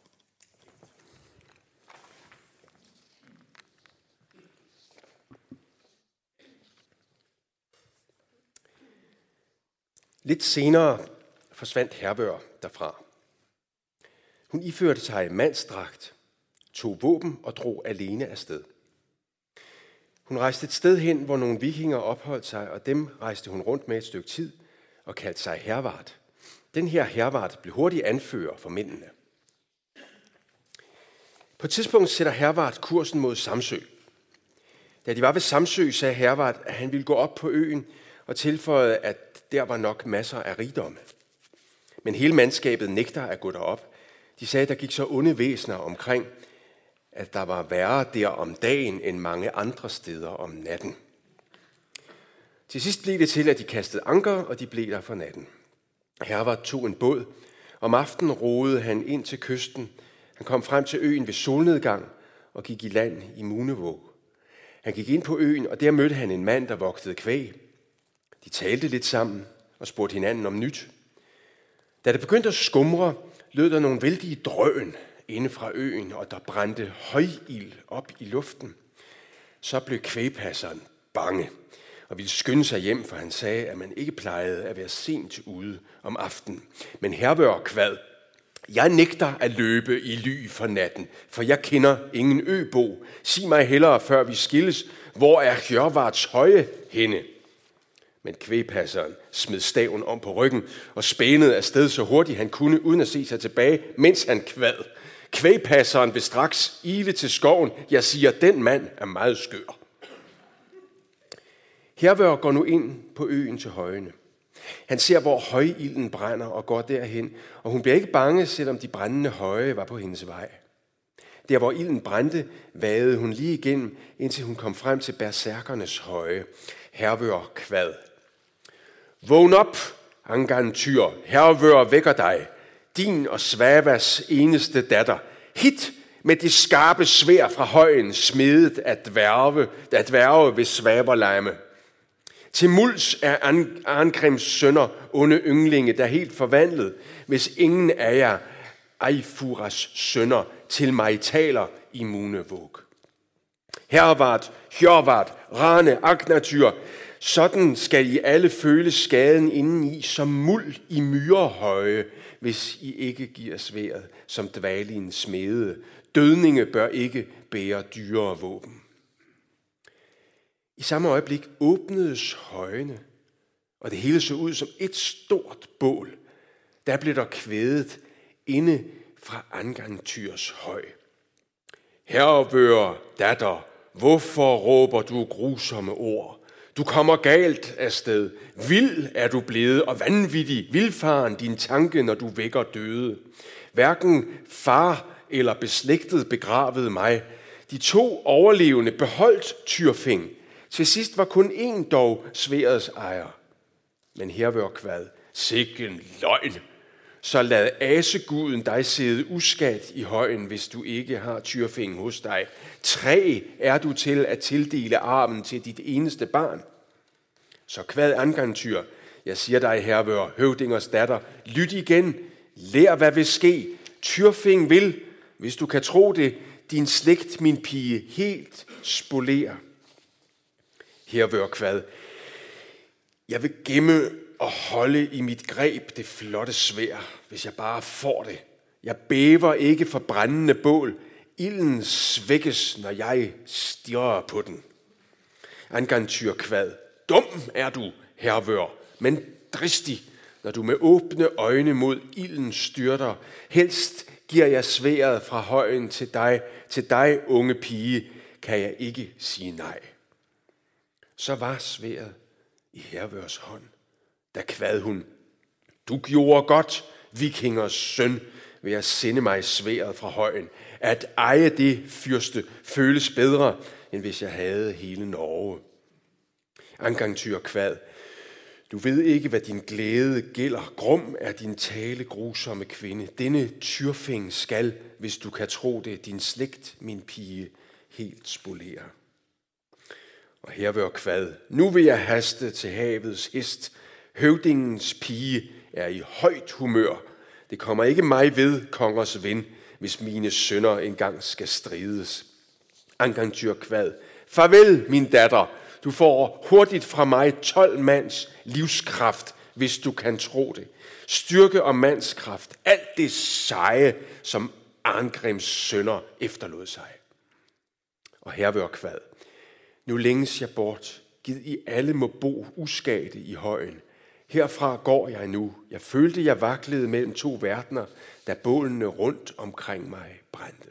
Lidt senere forsvandt Hervør derfra. Hun iførte sig mandsdragt, tog våben og drog alene afsted. Hun rejste et sted hen, hvor nogle vikinger opholdt sig, og dem rejste hun rundt med et stykke tid og kaldte sig Hervard. Den her Hervard blev hurtigt anfører for mændene. På et tidspunkt sætter Hervard kursen mod Samsø. Da de var ved Samsø, sagde Hervard, at han ville gå op på øen og tilføjede, at der var nok masser af rigdomme. Men hele mandskabet nægter at gå derop. De sagde, at der gik så onde væsener omkring, at der var værre der om dagen end mange andre steder om natten. Til sidst blev det til, at de kastede anker, og de blev der for natten. Hervard tog en båd. Om aftenen roede han ind til kysten. Han kom frem til øen ved solnedgang og gik i land i Munevåg. Han gik ind på øen, og der mødte han en mand, der vogtede kvæg. De talte lidt sammen og spurgte hinanden om nyt. Da det begyndte at skumre, lød der nogle vældige drøn inde fra øen, og der brændte højild op i luften. Så blev kvægpasseren bange og ville skynde sig hjem, for han sagde, at man ikke plejede at være sent ude om aftenen. Men Hervør kvad: Jeg nægter at løbe i ly for natten, for jeg kender ingen øbo. Sig mig hellere, før vi skilles, hvor er Hjørvards høje henne? Men kvægpasseren smed staven om på ryggen og spænede afsted så hurtigt han kunne, uden at se sig tilbage, mens han kvad. Kvægpasseren vil straks ile til skoven. Jeg siger, den mand er meget skør. Hervør går nu ind på øen til højene. Han ser, hvor højilden brænder og går derhen, og hun bliver ikke bange, selvom de brændende høje var på hendes vej. Der, hvor ilden brændte, vadede hun lige igennem, indtil hun kom frem til bersærkernes høje. Hervør kvad: Vågn op, Angantyr, Hervør vækker dig, din og Svavas eneste datter. Hit med det skarpe svær fra højen, smedet at dværge, at dværge ved Svaberleime. Til Muls er Arngrims sønner onde ynglinge, der helt forvandlet, hvis ingen af jer, Eifuras sønner, til mig taler i Munevåg. Hervard, Hjørvard, Rane, Agnatyr, sådan skal I alle føle skaden indeni som muld i myrehøje, hvis I ikke giver sværet som dvalin smede. Dødninge bør ikke bære dyrere våben. I samme øjeblik åbnedes højene, og det hele så ud som et stort bål. Der blev der kvædet inde fra Angantyrs høj. Hervør, datter, hvorfor råber du grusomme ord? Du kommer galt afsted. Vild er du blevet, og vanvittig, vildfaren din tanke, når du vækker døde. Hverken far eller beslægtet begravede mig. De to overlevende beholdt Tyrfing. Til sidst var kun én dog sværdets ejer. Men hervør kvad, sikken løgn. Så lad aseguden dig sidde uskat i højen, hvis du ikke har Tyrfing hos dig. Tre er du til at tildele armen til dit eneste barn. Så kvad Angantyr, jeg siger dig hervør, høvdingers datter, lyt igen, lær hvad vil ske. Tyrfing vil, hvis du kan tro det, din slægt, min pige, helt spolere. Hervør kvad, jeg vil gemme og holde i mit greb det flotte sværd, hvis jeg bare får det. Jeg bæver ikke for brændende bål. Ilden svækkes, når jeg stirrer på den. Angantyr kvad, dum er du, hervør, men dristig, når du med åbne øjne mod ilden styrter. Helst giver jeg sværdet fra højen til dig, til dig, unge pige, kan jeg ikke sige nej. Så var sværdet i hervørs hånd. Da kvad hun, du gjorde godt, vikingers søn, ved at sende mig sværdet fra højen. At eje det, fyrste, føles bedre, end hvis jeg havde hele Norge. Angantyr kvad, du ved ikke, hvad din glæde gælder. Grum er din tale, grusomme kvinde. Denne Tyrfing skal, hvis du kan tro det, din slægt, min pige, helt spolere. Og hervør kvad, nu vil jeg haste til havets hest. Høvdingens pige er i højt humør. Det kommer ikke mig ved, kongers ven, hvis mine sønner engang skal strides. Angantyr kvad, farvel, min datter. Du får hurtigt fra mig tolv mands livskraft, hvis du kan tro det. Styrke og mandskraft, alt det seje, som Arngrims sønner efterlod sig. Og hervør kvad, nu længes jeg bort, gid I alle må bo uskadte i højen. Herfra går jeg nu. Jeg følte, jeg vaklede mellem to verdener, da bålene rundt omkring mig brændte.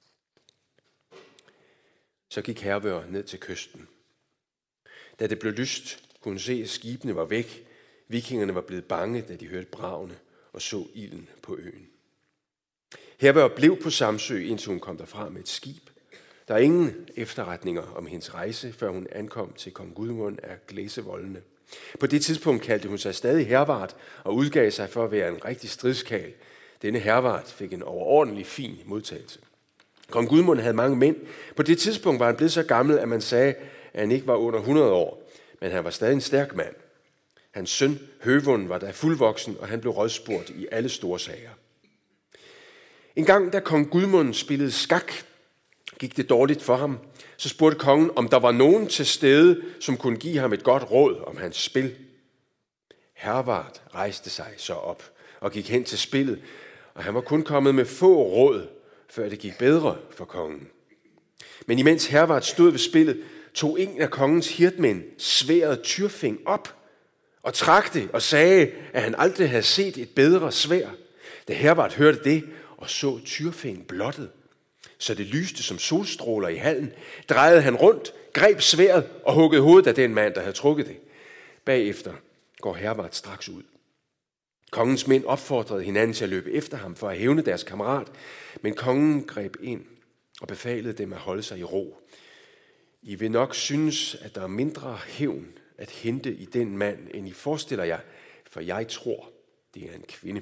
Så gik Hervør ned til kysten. Da det blev lyst, kunne hun se, at skibene var væk. Vikingerne var blevet bange, da de hørte bragene og så ilden på øen. Hervør blev på Samsø, indtil hun kom derfra med et skib. Der er ingen efterretninger om hendes rejse, før hun ankom til kong Gudmund af Glæsevoldene. På det tidspunkt kaldte hun sig stadig Hervart og udgav sig for at være en rigtig stridskal. Denne Hervart fik en overordentlig fin modtagelse. Kong Gudmund havde mange mænd. På det tidspunkt var han blevet så gammel, at man sagde, at han ikke var under hundrede år, men han var stadig en stærk mand. Hans søn Høvund var da fuldvoksen, og han blev rådspurgt i alle store sager. En gang, da kong Gudmund spillede skak, gik det dårligt for ham. Så spurgte kongen, om der var nogen til stede, som kunne give ham et godt råd om hans spil. Hervart rejste sig så op og gik hen til spillet, og han var kun kommet med få råd, før det gik bedre for kongen. Men imens Hervart stod ved spillet, tog en af kongens hirdmænd sværdet Tyrfing op og trak det og sagde, at han aldrig havde set et bedre sværd. Da Hervart hørte det og så Tyrfing blottet, så det lyste som solstråler i hallen, drejede han rundt, greb sværdet og huggede hovedet af den mand, der havde trukket det. Bagefter går Hervart straks ud. Kongens mænd opfordrede hinanden til at løbe efter ham for at hævne deres kammerat, men kongen greb ind og befalede dem at holde sig i ro. I vil nok synes, at der er mindre hævn at hente i den mand, end I forestiller jer, for jeg tror, det er en kvinde.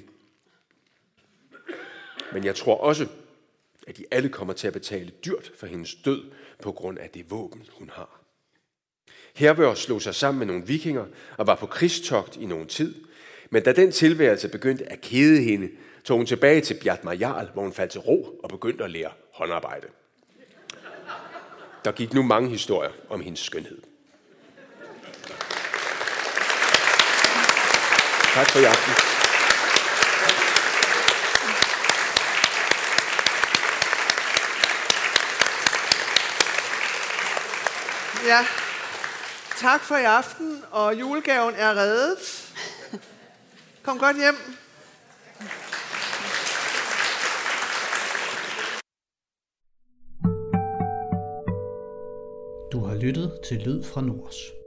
Men jeg tror også, at de alle kommer til at betale dyrt for hendes død på grund af det våben, hun har. Hervør slog sig sammen med nogle vikinger og var på krigstogt i nogen tid, men da den tilværelse begyndte at kede hende, tog hun tilbage til Bjartmar Jarl, hvor hun faldt til ro og begyndte at lære håndarbejde. Der gik nu mange historier om hendes skønhed. Tak for i aften. Ja, tak for i aften, og julegaven er reddet. Kom godt hjem. lyttet til Lyd fra Nords.